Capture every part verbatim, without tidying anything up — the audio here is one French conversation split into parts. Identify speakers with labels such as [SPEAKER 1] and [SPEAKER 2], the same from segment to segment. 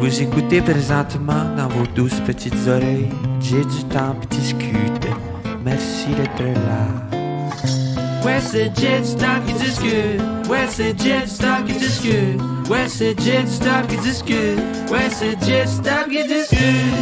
[SPEAKER 1] Vous écoutez présentement dans vos douces petites oreilles. J'ai du temps puis discute. Merci d'être là. Ouais, c'est Jet Stop qui discute. Ouais, c'est Jet Stop qui discute. Ouais, c'est Jet Stop qui discute. Ouais, c'est Jet Stop qui discute.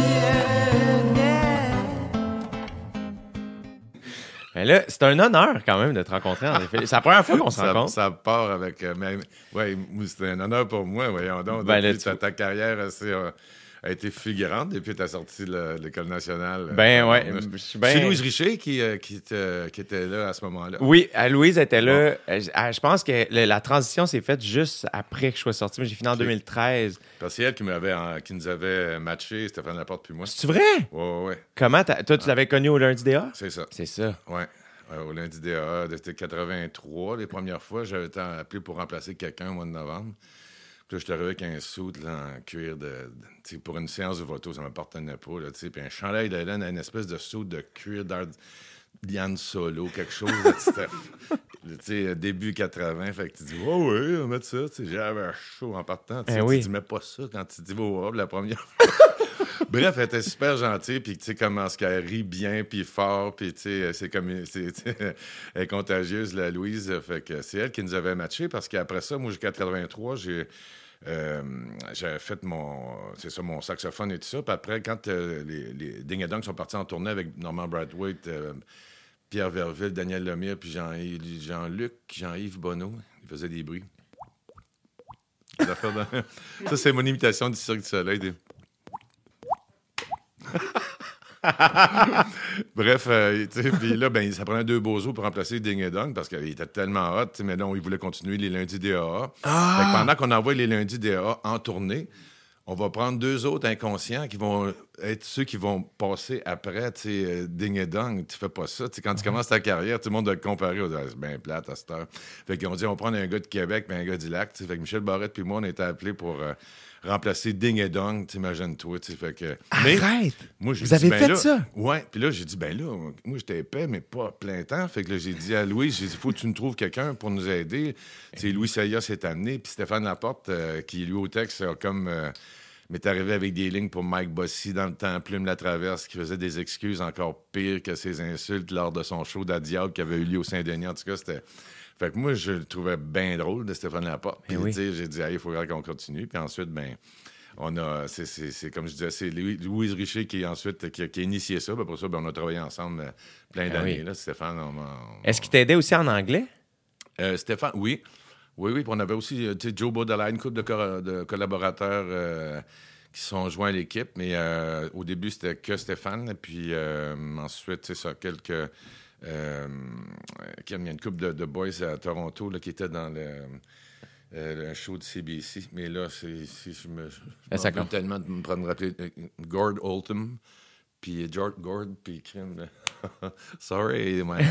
[SPEAKER 2] Mais là, c'est un honneur quand même de te rencontrer, en effet. C'est la première fois qu'on se
[SPEAKER 3] ça,
[SPEAKER 2] rencontre.
[SPEAKER 3] ça part avec... Euh, mais, ouais, c'était un honneur pour moi, voyons donc.
[SPEAKER 2] Ben,
[SPEAKER 3] Depuis
[SPEAKER 2] là, tu-
[SPEAKER 3] ta, ta carrière assez, euh, a été figurante depuis tu as sorti de l'École nationale.
[SPEAKER 2] Ben
[SPEAKER 3] euh,
[SPEAKER 2] ouais,
[SPEAKER 3] euh,
[SPEAKER 2] je suis bien-
[SPEAKER 3] C'est Louise Richer qui, euh, qui, te- qui était là à ce moment-là.
[SPEAKER 2] Oui, euh, Louise était là. Euh, Je euh, je pense que le- la transition s'est faite juste après que je sois sorti. Moi, j'ai fini en deux mille treize.
[SPEAKER 3] Parce que c'est elle qui, m'avait, en- qui nous avait matché, Stéphane Laporte puis moi.
[SPEAKER 2] C'est vrai?
[SPEAKER 3] Ouais, ouais, ouais.
[SPEAKER 2] Comment? t'as- Toi, tu l'avais connu au lundi D A?
[SPEAKER 3] C'est ça.
[SPEAKER 2] C'est ça.
[SPEAKER 3] Ouais. Euh, au lundi D A, c'était quatre-vingt-trois, les premières fois. J'avais été appelé pour remplacer quelqu'un au mois de novembre. Puis là, je suis arrivé avec un suit là, en cuir de. de tu sais, pour une séance de photo, ça ne m'appartenait pas. Là, tu sais, puis un chandail de laine, une espèce de suit de cuir d'Ardian Solo, quelque chose. Là, c'était, tu sais, début quatre-vingts. Fait que tu dis, oh oui, on va mettre ça. Tu sais, j'avais chaud en partant. Tu sais,
[SPEAKER 2] Eh oui.
[SPEAKER 3] tu dis, mets pas ça quand tu dis, wow, la première fois. Bref, elle était super gentille, puis tu sais, comment est-ce qu'elle rit bien, puis fort, puis tu sais, c'est comme, c'est, elle est contagieuse, la Louise, fait que c'est elle qui nous avait matché, parce qu'après ça, moi, jusqu'à quatre-vingt-trois, j'ai, euh, j'avais fait mon, c'est ça, mon saxophone et tout ça, puis après, quand euh, les, les Ding et Dong sont partis en tournée avec Norman Brathwaite, euh, Pierre Verville, Daniel Lemire, puis Jean-Yves, Jean-Luc, Jean-Yves Bonneau, ils faisaient des bruits. Ça, c'est mon imitation du Cirque du Soleil, des... Bref, euh, tu sais, puis là, ben, ça prenait deux bozos pour remplacer Ding et Dong parce qu'il était tellement hot, tu sais, mais là, on- il voulait continuer les lundis D A A.
[SPEAKER 2] Ah!
[SPEAKER 3] Fait que pendant qu'on envoie les lundis D A A en tournée, on va prendre deux autres inconscients qui vont être ceux qui vont passer après, tu sais, euh, Ding et Dong. Tu fais pas ça. Tu sais, quand tu commences ta carrière, tout le monde doit te comparer. On dit, ah, c'est bien plate à cette heure. Fait qu'on dit, on va prendre un gars de Québec puis un gars du Lac. Tu sais. Fait que Michel Barrette puis moi, on était appelés pour euh, remplacer Ding et Dong. T'imagines-toi. Tu sais. Fait que... Mais
[SPEAKER 2] Arrête!
[SPEAKER 3] moi, j'ai
[SPEAKER 2] Vous
[SPEAKER 3] dit,
[SPEAKER 2] avez
[SPEAKER 3] ben
[SPEAKER 2] fait
[SPEAKER 3] là-
[SPEAKER 2] ça?
[SPEAKER 3] Ouais. Puis là, j'ai dit, ben là, moi, j'étais épais, mais pas à plein temps. Fait que là, j'ai dit à Louis, j'ai dit, faut que tu nous trouves quelqu'un pour nous aider. Tu sais, Louis Sayas s'est amené. Puis Stéphane Laporte, euh, qui, lui, au texte, a comme... euh, m'est arrivé avec des lignes pour Mike Bossy dans le temps, Plume la Traverse, qui faisait des excuses encore pires que ses insultes lors de son show d'Adiable qui avait eu lieu au Saint-Denis. En tout cas, c'était... Fait que moi, je le trouvais bien drôle de Stéphane Laporte. Puis,
[SPEAKER 2] Eh oui.
[SPEAKER 3] tu sais, j'ai dit, il faudrait qu'on continue. Puis ensuite, ben on a... C'est, c'est, c'est comme je disais, c'est Louis- Louise Richer qui, ensuite, qui, a, qui a initié ça. Puis après ça, ben, on a travaillé ensemble euh, plein
[SPEAKER 2] Eh
[SPEAKER 3] d'années.
[SPEAKER 2] oui.
[SPEAKER 3] Là, Stéphane, on, on-
[SPEAKER 2] Est-ce qu'il t'aidait aussi en anglais?
[SPEAKER 3] euh, Stéphane, oui. Oui, oui. Puis on avait aussi, euh, tu sais, Joe Baudelaire, une couple de, cor- de collaborateurs euh, qui sont joints à l'équipe. Mais euh, au début, c'était que Stéphane. Puis euh, ensuite, c'est ça, quelques... Euh, il y a une couple de, de boys à Toronto là, qui étaient dans le, euh, le show de C B C. Mais là, c'est, c'est, je me, je
[SPEAKER 2] Ben, ça
[SPEAKER 3] me rappelle
[SPEAKER 2] compte.
[SPEAKER 3] tellement de me prendre rappeler euh, Gord Oldham, puis George Gord, puis Kim. Sorry, my...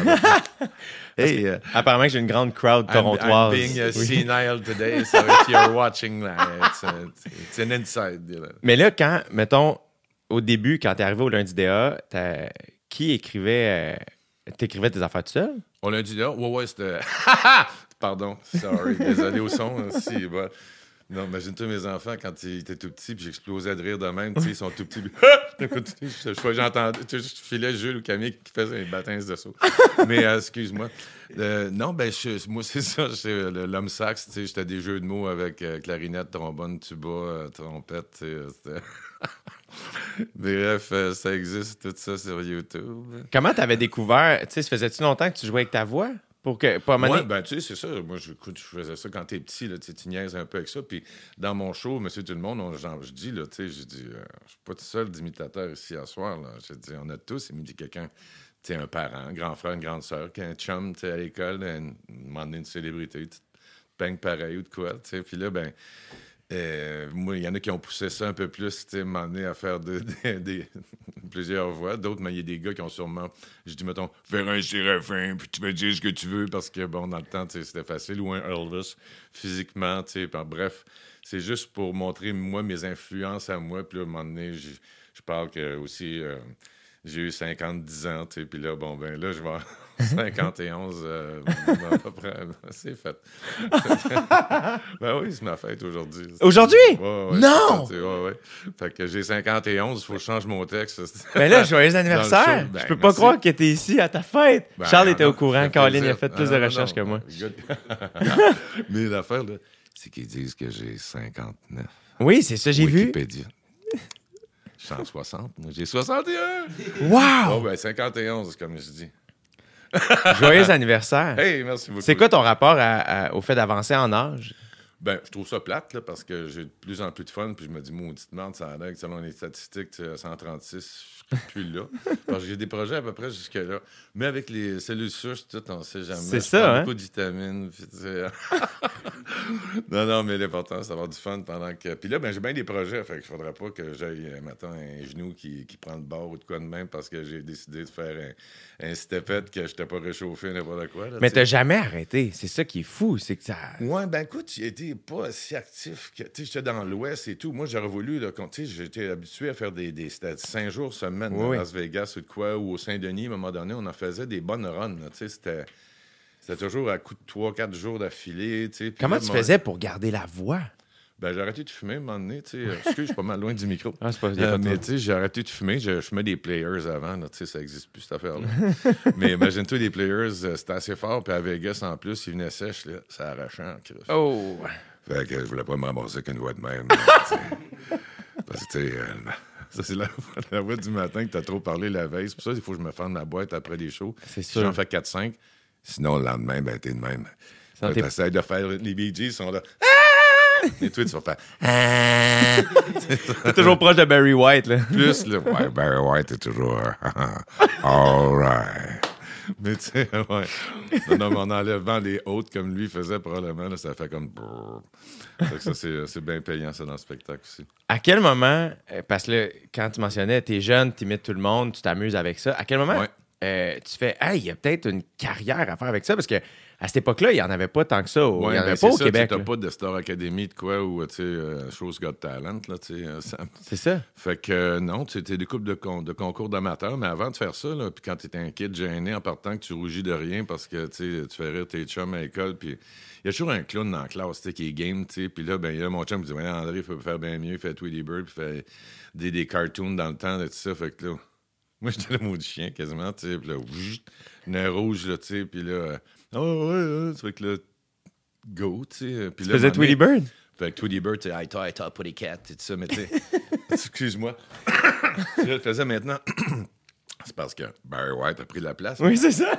[SPEAKER 3] hey, uh,
[SPEAKER 2] Apparemment que j'ai une grande crowd
[SPEAKER 3] I'm,
[SPEAKER 2] torontoise.
[SPEAKER 3] I'm being uh,
[SPEAKER 2] Oui.
[SPEAKER 3] senile today, so if you're watching, uh, it's, uh, it's an inside. You know.
[SPEAKER 2] Mais là, quand, mettons, au début, quand t'es arrivé au lundi D A, t'as- qui écrivait... euh, T'écrivais tes affaires tout seul?
[SPEAKER 3] On l'a dit là? Ouais, ouais, c'était. Pardon, sorry, désolé au son. hein, Si, bah. Non, imagine-toi mes enfants quand ils étaient tout petits, puis j'explosais de rire de même. Tu sais, ils sont tout petits. Puis, je, je, j'entendais, tu sais, je filais Jules ou Camille qui faisait une baptême de saut. Mais euh, excuse-moi. Euh, non, ben, je, moi, c'est ça. C'est le- l'homme sax. Tu sais, j'étais des jeux de mots avec euh, clarinette, trombone, tuba, euh, trompette. Tu sais, c'était... Bref, euh, ça existe tout ça sur YouTube.
[SPEAKER 2] Comment t'avais découvert... Tu sais, ça faisait-tu longtemps que tu jouais avec ta voix? Pour que... Pour amener...
[SPEAKER 3] Ouais, ben, tu sais, c'est ça. Moi, je, écoute, je faisais ça quand t'es petit, là, tu sais, tu niaises un peu avec ça. Puis dans mon show, Monsieur Tout-le-Monde, on- genre, je dis, là, tu sais, je dis, euh, je suis pas tout seul d'imitateur ici à soir, là. Je dis, on a tous imité quelqu'un, tu sais, un parent, un grand frère, une grande sœur, un chum, tu sais, à l'école, un moment donné, une célébrité, tu te peignes pareil ou de quoi, tu sais. Puis là, ben, euh, moi, il y en a qui ont poussé ça un peu plus, tu sais, m'en donné à faire de, de- des- plusieurs voix. D'autres, mais il y a des gars qui ont sûrement, je dis, mettons, faire un Séraphin, puis tu me dis ce que tu veux, parce que, bon, dans le temps, tu sais, c'était facile, ou un Elvis, physiquement, tu sais. Puis, bref, c'est juste pour montrer, moi, mes influences à moi. Puis là, à un moment donné, je, je parle que aussi, euh, j'ai eu cinquante dix ans, tu sais. Puis là, bon, ben là, je vais... cinquante et onze, euh, à peu près. C'est fait. Ben oui, c'est ma fête aujourd'hui.
[SPEAKER 2] Aujourd'hui?
[SPEAKER 3] Ouais, ouais,
[SPEAKER 2] Non!
[SPEAKER 3] C'est ouais, ouais. Fait que j'ai cinquante et onze, il faut que je change mon texte.
[SPEAKER 2] Ben là, joyeux anniversaire!
[SPEAKER 3] Ben,
[SPEAKER 2] je peux pas
[SPEAKER 3] merci.
[SPEAKER 2] croire que t'es ici à ta fête.
[SPEAKER 3] Ben,
[SPEAKER 2] Charles était
[SPEAKER 3] non,
[SPEAKER 2] au courant.
[SPEAKER 3] ça fait
[SPEAKER 2] Caroline
[SPEAKER 3] plaisir.
[SPEAKER 2] a fait plus
[SPEAKER 3] Ah,
[SPEAKER 2] de
[SPEAKER 3] non,
[SPEAKER 2] recherches
[SPEAKER 3] non.
[SPEAKER 2] que moi.
[SPEAKER 3] Mais l'affaire, là, c'est qu'ils disent que j'ai cinquante-neuf.
[SPEAKER 2] Oui, c'est ça, j'ai vu.
[SPEAKER 3] Wikipédia. Je suis en soixante. Moi, j'ai soixante et un.
[SPEAKER 2] Wow!
[SPEAKER 3] Oh, ben cinquante et onze, comme je dis.
[SPEAKER 2] Joyeux anniversaire!
[SPEAKER 3] Hey, merci beaucoup.
[SPEAKER 2] C'est quoi ton rapport à- à- au fait d'avancer en âge?
[SPEAKER 3] Ben, je trouve ça plate, là, parce que j'ai de plus en plus de fun, puis je me dis, maudite merde, ça a l'air que selon les statistiques, tu sais, à cent trente-six, je serai plus là. Parce que j'ai des projets à peu près jusque-là. Mais avec les cellules souches, tout, on sait jamais.
[SPEAKER 2] C'est
[SPEAKER 3] Je
[SPEAKER 2] ça,
[SPEAKER 3] prends
[SPEAKER 2] hein?
[SPEAKER 3] beaucoup de vitamines, puis tu sais. non, non, mais l'important, c'est d'avoir du fun pendant que... Puis là, ben, j'ai bien des projets, fait qu'il faudrait pas que j'aille, euh, mettons, un genou qui, qui prend le bord ou de quoi de même, parce que j'ai décidé de faire un, un stepette que je n'étais pas réchauffé, n'importe quoi. Là,
[SPEAKER 2] Mais
[SPEAKER 3] tu sais.
[SPEAKER 2] t'as jamais arrêté. C'est ça qui est fou. C'est que ça.
[SPEAKER 3] Ouais, ben écoute, j'ai été pas si actif que. Tu sais, j'étais dans l'Ouest et tout. Moi, j'aurais voulu, là, quand, tu sais, j'étais habitué à faire des, des c'était cinq jours semaine
[SPEAKER 2] Oui,
[SPEAKER 3] à
[SPEAKER 2] oui.
[SPEAKER 3] Las Vegas ou de quoi, ou au Saint-Denis, à un moment donné, on en faisait des bonnes runs, là. Tu sais, c'était. C'était toujours à coup de trois quatre jours d'affilée, tu sais. Puis
[SPEAKER 2] Comment
[SPEAKER 3] là,
[SPEAKER 2] tu
[SPEAKER 3] mon-
[SPEAKER 2] faisais pour garder la voix?
[SPEAKER 3] Ben, j'ai arrêté de fumer à un moment donné, tu sais. Euh, Excuse, je suis pas mal loin du micro.
[SPEAKER 2] Ah, c'est pas
[SPEAKER 3] Euh, mais tu sais, j'ai arrêté de fumer. Je, je fumais des players avant, là, tu sais, ça n'existe plus, cette affaire-là. Mais imagine-toi, les players, euh, c'était assez fort. Puis à Vegas, en plus, ils venaient sèches, là. Ça arrachait en crif.
[SPEAKER 2] Oh!
[SPEAKER 3] Fait que je voulais pas me ramasser avec une voix de même. là, tu sais. Parce que, tu sais, euh, ça, c'est la, la voix du matin que t'as trop parlé la veille. C'est pour ça qu'il faut que je me fende ma boîte après les shows.
[SPEAKER 2] C'est
[SPEAKER 3] Si
[SPEAKER 2] sûr.
[SPEAKER 3] j'en fais quatre cinq. Sinon, le lendemain, ben, t'es de même.
[SPEAKER 2] Sans
[SPEAKER 3] Là,
[SPEAKER 2] tes-
[SPEAKER 3] t'essayes de faire... Les Bee Gees sont là... Ah! Et toi, tu vas faire... Ah!
[SPEAKER 2] T'es toujours proche de Barry White, là.
[SPEAKER 3] Plus, là, ouais, Barry White est toujours... All right. Mais tu sais, ouais. Non, non, mais en enlevant les hautes comme lui faisait probablement, là, ça fait comme... brrr. Fait que ça, c'est, c'est bien payant, ça, dans le spectacle aussi.
[SPEAKER 2] À quel moment, euh, parce que là, quand tu mentionnais, t'es jeune, t'imites tout le monde, tu t'amuses avec ça, à quel moment
[SPEAKER 3] Ouais.
[SPEAKER 2] euh, tu fais, hey, il y a peut-être une carrière à faire avec ça? Parce que à cette époque-là, il n'y en avait pas tant que ça. au- il
[SPEAKER 3] Ouais,
[SPEAKER 2] n'y en
[SPEAKER 3] ben,
[SPEAKER 2] avait
[SPEAKER 3] c'est
[SPEAKER 2] pas au
[SPEAKER 3] ça,
[SPEAKER 2] Québec.
[SPEAKER 3] tu
[SPEAKER 2] là.
[SPEAKER 3] n'as pas de Star Academy de quoi ou, tu sais, euh, Show's Got Talent, là, tu sais. euh, ça-
[SPEAKER 2] C'est ça.
[SPEAKER 3] Fait que euh, non, tu sais, des coupes de, con- de concours d'amateurs, mais avant de faire ça, là, puis quand tu étais un kid gêné en partant, que tu rougis de rien parce que tu sais, tu fais rire tes chums à l'école, puis il y a toujours un clown dans la classe tu sais, qui est game, tu sais, puis là, ben, il y a mon chum qui dit, ouais, André, il faut faire bien mieux, il fait Tweety Bird, puis il fait des, des cartoons dans le temps, de tout ça, fait que là, moi, j'étais le mot du chien quasiment, tu sais, puis là, wouh, nez rouge, là, tu sais, puis là, euh, oh, ouais, ouais, ça fait que là, go, tu sais. Puis
[SPEAKER 2] Tu
[SPEAKER 3] là,
[SPEAKER 2] faisais
[SPEAKER 3] à un moment
[SPEAKER 2] Tweety
[SPEAKER 3] donné-
[SPEAKER 2] Bird?
[SPEAKER 3] fait que Tweety Bird, tu sais, I thought, I thought, putty cat, et tout ça, mais tu sais, excuse-moi. Je le faisais maintenant. C'est parce que Barry White a pris la place.
[SPEAKER 2] Oui, c'est ça.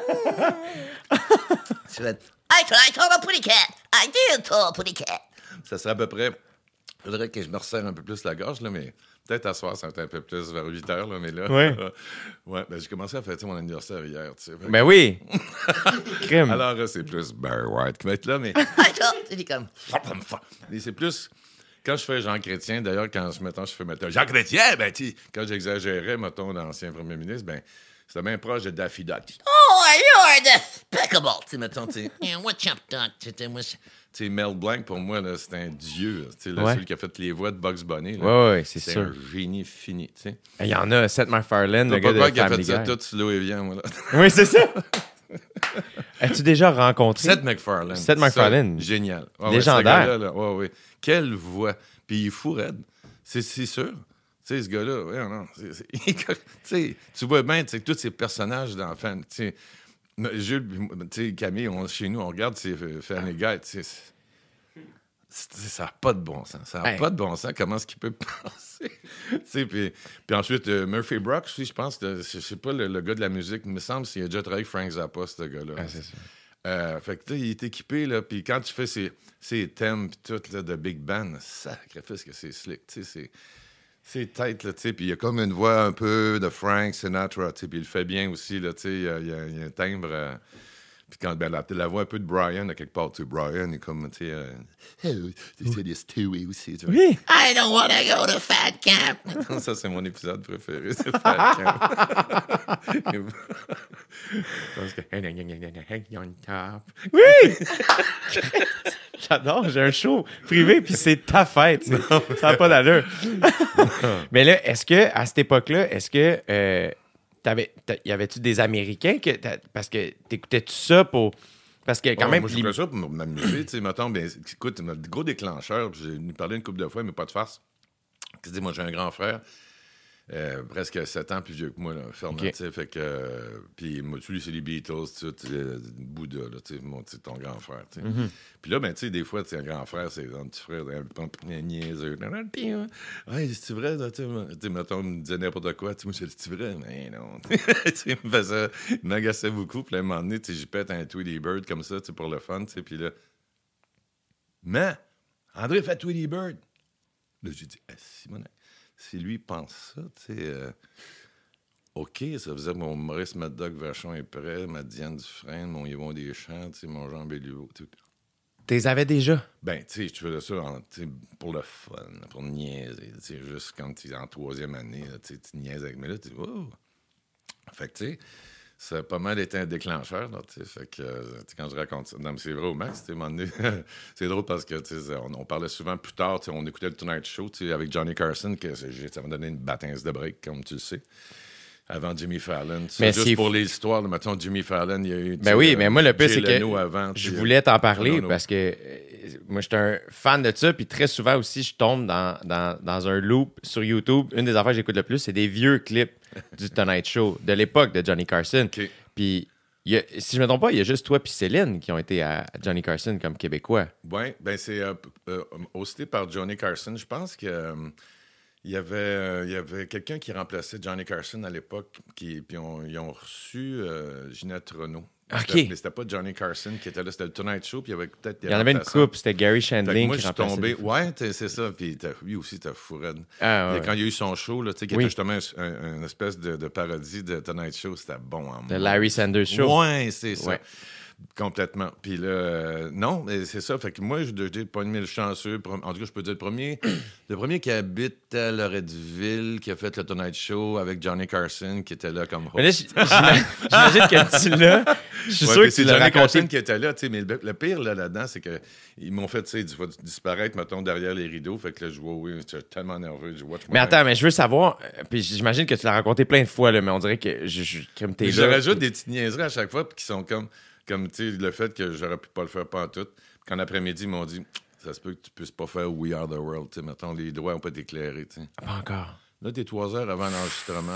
[SPEAKER 3] Tu fais,
[SPEAKER 4] I thought I told a pretty cat. I did tell a pretty cat.
[SPEAKER 3] ça serait à peu près. Il faudrait que je me resserre un peu plus la gorge, là, mais peut-être à soir, ça va être un peu plus vers huit heures, là, mais là.
[SPEAKER 2] Ouais.
[SPEAKER 3] ouais, ben j'ai commencé à fêter mon anniversaire hier, tu sais. Fait que-
[SPEAKER 2] Ben oui. Crime.
[SPEAKER 3] Alors, là, c'est plus Barry White qui va être là, mais.
[SPEAKER 4] I thought, il est comme,
[SPEAKER 3] Et c'est plus. Quand je fais Jean Chrétien, d'ailleurs, quand je, mettons, je fais mettons, Jean Chrétien, ben, tu sais, quand j'exagérais, mettons, l'ancien premier ministre, ben, c'était bien proche de Daffy Duck. Tu
[SPEAKER 4] oh, you're despicable.
[SPEAKER 3] sais, mettons, tu sais,
[SPEAKER 4] Yeah, what's up, Doc? C'était moi.
[SPEAKER 3] tu sais, Mel Blanc, pour moi, là, c'est un dieu. Tu sais, là,
[SPEAKER 2] Ouais.
[SPEAKER 3] celui qui a fait les voix de Bugs Bunny. là.
[SPEAKER 2] Ouais, ouais, c'est
[SPEAKER 3] C'est
[SPEAKER 2] sûr.
[SPEAKER 3] un génie fini, tu sais.
[SPEAKER 2] Il y en a, Seth MacFarlane, le
[SPEAKER 3] T'as
[SPEAKER 2] gars
[SPEAKER 3] pas
[SPEAKER 2] de
[SPEAKER 3] peur qu'il a
[SPEAKER 2] Family
[SPEAKER 3] fait ça
[SPEAKER 2] Guy.
[SPEAKER 3] tout slow et bien, moi, là.
[SPEAKER 2] Oui, c'est ça. As-tu déjà rencontré?
[SPEAKER 3] Seth MacFarlane.
[SPEAKER 2] Seth MacFarlane.
[SPEAKER 3] Ça, génial. Ah ouais,
[SPEAKER 2] Légendaire.
[SPEAKER 3] ce gars-là, là, ouais, ouais. Quelle voix. Puis il est fou raide. C'est, c'est sûr. Tu sais, ce gars-là, ouais, non. c'est- c'est- tu sais, tu vois bien, tu sais, tous ces personnages d'enfants. Tu sais, Jules, tu sais, Camille, on- chez nous, on regarde ces euh, Family Guy, tu sais, c'est- c'est- ça n'a pas de bon sens. Ça n'a
[SPEAKER 2] Hey.
[SPEAKER 3] pas de bon sens. Comment est-ce qu'il peut penser? Tu sais, puis, puis ensuite, euh, Murphy Brock, aussi, je pense, de- je sais pas le, le gars de la musique, il me semble qu'il a déjà travaillé avec Frank Zappa, ce gars-là.
[SPEAKER 2] Ah, c'est ça.
[SPEAKER 3] Euh, fait que, tu sais, il est équipé, là, puis quand tu fais ses, ses thèmes, puis tout, là, de Big Band, sacrifice que c'est slick, tu sais, c'est... C'est tête, là, tu sais, puis il y a comme une voix un peu de Frank Sinatra, tu sais, puis il le fait bien aussi, là, tu sais, il y a, il y a- il y a un timbre... euh, puis quand, ben, la, la voix un peu de Brian, à quelque part, tu sais, Brian est comme, tu sais... Euh, oh, c'est des Stewie aussi, tu vois.
[SPEAKER 2] Oui.
[SPEAKER 4] I don't want to go to fat camp.
[SPEAKER 3] Ça, c'est mon épisode préféré, c'est Fat Camp. Parce que...
[SPEAKER 2] Oui! J'adore, j'ai un show privé, puis c'est ta fête. c'est- Ça n'a pas d'allure. Mais là, est-ce que, à cette époque-là, est-ce que euh, t'avais, t'a- y avait-tu des Américains que t'as- parce que t'écoutais-tu ça pour... Parce que quand
[SPEAKER 3] Oh,
[SPEAKER 2] même...
[SPEAKER 3] moi, je
[SPEAKER 2] les-
[SPEAKER 3] fais ça pour m'amuser. Tu sais, mettons, ben, écoute, le gros déclencheur, puis j'ai nous parlé une couple de fois, mais pas de farce. Tu sais, moi, j'ai un grand frère, euh, presque sept ans plus vieux que moi, là, Fernand,
[SPEAKER 2] Ok.
[SPEAKER 3] tu sais, fait que... euh, puis moi, tu lui, c'est les Beatles, tu sais, euh, Bouddha, là, tu sais, mon- tu sais, ton grand frère, tu sais.
[SPEAKER 2] Mhm.
[SPEAKER 3] Puis là, ben, tu sais, des fois, tu sais, un grand frère, c'est un petit frère, un peu niaiseux. Ouais, c'est vrai, là, tu sais, tu sais, mettons, il me disait n'importe quoi, tu sais, moi, je dis, c'est vrai, mais non. Tu sais, il me faisait, il m'agaçait beaucoup, puis là, à un moment donné, tu sais, j'y pète un Tweety Bird comme ça, tu sais, pour le fun, tu sais, puis là, mais, André fait Tweety Bird. Là, j'ai dit, ah, Simon, si lui pense ça, tu sais, euh, OK, ça faisait que mon Maurice Mad Dog Vachon est prêt, ma Diane Dufresne, mon Yvon Deschamps, tu sais, mon Jean Béliveau, tu sais.
[SPEAKER 2] T'es avais déjà?
[SPEAKER 3] Ben, tu sais, je faisais ça en- tu sais, pour le fun, pour niaiser. Tu sais, juste quand tu es en troisième année, là, tu sais, tu niaises avec. Mais là, tu dis, oh! Fait que, tu sais, ça a pas mal été un déclencheur, là, tu sais. Fait que, euh, tu sais, quand je raconte ça, non, mais c'est vrai au max, tu sais, à un moment donné, c'est drôle parce que, tu sais, on, on parlait souvent plus tard, tu sais, on écoutait le Tonight Show, tu sais, avec Johnny Carson, que c'est- j'ai- ça m'a donné une bâtisse de break, comme tu le sais. Avant Jimmy Fallon. C'est
[SPEAKER 2] Mais
[SPEAKER 3] juste
[SPEAKER 2] c'est
[SPEAKER 3] pour
[SPEAKER 2] fou.
[SPEAKER 3] les histoires, là, mettons, Jimmy Fallon, il y a eu. tu
[SPEAKER 2] Ben
[SPEAKER 3] sais,
[SPEAKER 2] oui,
[SPEAKER 3] euh,
[SPEAKER 2] mais moi, le pire,
[SPEAKER 3] Jay
[SPEAKER 2] c'est que
[SPEAKER 3] Leno avant,
[SPEAKER 2] je
[SPEAKER 3] puis, euh,
[SPEAKER 2] voulais t'en parler
[SPEAKER 3] non, non.
[SPEAKER 2] parce que euh, moi, j'étais un fan de ça, puis très souvent aussi, je tombe dans, dans, dans un loop sur YouTube. Une des affaires que j'écoute le plus, c'est des vieux clips du Tonight Show, de l'époque de Johnny Carson.
[SPEAKER 3] OK.
[SPEAKER 2] Puis, il y a- si je me trompe pas, il y a juste toi et Céline qui ont été à Johnny Carson comme Québécois.
[SPEAKER 3] Oui, ben c'est euh, euh, hosté par Johnny Carson. Je pense que euh, il y avait, euh, il y avait quelqu'un qui remplaçait Johnny Carson à l'époque, qui, puis on- ils ont reçu euh, Ginette Renault.
[SPEAKER 2] OK.
[SPEAKER 3] C'était- Mais c'était pas Johnny Carson qui était là, c'était le Tonight Show, puis il y avait peut-être des
[SPEAKER 2] Il y en avait une
[SPEAKER 3] remplaçants.
[SPEAKER 2] coupe, c'était Gary
[SPEAKER 3] Fait que
[SPEAKER 2] Shandling
[SPEAKER 3] moi,
[SPEAKER 2] qui
[SPEAKER 3] je suis
[SPEAKER 2] remplaçait
[SPEAKER 3] tombé.
[SPEAKER 2] les fois.
[SPEAKER 3] Ouais, t'es- c'est ça. Puis t'as- lui aussi, t'as fou raide.
[SPEAKER 2] Ah,
[SPEAKER 3] Et
[SPEAKER 2] ouais.
[SPEAKER 3] quand il y a eu son show, là, tu sais, qui
[SPEAKER 2] Oui.
[SPEAKER 3] était justement un, un- une espèce de, de parodie de Tonight Show, c'était bon en
[SPEAKER 2] Le Larry Sanders Show.
[SPEAKER 3] Ouais, c'est ça.
[SPEAKER 2] Ouais.
[SPEAKER 3] Complètement. Puis là, euh, non, mais c'est ça. Fait que moi, je dis pas une chanceux. Prom- En tout cas, je peux dire le premier, le premier qui habite à Loretteville, qui a fait le Tonight Show avec Johnny Carson, qui était là comme host.
[SPEAKER 2] Mais là, j- j'ima- j'imagine que tu l'as. Je suis
[SPEAKER 3] Ouais,
[SPEAKER 2] sûr
[SPEAKER 3] puis
[SPEAKER 2] que
[SPEAKER 3] c'est
[SPEAKER 2] tu l'as
[SPEAKER 3] Johnny
[SPEAKER 2] raconté.
[SPEAKER 3] Carson qui était là, tu sais, mais le, le pire là, là-dedans, c'est qu'ils m'ont fait, tu sais, dis- disparaître, mettons, derrière les rideaux. Fait que là, je vois, oui, j'étais tellement nerveux. Je watch
[SPEAKER 2] Mais attends, mais je veux savoir, euh, puis j'imagine que tu l'as raconté plein de fois, là, mais on dirait que je, je- comme t'es
[SPEAKER 3] Mais je
[SPEAKER 2] là.
[SPEAKER 3] rajoute des petites niaiseries à chaque fois, puis qui sont comme, comme tu sais, le fait que j'aurais pu pas le faire pas en tout. Qu'en après-midi, ils m'ont dit, ça se peut que tu puisses pas faire We Are the World, tu sais, mettons, les droits ont pas été éclairés, tu sais.
[SPEAKER 2] Pas encore.
[SPEAKER 3] Là, t'es trois heures avant l'enregistrement.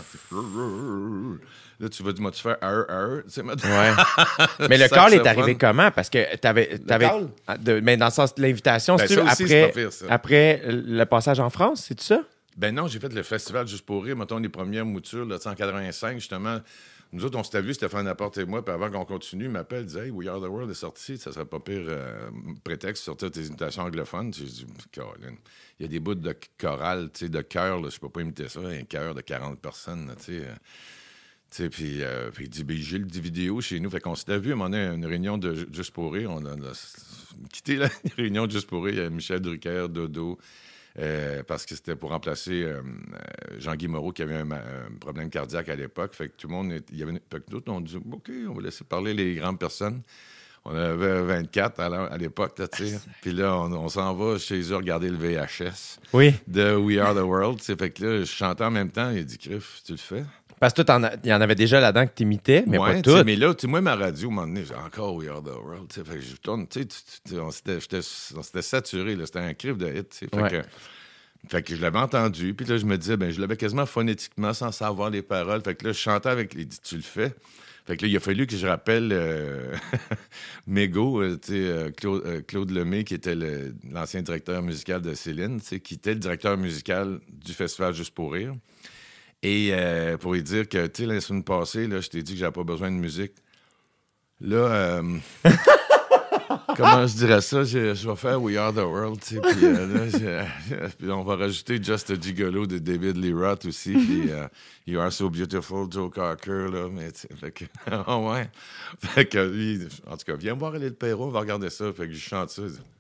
[SPEAKER 3] Là, tu vas dire, tu faire R R, tu sais, mettons.
[SPEAKER 2] Ouais. Mais le call est
[SPEAKER 3] Saxophone.
[SPEAKER 2] arrivé comment? Parce que t'avais. t'avais
[SPEAKER 3] call?
[SPEAKER 2] ah, de- mais dans le sens de l'invitation,
[SPEAKER 3] Ben,
[SPEAKER 2] c'est
[SPEAKER 3] ça aussi, c'est
[SPEAKER 2] après,
[SPEAKER 3] pas pire, ça.
[SPEAKER 2] après le passage en France, c'est ça?
[SPEAKER 3] Ben non, j'ai fait le festival Juste pour rire, mettons les premières moutures, là, tu sais, en quatre-vingt-cinq, justement. Nous autres, on s'était vus, Stéphane Laporte et moi, puis avant qu'on continue, il m'appelle, il dit Hey, We Are the World est sorti, ça serait pas pire euh, prétexte de sortir tes imitations anglophones. J'ai dit Caroline, il y a des bouts de chorale, tu sais, de chœur, là, je peux pas imiter ça, un chœur de quarante personnes, là, tu sais. euh, tu sais, puis euh, puis il dit ben, j'ai le vidéo chez nous. Fait qu'on s'était vu, à un moment donné, une réunion de Ju- Juste pour rire. On a, on a quitté la réunion de Juste pour rire. Il y a Michel Drucker, Dodo. Euh, parce que c'était pour remplacer euh, euh, Jean-Guy Moreau qui avait un, ma- un problème cardiaque à l'époque. Fait que tout le monde... est- Il y avait, fait que d'autres, on dit « OK, on va laisser parler les grandes personnes ». On avait vingt-quatre à, la- à l'époque, là, tu sais. Puis là, on, on s'en va chez eux regarder le V H S
[SPEAKER 2] Oui.
[SPEAKER 3] de We Are the World. Tu sais. Fait que là, je chantais en même temps. Il a dit « Criff, tu le fais ?»
[SPEAKER 2] Parce que toi, il y en avait déjà là-dedans que t'imitais, mais
[SPEAKER 3] Ouais,
[SPEAKER 2] pas
[SPEAKER 3] tu sais,
[SPEAKER 2] toutes.
[SPEAKER 3] mais là, tu sais, moi, ma radio, à un moment donné, j'ai encore We Are the World. tu sais. Fait que je tourne, tu sais, tu- tu- on s'était j'étais- on s'était saturé, là. C'était un criff de hit, tu sais. Fait
[SPEAKER 2] Ouais.
[SPEAKER 3] que... Fait que je l'avais entendu, puis là, je me disais, ben, je l'avais quasiment phonétiquement sans savoir les paroles. Fait que là, je chantais avec les dit, tu le fais. Fait que là, il a fallu que je rappelle euh, Mégo, euh, tu sais, euh, Claude, euh, Claude Lemay, qui était le- l'ancien directeur musical de Céline, tu sais, qui était le directeur musical du Festival Juste pour rire. Et euh, pour lui dire que, tu sais, la semaine passée, là, je t'ai dit que j'avais pas besoin de musique. Là, euh, comment je dirais ça? Je, je vais faire We Are the World, tu sais, puis euh, là, je- puis on va rajouter Just a Gigolo de David Lee Roth aussi, puis euh, You Are So Beautiful, Joe Cocker, là, mais tu sais, fait que, oh ouais. Fait que lui, en tout cas, viens me voir aller le Perron, on va regarder ça. Fait que je chante ça, il dit,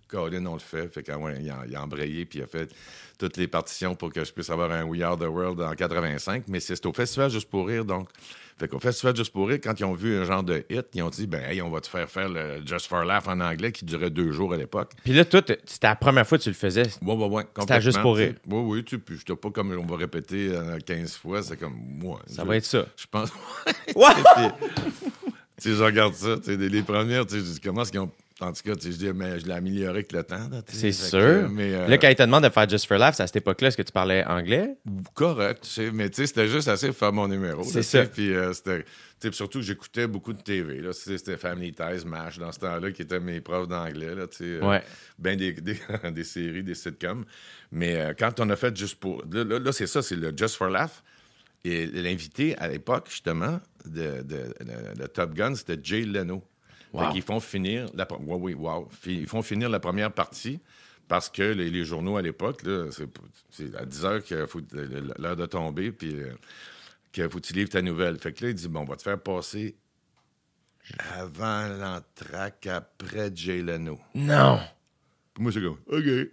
[SPEAKER 3] Colin, on le fait. Fait qu'il ouais, il a, il a embrayé, puis il a fait toutes les partitions pour que je puisse avoir un We Are the World en quatre-vingt-cinq. Mais c'est au Festival Juste pour rire, donc. Fait qu'au Festival Juste pour rire, quand ils ont vu un genre de hit, ils ont dit, ben, hey, on va te faire faire le Just for Laugh en anglais, qui durait deux jours à l'époque.
[SPEAKER 2] Puis là, toi, t- c'était la première fois que tu le faisais.
[SPEAKER 3] Oui, oui, oui.
[SPEAKER 2] C'était Juste pour rire.
[SPEAKER 3] Oui, oui, tu puis j'étais pas comme on va répéter euh, quinze fois, c'est comme moi.
[SPEAKER 2] Ça
[SPEAKER 3] je,
[SPEAKER 2] va être ça.
[SPEAKER 3] Je pense.
[SPEAKER 2] Ouais!
[SPEAKER 3] Tu sais, je regarde ça, tu sais, les premières, tu sais, je dis comment est-ce qu'ils ont. En tout cas, tu sais, je dis, mais je l'ai amélioré avec le temps. Là,
[SPEAKER 2] C'est
[SPEAKER 3] fait
[SPEAKER 2] sûr.
[SPEAKER 3] que, mais, euh,
[SPEAKER 2] Là, quand ils te demandent de faire Just for Laughs, à cette époque-là, est-ce que tu parlais anglais?
[SPEAKER 3] Correct, tu sais, mais tu sais, c'était juste assez pour faire mon numéro.
[SPEAKER 2] C'est
[SPEAKER 3] là,
[SPEAKER 2] ça.
[SPEAKER 3] tu sais, Puis euh, c'était. Tu sais, puis surtout que j'écoutais beaucoup de T V. Là, Tu sais, c'était Family Ties, MASH, dans ce temps-là, qui étaient mes profs d'anglais. Là, tu sais, euh,
[SPEAKER 2] Ouais.
[SPEAKER 3] ben des, des, des séries, des sitcoms. Mais euh, quand on a fait Juste pour. Là, là, là, c'est ça, c'est le Just for Laugh. Et l'invité à l'époque, justement, de, de, de, de Top Gun, c'était Jay Leno.
[SPEAKER 2] Wow.
[SPEAKER 3] Fait qu'ils font finir la, ouais, oui, wow. Ils font finir la première partie parce que les, les journaux à l'époque, là, c'est, c'est à dix heures qu'il faut l'heure de tomber, puis euh, qu'il faut que tu livres ta nouvelle. Fait que là, il dit, bon, on va te faire passer avant l'entraque, après Jay Leno.
[SPEAKER 2] Non!
[SPEAKER 3] Puis moi, c'est comme, OK.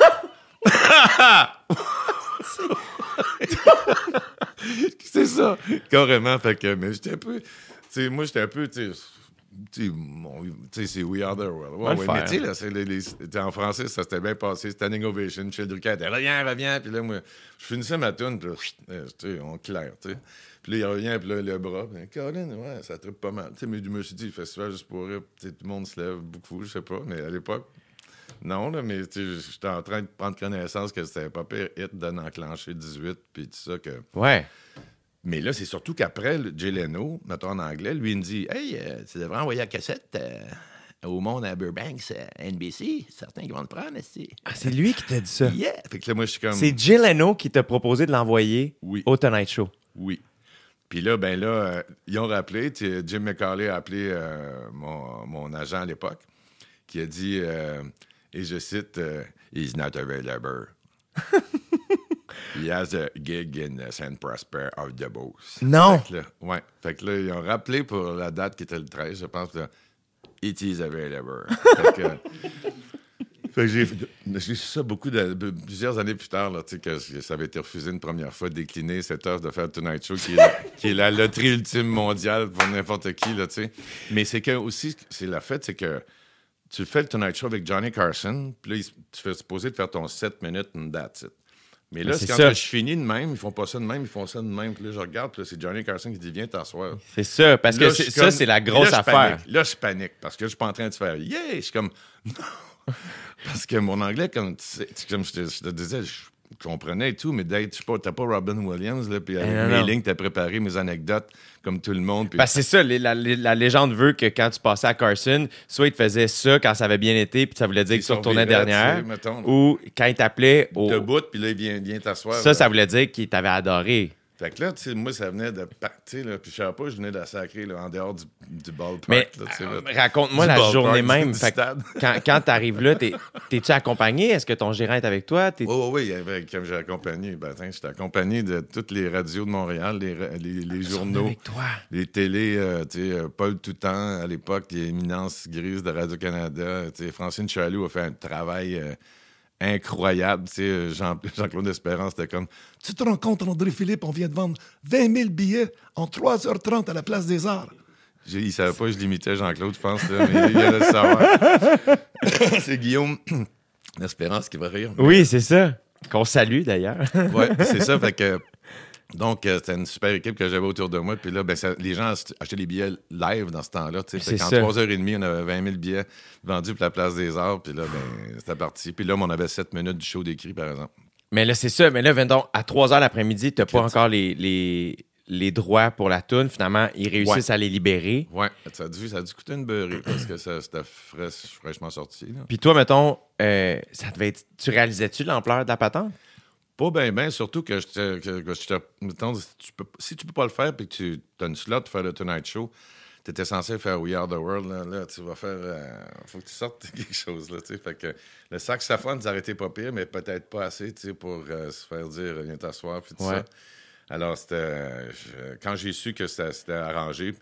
[SPEAKER 3] C'est ça, carrément. Fait que, mais j'étais un peu, tu sais, moi, j'étais un peu, tu sais, tu sais, mon- tu sais, c'est We Are the World. Ouais,
[SPEAKER 2] On va le
[SPEAKER 3] ouais,
[SPEAKER 2] faire.
[SPEAKER 3] mais tu sais, là, c'est les- les- t'sais, en français, ça s'était bien passé. Standing ovation. Michel Drucker était reviens, reviens. Puis là, moi, je finissais ma tune, puis là, chut, euh, tu sais, on claire, tu sais. Puis là, il revient, puis là, le bras. Puis, Colin, ouais, ça tripe pas mal. Tu sais, mais je me suis dit, le festival juste pour rire, tu sais, tout le monde se lève beaucoup, je sais pas. Mais à l'époque, non, là, mais tu sais, j'étais en train de prendre connaissance que c'était pas pire hit d'en enclencher dix-huit, puis tout ça que.
[SPEAKER 2] Ouais.
[SPEAKER 3] Mais là, c'est surtout qu'après, le Jay Leno, mettons en anglais, lui, il me dit Hey, euh, tu devrais envoyer la cassette euh, au monde à Burbank, euh, N B C. Certains qui vont le prendre, c'est.
[SPEAKER 2] Ah, c'est lui qui t'a dit ça.
[SPEAKER 3] Yeah! Fait que là, moi, je suis comme.
[SPEAKER 2] C'est Jay Leno qui t'a proposé de l'envoyer
[SPEAKER 3] Oui.
[SPEAKER 2] au Tonight Show.
[SPEAKER 3] Oui. Puis là, ben là, euh, ils ont rappelé, tu sais, Jim McCauley a appelé euh, mon, mon agent à l'époque, qui a dit, euh, et je cite, euh, He's not available. He has a gig in uh, Saint Prosper of the Beauce.
[SPEAKER 2] Non!
[SPEAKER 3] Fait que là, ouais. Fait que là, ils ont rappelé pour la date qui était le treize, je pense. Là, It is available. fait que, fait que j'ai, j'ai su ça beaucoup de, de- plusieurs années plus tard, là, tu sais, que ça avait été refusé une première fois, décliné cette offre de faire Tonight Show, qui est, la, qui est la loterie ultime mondiale pour n'importe qui, là, tu sais. Mais c'est que aussi, c'est la fête, c'est que tu fais le Tonight Show avec Johnny Carson, puis là, il- tu fais supposer de faire ton sept minutes and that's it. Mais là,
[SPEAKER 2] Mais
[SPEAKER 3] c'est
[SPEAKER 2] c'est
[SPEAKER 3] quand
[SPEAKER 2] ça.
[SPEAKER 3] que je finis de même, ils font pas ça de même, ils font ça de même. Puis là, je regarde, puis là, c'est Johnny Carson qui dit Viens t'asseoir.
[SPEAKER 2] C'est ça, parce
[SPEAKER 3] Là,
[SPEAKER 2] que
[SPEAKER 3] je
[SPEAKER 2] c'est-
[SPEAKER 3] suis
[SPEAKER 2] ça,
[SPEAKER 3] comme-
[SPEAKER 2] c'est la grosse
[SPEAKER 3] là, je
[SPEAKER 2] affaire.
[SPEAKER 3] panique. Là, je panique parce que je suis pas en train de faire Yeah! Je suis comme Non! Parce que mon anglais, comme, tu sais, comme je, te, je te disais, je comprenais et tout, mais d'être, je sais pas, t'as pas Robin Williams, là, puis avec
[SPEAKER 2] non,
[SPEAKER 3] mes
[SPEAKER 2] non.
[SPEAKER 3] lignes, t'as préparé mes anecdotes comme tout le monde. Puis
[SPEAKER 2] Parce que c'est ça, les- la, les- la légende veut que quand tu passais à Carson, soit il te faisait ça quand ça avait bien été, puis ça voulait dire
[SPEAKER 3] Il
[SPEAKER 2] que tu retournais
[SPEAKER 3] surveillait,
[SPEAKER 2] dernière,
[SPEAKER 3] tu sais, mettons, là.
[SPEAKER 2] ou quand il t'appelait, au...
[SPEAKER 3] debout, puis là, il vient, vient t'asseoir.
[SPEAKER 2] ça,
[SPEAKER 3] là.
[SPEAKER 2] ça voulait dire qu'il t'avait adoré.
[SPEAKER 3] Fait que là, tu sais, moi, ça venait de partir, là, puis je savais pas, je venais de la sacrer, là, en dehors du, du ballpark,
[SPEAKER 2] Mais
[SPEAKER 3] là, tu sais, là.
[SPEAKER 2] euh, raconte-moi
[SPEAKER 3] Du
[SPEAKER 2] la
[SPEAKER 3] ballpark,
[SPEAKER 2] journée
[SPEAKER 3] du-
[SPEAKER 2] même.
[SPEAKER 3] du
[SPEAKER 2] Fait que
[SPEAKER 3] stade.
[SPEAKER 2] quand quand tu arrives là, t'es, t'es-tu accompagné? Est-ce que ton gérant est avec toi? T'es-
[SPEAKER 3] Oui, oui, oui, il y avait- comme j'ai accompagné, ben, attends, j'étais accompagné de toutes les radios de Montréal, les, ra- les, les journaux,
[SPEAKER 2] avec toi.
[SPEAKER 3] les télés, euh, tu sais, euh, Paul Toutan, à l'époque, les éminences grises de Radio-Canada, tu sais, Francine Chaloux a fait un travail euh, incroyable, tu sais, Jean, Jean-Claude Espérance, c'était comme « Tu te rends compte, André-Philippe, on vient de vendre vingt mille billets en trois heures trente à la Place des Arts. » J'ai- Il savait pas que je limitais Jean-Claude, je pense, là, mais il allait le savoir. C'est Guillaume Espérance qui va rire.
[SPEAKER 2] Oui, c'est ça. Qu'on salue d'ailleurs.
[SPEAKER 3] Oui, c'est ça. Fait que, donc, euh, c'était une super équipe que j'avais autour de moi. Puis là, ben, ça- les gens ach- achetaient les billets live dans ce temps-là. tu sais. Fait
[SPEAKER 2] C'est
[SPEAKER 3] qu'en
[SPEAKER 2] ça.
[SPEAKER 3] trois heures trente, on avait vingt mille billets vendus pour la Place des Arts. Puis là, ben, c'était parti. Puis là, on avait sept minutes du show d'écrit, par exemple.
[SPEAKER 2] Mais là, c'est ça. Mais là, viens donc, à trois heures l'après-midi, t'as pas
[SPEAKER 3] Que-
[SPEAKER 2] encore les, les, les droits pour la toune. Finalement, ils réussissent
[SPEAKER 3] Ouais.
[SPEAKER 2] à les libérer.
[SPEAKER 3] Ouais, ça a dû, ça a dû coûter une beurrée parce que ça, c'était fraîche- fraîchement sorti. Là.
[SPEAKER 2] Puis toi, mettons, euh, ça devait être... Tu réalisais-tu l'ampleur de la patente?
[SPEAKER 3] Pas bien, bien, surtout que je te. Que, que je te mettons, si, tu peux, si tu peux pas le faire et que tu as une slot pour faire le Tonight Show, tu étais censé faire We Are the World. Là, là, tu vas faire. Euh, faut que tu sortes quelque chose. Là, tu sais. Fait que le saxophone, ça aurait été pas pire, mais peut-être pas assez tu sais, pour euh, se faire dire viens t'asseoir. Puis tout
[SPEAKER 2] Ouais.
[SPEAKER 3] ça. Alors, c'était. euh, je- quand j'ai su que ça, c'était arrangé,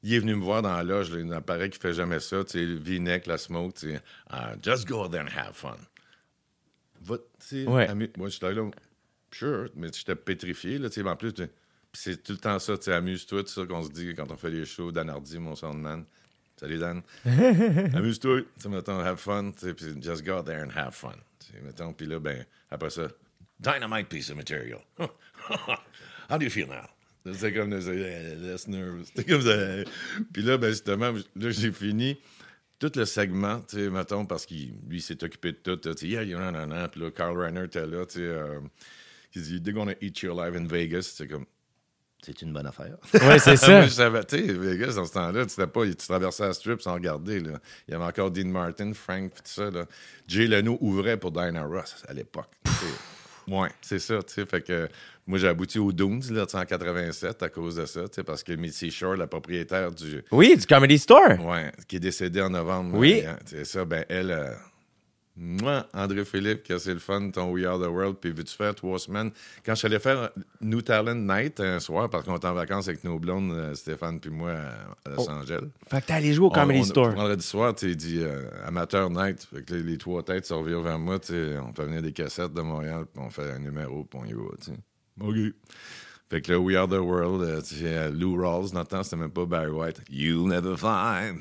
[SPEAKER 3] il est venu me voir dans la loge, là, il apparaît qu'il fait jamais ça, tu sais, le V-neck, la smoke, tu sais, uh, just go there and have fun. Va, tu sais,
[SPEAKER 2] Ouais.
[SPEAKER 3] amu- moi, j'étais là, sure, mais j'étais pétrifié, là, tu sais, en plus, tu- c'est tout le temps ça, tu sais, amuse-toi, tout ça qu'on se dit quand on fait les shows, Dan Hardy, mon soundman. Salut, Dan. Amuse-toi, tu sais, mettons, have fun, tu sais, puis just go there and have fun. Tu sais, mettons, puis là, ben, après ça, dynamite piece of material. How do you feel now? C'était comme, less nervous. C'était comme ça. Puis là, ben, justement, là, j'ai fini tout le segment, tu sais, mettons, parce qu'il lui s'est occupé de tout. Tu sais, yeah, you know, non, non. Puis là, Carl Reiner était là, tu sais, euh, il dit, they're gonna eat you alive in Vegas. C'est comme, c'est une bonne affaire.
[SPEAKER 2] Ouais, c'est ça.
[SPEAKER 3] Moi, je savais, tu sais, Vegas, dans ce temps-là, tu sais pas, tu traversais la strip sans regarder, là. Il y avait encore Dean Martin, Frank, puis tout ça, là. Jay Leno ouvrait pour Diana Ross à l'époque. Ouais, c'est ça, tu sais. Fait que moi, j'ai abouti aux Dunes, là, en quatre-vingt-sept à cause de ça, tu sais, parce que Mitzi Shore, la propriétaire du.
[SPEAKER 2] Oui, du Comedy Store.
[SPEAKER 3] Ouais, qui est décédée en novembre.
[SPEAKER 2] Oui.
[SPEAKER 3] Là, c'est ça, ben, elle. Euh, moi, André Philippe, que c'est le fun, ton We Are the World, puis veux-tu faire trois semaines? Quand je suis allé faire New Talent Night un soir, parce qu'on était en vacances avec nos blondes, euh, Stéphane puis moi, à Los
[SPEAKER 2] Oh.
[SPEAKER 3] Angeles.
[SPEAKER 2] Fait que t'es allé jouer au Comedy
[SPEAKER 3] on, on,
[SPEAKER 2] Store.
[SPEAKER 3] Vendredi soir, tu sais, il dit euh, amateur night. Fait que les, les trois têtes se revirent vers moi. Tu sais, on fait venir des cassettes de Montréal, puis on fait un numéro, puis on y va. Tu sais. OK. Fait que là, We Are the World, euh, tu sais, Lou Rawls, dans le temps, c'était même pas Barry White. You'll never find.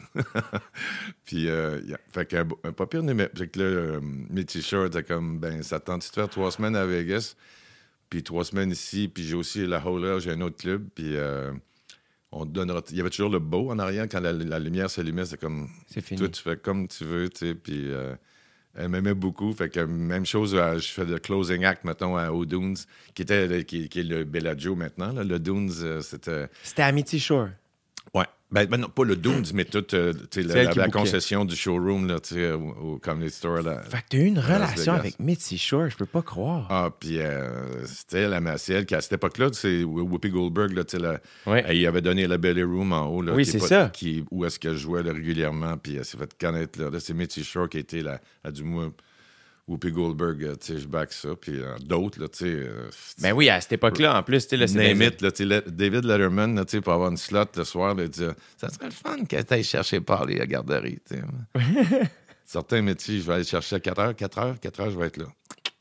[SPEAKER 3] Puis, euh, yeah. Fait que, un pas pire numéro. Fait que là, euh, mes t-shirts étaient comme, ben, ça tente de faire trois semaines à Vegas, puis trois semaines ici, puis j'ai aussi la Howler, j'ai un autre club, puis. Euh, On te donnera. Il y avait toujours le beau en arrière quand la, la lumière s'allumait. C'est comme.
[SPEAKER 2] C'est fini.
[SPEAKER 3] Toi, tu fais comme tu veux, tu sais. Puis euh, elle m'aimait beaucoup. Fait que même chose, euh, je fais le closing act, mettons, à, aux Dunes, qui, était, qui, qui est le Bellagio maintenant. Là. Le Dunes, euh, c'était.
[SPEAKER 2] C'était à Mitzi Shore.
[SPEAKER 3] Ouais. Ben, ben non, pas le Dunes, mais toute euh, tu sais,
[SPEAKER 2] C'est
[SPEAKER 3] la,
[SPEAKER 2] elle
[SPEAKER 3] la,
[SPEAKER 2] qui
[SPEAKER 3] la
[SPEAKER 2] bouquait.
[SPEAKER 3] concession du showroom là, tu sais, au, au Comedy Store. Là.
[SPEAKER 2] Fait que t'as eu une
[SPEAKER 3] Las
[SPEAKER 2] relation
[SPEAKER 3] Vegas.
[SPEAKER 2] avec Mitzi Shore, je peux pas croire.
[SPEAKER 3] Ah, puis euh, c'était la macielle qui, à cette époque-là, c'est Whoopi Goldberg, là, tu sais, la-
[SPEAKER 2] Ouais.
[SPEAKER 3] elle, il avait donné la Belly Room en haut. Là,
[SPEAKER 2] Oui,
[SPEAKER 3] qui est
[SPEAKER 2] c'est
[SPEAKER 3] pas-
[SPEAKER 2] ça.
[SPEAKER 3] Qui, où est-ce qu'elle jouait là, régulièrement, puis elle s'est fait connaître. Là, là c'est Mitzi Shore qui était la, la du moins Whoopi Goldberg, euh, tu sais, je back ça. Puis euh, d'autres, là, tu sais. euh,
[SPEAKER 2] Ben oui, à cette époque-là, en plus, tu sais, là, c'est
[SPEAKER 3] Name
[SPEAKER 2] des-
[SPEAKER 3] it, là, tu sais, le- David Letterman, là, tu sais, pour avoir une slot le soir, là, il disait ça serait le fun qu'elle t'aille chercher par les à garderie. tu sais. Certains métiers, je vais aller chercher à quatre heures, quatre heures, quatre heures, je vais être là.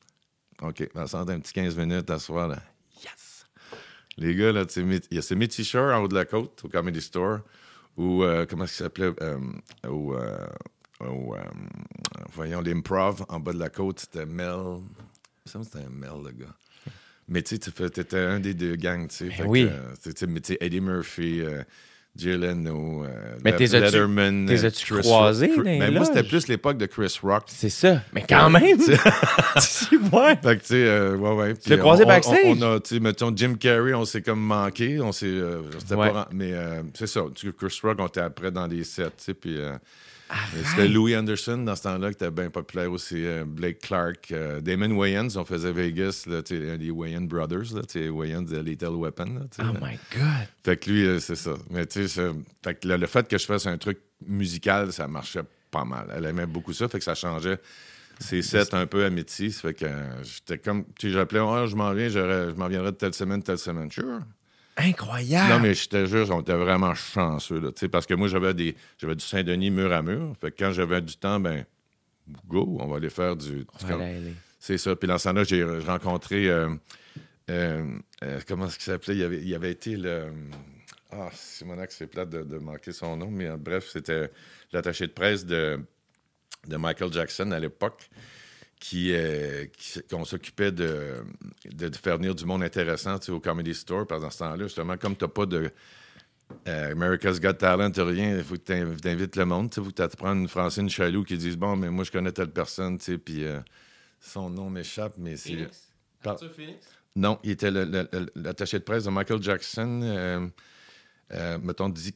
[SPEAKER 3] OK, on va un petit quinze minutes à soir, là. Yes! Les gars, là, tu sais, Mit- il y a ce Mitzi Shore en haut de la côte, au Comedy Store, ou, euh, comment est-ce qu'il s'appelait? Euh, au, euh, au, euh, voyons, l'improv, en bas de la côte, c'était Mel. Ça me semble que c'était un Mel, le gars. Mais tu sais, tu fais- t'étais un des deux gangs, tu sais. Fait que,
[SPEAKER 2] oui.
[SPEAKER 3] euh, tu sais, mais tu sais, Eddie Murphy, euh, Jay Leno, euh,
[SPEAKER 2] Mais
[SPEAKER 3] Le-
[SPEAKER 2] t'es as-tu-
[SPEAKER 3] Letterman.
[SPEAKER 2] t'es
[SPEAKER 3] euh,
[SPEAKER 2] as-tu
[SPEAKER 3] Chris
[SPEAKER 2] croisés
[SPEAKER 3] Rock.
[SPEAKER 2] dans les
[SPEAKER 3] Mais moi, c'était
[SPEAKER 2] loges?
[SPEAKER 3] plus l'époque de Chris Rock.
[SPEAKER 2] C'est ça. Mais quand même!
[SPEAKER 3] Tu sais,
[SPEAKER 2] ouais.
[SPEAKER 3] fait que, tu sais, euh, ouais, ouais.
[SPEAKER 2] Tu l'as
[SPEAKER 3] Puis,
[SPEAKER 2] croisé
[SPEAKER 3] on-
[SPEAKER 2] backstage?
[SPEAKER 3] On, on a, tu sais, mettons, Jim Carrey, on s'est comme manqué. On s'est. euh, c'était
[SPEAKER 2] Ouais.
[SPEAKER 3] pas. ren- Mais euh, c'est ça. Tu sais, Chris Rock, on était après dans les sets, tu sais. Puis. euh,
[SPEAKER 2] Arrête.
[SPEAKER 3] c'était Louis Anderson dans ce temps-là qui était bien populaire aussi. euh, Blake Clark, euh, Damon Wayans, on faisait Vegas, là, tu sais, un des Wayans Brothers, là, tu sais, Wayans de Lethal Weapon. Là, tu sais.
[SPEAKER 2] Oh my God!
[SPEAKER 3] Fait que lui, euh, c'est ça. Mais tu sais, ça- fait que le, le fait que je fasse un truc musical, ça marchait pas mal. Elle aimait beaucoup ça, fait que ça changeait ses sets un peu à Mitzi. Ça fait que euh, j'étais comme, tu sais, j'appelais, oh, je m'en viens, j'aurais- je m'en viendrai de telle semaine, telle semaine. Sure.
[SPEAKER 2] Incroyable!
[SPEAKER 3] Non, mais je te jure, on était vraiment chanceux, là, tu sais, parce que moi, j'avais des j'avais du Saint-Denis mur à mur. Fait que quand j'avais du temps, ben, go, on va aller faire du.
[SPEAKER 2] On va aller aller.
[SPEAKER 3] C'est ça. Puis dans ce temps-là, j'ai j'ai rencontré. euh, euh, euh, comment est-ce qu'il s'appelait? Il avait, il avait été le. Ah, Simonac, c'est plate de, de manquer son nom, mais euh, bref, c'était l'attaché de presse de, de Michael Jackson à l'époque, qui, euh, qui- qu'on s'occupait de, de, de faire venir du monde intéressant, tu sais, au Comedy Store. Parce que dans ce temps-là, justement, comme t'as pas de. Euh, America's Got Talent, t'as rien, il faut que t'inv- t'invites le monde. Il faut que tu prennes une Francine Chaloux qui dise bon, mais moi, je connais telle personne, tu sais, puis euh, son nom m'échappe, mais c'est.
[SPEAKER 2] Phoenix?
[SPEAKER 3] Par-
[SPEAKER 2] Arthur Phoenix?
[SPEAKER 3] Non, il était le- le- le- l'attaché de presse de Michael Jackson, euh, euh, mettons, dit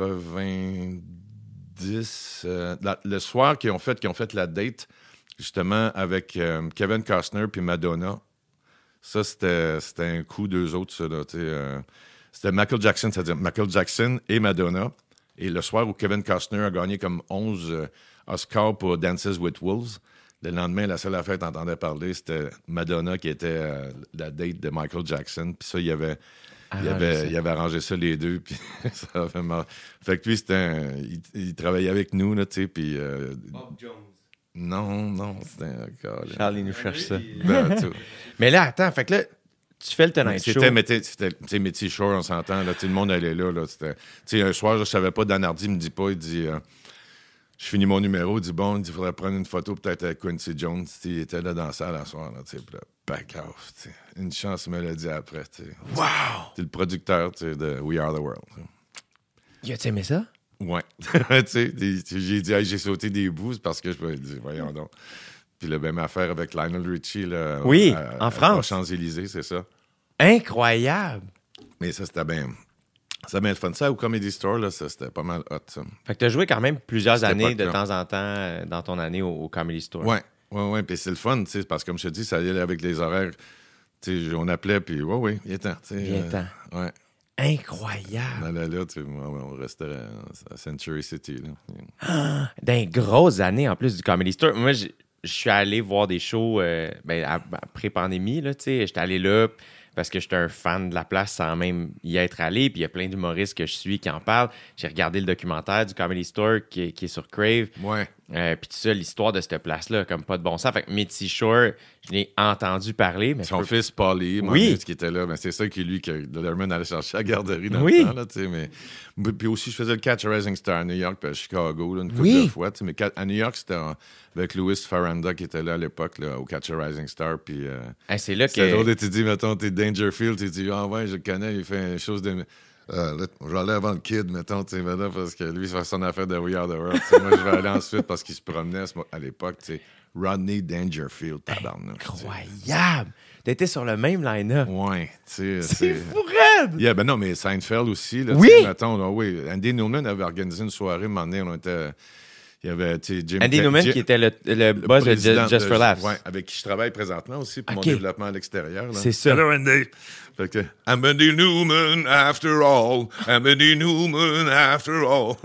[SPEAKER 3] quatre-vingt-dix. euh, la- le soir qu'ils ont fait, qu'ils ont fait la date, justement, avec euh, Kevin Costner puis Madonna. Ça, c'était, c'était un coup d'eux autres, ça, là, tu sais, euh, c'était Michael Jackson, c'est-à-dire Michael Jackson et Madonna. Et le soir où Kevin Costner a gagné comme onze euh, Oscars pour Dances with Wolves, le lendemain, la seule affaire que t'entendais parler, c'était Madonna qui était euh, la date de Michael Jackson. Puis ça, il y avait il, avait, il avait arrangé ça les deux, puis ça avait marre. Fait que lui, c'était un, il, il travaillait avec nous, là, tu sais, puis... Euh,
[SPEAKER 2] Bob Jones.
[SPEAKER 3] Non, non, c'était un gars, là.
[SPEAKER 2] Charles, il nous cherche ça.
[SPEAKER 3] Ben, tu-
[SPEAKER 2] Mais là, attends, fait que là, tu fais le Tonight Show.
[SPEAKER 3] C'était, mais t'sais, c'était, tu sais, Mitty Shore, on s'entend, là, tu sais, le monde allait là, là, c'était... Tu sais, un soir, je savais pas, Dan Hardy me dit pas, il dit... Euh, je finis mon numéro, il dit, bon, il dit, il faudrait prendre une photo peut-être avec Quincy Jones, tu sais, il était là dans la salle à soir, là, tu sais, puis là, back off, tu sais. Une chance, il me l'a dit après, tu sais.
[SPEAKER 2] Wow!
[SPEAKER 3] C'est le producteur, tu sais, de We Are the World.
[SPEAKER 2] Y a-tu aimé ça?
[SPEAKER 3] Ouais. Tu sais, des- j'ai dit, hey, j'ai sauté des bouts parce que je me dis, voyons donc. Puis la même affaire avec Lionel Richie, là.
[SPEAKER 2] Oui,
[SPEAKER 3] à-
[SPEAKER 2] en
[SPEAKER 3] à-
[SPEAKER 2] France.
[SPEAKER 3] aux Champs-Élysées, c'est ça.
[SPEAKER 2] Incroyable!
[SPEAKER 3] Mais ça, c'était bien. Ça bien le fun. Ça, au Comedy Store, là, ça, c'était pas mal hot, ça.
[SPEAKER 2] Fait que t'as joué quand même plusieurs
[SPEAKER 3] Cette
[SPEAKER 2] années de
[SPEAKER 3] époque-là.
[SPEAKER 2] temps en temps euh, dans ton année au, au Comedy Store.
[SPEAKER 3] Ouais, ouais, ouais. Puis c'est le fun, tu sais, parce que comme je te dis, ça allait avec les horaires. Tu sais, on appelait, puis ouais, ouais, il est temps. tu sais,
[SPEAKER 2] Viens-t'en.
[SPEAKER 3] euh, ouais.
[SPEAKER 2] Incroyable!
[SPEAKER 3] On allait là, tu sais, ouais, ouais, on restait à, à Century City, là.
[SPEAKER 2] Dans les grosses années en plus du Comedy Store. Moi, je je suis allé voir des shows euh, ben, à- après pandémie, là, tu sais. J'étais allé là parce que j'étais un fan de la place sans même y être allé. Puis il y a plein d'humoristes que je suis qui en parlent. J'ai regardé le documentaire du Comedy Store qui est, qui est sur Crave.
[SPEAKER 3] Ouais.
[SPEAKER 2] Euh, puis tout ça, l'histoire de cette place-là, comme pas de bon sens. Fait que Mitty Shore, je l'ai entendu parler. Mais
[SPEAKER 3] Son
[SPEAKER 2] je peux-
[SPEAKER 3] fils, Paulie, mon
[SPEAKER 2] Oui.
[SPEAKER 3] ami, qui était là, mais c'est ça qui lui, que Letterman allait chercher à la garderie dans
[SPEAKER 2] Oui.
[SPEAKER 3] le temps, là, tu sais, mais... Puis aussi, je faisais le Catch a Rising Star à New York, puis à Chicago, là, une couple
[SPEAKER 2] Oui.
[SPEAKER 3] de fois, tu sais, mais à New York, c'était en- avec Louis Faranda, qui était là à l'époque, là, au Catch a Rising Star, puis... Euh,
[SPEAKER 2] Hey, c'est là
[SPEAKER 3] c'est
[SPEAKER 2] que...
[SPEAKER 3] drôle de te dire, mettons, t'es Dangerfield, tu dis, ah ouais, je le connais, il fait une chose de... Euh, là, je vais aller avant le kid, mettons, tu sais, maintenant, parce que lui, il fait son affaire de We Are the World. Tu sais, moi, je vais aller ensuite parce qu'il se promenait à, ce mo- à l'époque, tu sais, Rodney Dangerfield, tabarnak. tu sais.
[SPEAKER 2] Incroyable! T'étais sur le même line-up.
[SPEAKER 3] Ouais, tu sais.
[SPEAKER 2] C'est fou raide!
[SPEAKER 3] Yeah, ben non, mais Seinfeld aussi, là,
[SPEAKER 2] Oui!
[SPEAKER 3] tu sais, mettons, là, oui. Andy Newman avait organisé une soirée, un moment donné, on était... Il y avait, tu sais, Jim...
[SPEAKER 2] Andy
[SPEAKER 3] Ca-
[SPEAKER 2] Newman,
[SPEAKER 3] Jim-
[SPEAKER 2] qui était le, le
[SPEAKER 3] le
[SPEAKER 2] boss de
[SPEAKER 3] président
[SPEAKER 2] Ju- Just for Laughs.
[SPEAKER 3] Ouais, avec qui je travaille présentement aussi pour
[SPEAKER 2] OK.
[SPEAKER 3] mon développement à l'extérieur. là.
[SPEAKER 2] C'est ça.
[SPEAKER 3] Hello, Andy. Fait que, I'm Andy Newman after all. I'm Andy Newman after all.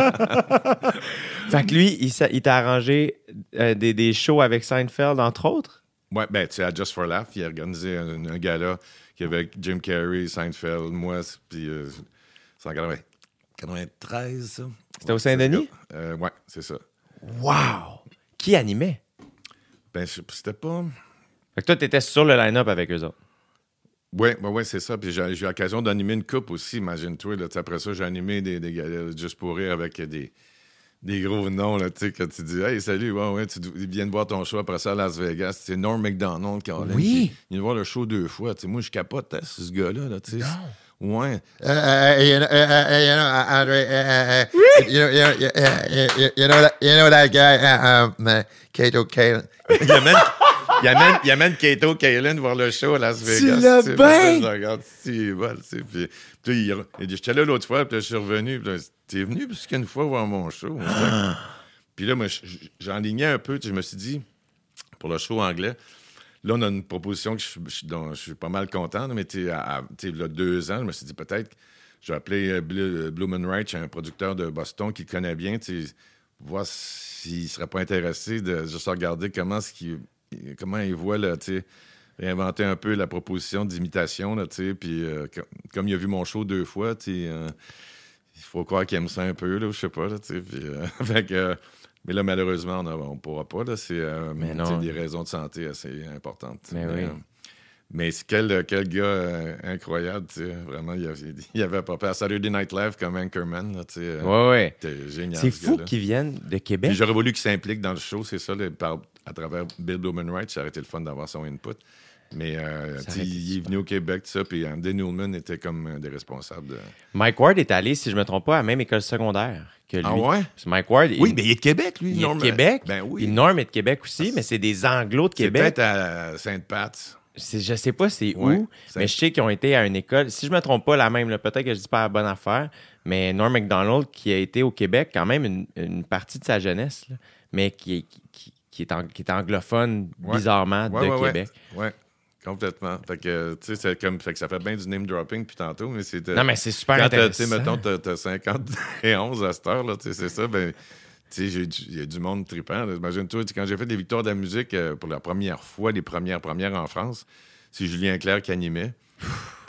[SPEAKER 2] Fait que lui, il, s'a- il t'a arrangé euh, des, des shows avec Seinfeld, entre autres.
[SPEAKER 3] Ouais, ben, tu sais, à Just for Laugh, il a organisé un, un gala qui avait Jim Carrey, Seinfeld, moi, puis euh, c'est en quatre-vingts quatre-vingt-treize, ça.
[SPEAKER 2] C'était au Saint-Denis?
[SPEAKER 3] Euh, ouais, c'est ça.
[SPEAKER 2] Wow! Qui animait?
[SPEAKER 3] Ben, je- c'était pas...
[SPEAKER 2] Fait que toi, t'étais sur le line-up avec eux autres.
[SPEAKER 3] Oui, ouais, ouais, c'est ça. Puis j'ai j'ai eu l'occasion d'animer une coupe aussi, imagine-toi. Là. Tu sais, après ça, j'ai animé des, des galas juste pour rire avec des, des gros noms. Là, tu sais, quand tu dis « Hey, salut, ouais, ouais, tu ils viennent voir ton show après ça à Las Vegas. » C'est Norm Macdonald, Colin,
[SPEAKER 2] Oui.
[SPEAKER 3] qui- Il vient voir le show deux fois. Tu sais, moi, je capote, hein, ce gars-là. Là, tu sais. Ouais.
[SPEAKER 5] Uh, uh, you know, uh, uh, you know, uh, Andre, uh, uh, you know, you know, uh, you, you know that, you know that guy, uh, um, uh, Kato Kalen.
[SPEAKER 3] il, amène, il, amène, il amène Kato Kaelin voir le show à Las Vegas.
[SPEAKER 2] l'as
[SPEAKER 3] tu sais,
[SPEAKER 2] bien!
[SPEAKER 3] puis là, je regarde, si, il va, tu sais. Puis, puis il, il dit, j'étais là l'autre fois, puis là, je suis revenu. Puis là, t'es venu plus qu'une fois voir mon show.
[SPEAKER 2] Ah.
[SPEAKER 3] Puis là, moi, je- je- j'enlignais un peu. Tu sais, je me suis dit, pour le show anglais, là, on a une proposition que je, je- dont je suis pas mal content. Mais tu sais, à- à- tu sais, il y a deux ans, je me suis dit, peut-être, je vais appeler euh, Blu- Blumenreich, un producteur de Boston qui connaît bien, tu sais, voir s'il serait pas intéressé de juste regarder comment, ce qu'il- comment il voit, là, tu sais, réinventer un peu la proposition d'imitation, là, tu sais. Puis euh, com- comme il a vu mon show deux fois, tu sais, euh, il faut croire qu'il aime ça un peu, là, je sais pas, là, tu sais. Puis, euh, fait que, euh, mais là, malheureusement, on ne pourra pas. Là, c'est euh,
[SPEAKER 2] Mais
[SPEAKER 3] tu
[SPEAKER 2] non.
[SPEAKER 3] sais, des raisons de santé assez importantes.
[SPEAKER 2] Mais oui.
[SPEAKER 3] euh, mais c'est quel, quel gars euh, incroyable, tu sais. Vraiment, il avait, il avait pas peur. Saturday Night Live comme Anchorman, là, tu sais. euh,
[SPEAKER 2] Ouais, ouais.
[SPEAKER 3] C'était génial.
[SPEAKER 2] C'est
[SPEAKER 3] ce
[SPEAKER 2] fou
[SPEAKER 3] gars-là.
[SPEAKER 2] qu'ils viennent de Québec.
[SPEAKER 3] Puis j'aurais voulu qu'il s'implique dans le show, c'est ça, là, par- à travers Bill Blumenreich, ça aurait été le fun d'avoir son input. Mais euh,
[SPEAKER 2] Ça
[SPEAKER 3] tu sais,
[SPEAKER 2] aurait été
[SPEAKER 3] il est venu au Québec, tout ça, puis Andy Newman était comme un des responsables de...
[SPEAKER 2] Mike Ward est allé, si je me trompe pas, à la même école secondaire que lui.
[SPEAKER 3] Ah ouais?
[SPEAKER 2] Parce que Mike Ward,
[SPEAKER 3] Oui,
[SPEAKER 2] il,
[SPEAKER 3] mais il est de Québec, lui.
[SPEAKER 2] il est
[SPEAKER 3] Norm.
[SPEAKER 2] de Québec.
[SPEAKER 3] Ben oui.
[SPEAKER 2] Puis Norm est de Québec aussi, mais c'est des Anglos de
[SPEAKER 3] C'est
[SPEAKER 2] Québec.
[SPEAKER 3] peut-être à Sainte-Pat.
[SPEAKER 2] C'est- je sais pas c'est
[SPEAKER 3] Ouais,
[SPEAKER 2] où,
[SPEAKER 3] c'est-
[SPEAKER 2] mais je sais qu'ils ont été à une école. Si je me trompe pas, la même, là, peut-être que je dis pas la bonne affaire, mais Norm Macdonald qui a été au Québec quand même une, une partie de sa jeunesse, là, mais qui est, qui, qui est, ang- qui est anglophone
[SPEAKER 3] Ouais.
[SPEAKER 2] bizarrement
[SPEAKER 3] Ouais,
[SPEAKER 2] de
[SPEAKER 3] ouais,
[SPEAKER 2] Québec.
[SPEAKER 3] Ouais, ouais, complètement. Fait que, tu sais, c'est comme... Fait que ça fait bien du name-dropping puis tantôt, mais c'était...
[SPEAKER 2] Non, mais c'est super
[SPEAKER 3] Quand t'as, tu sais,
[SPEAKER 2] intéressant.
[SPEAKER 3] mettons, t'as, t'as cinquante et onze à cette heure, là, tu sais, c'est ça, ben... Tu sais, j'ai du- il y a du monde trippant. là. Imagine-toi, tu sais, quand j'ai fait les Victoires de la musique euh, pour la première fois, les premières premières en France, c'est Julien Clerc qui animait. Puis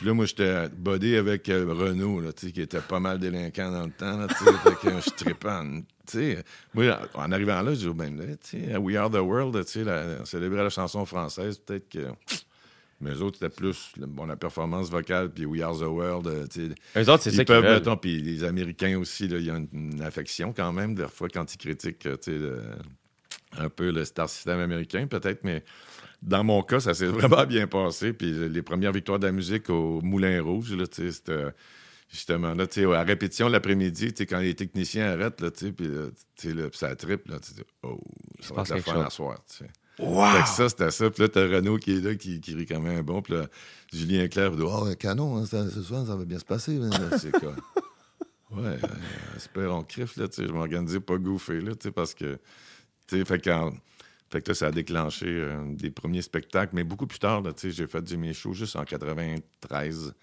[SPEAKER 3] Puis là, moi, j'étais buddy avec euh, Renaud, là, tu sais, qui était pas mal délinquant dans le temps, là, tu sais. Fait que je trippais en... Tu sais, moi, en arrivant là, je dis, ben là, tu sais, We Are the World, tu sais, la- on célébrait la chanson française, peut-être que... Mais eux autres, c'était plus le- bon, la performance vocale, puis We Are the World, euh, tu sais.
[SPEAKER 2] Eux autres, c'est
[SPEAKER 3] Ils
[SPEAKER 2] ça qu'ils
[SPEAKER 3] peuvent,
[SPEAKER 2] veulent.
[SPEAKER 3] mettons, puis les Américains aussi, là, il y a une, une affection quand même, des fois, quand ils critiquent, euh, tu sais, le- un peu le star system américain, peut-être, mais dans mon cas, ça s'est vraiment bien passé. Puis les premières victoires de la musique au Moulin Rouge, là, tu sais, c'était justement là, tu sais, à répétition l'après-midi, tu sais, quand les techniciens arrêtent, là, tu sais, puis là, tu sais, là, puis ça trippe, là, tu dis, oh, ça va
[SPEAKER 2] passe
[SPEAKER 3] être le
[SPEAKER 2] quelque
[SPEAKER 3] fun à
[SPEAKER 2] chose.
[SPEAKER 3] soir, tu sais.
[SPEAKER 2] Wow!
[SPEAKER 3] Fait que ça, c'était ça. Puis là, t'as Renaud qui est là, qui, qui rit comme un bon. Puis là, Julien Clerc dit, oh, canon, hein, ça- ce soir, ça va bien se passer. hein. C'est quoi? Ouais, euh, espérons crif, là, tu sais, je m'organisais pas goofé, là, tu sais, parce que, tu sais, fait quand... Fait que là, ça a déclenché euh, des premiers spectacles, mais beaucoup plus tard, là, tu sais, j'ai fait du mes shows juste en quatre-vingt-treize.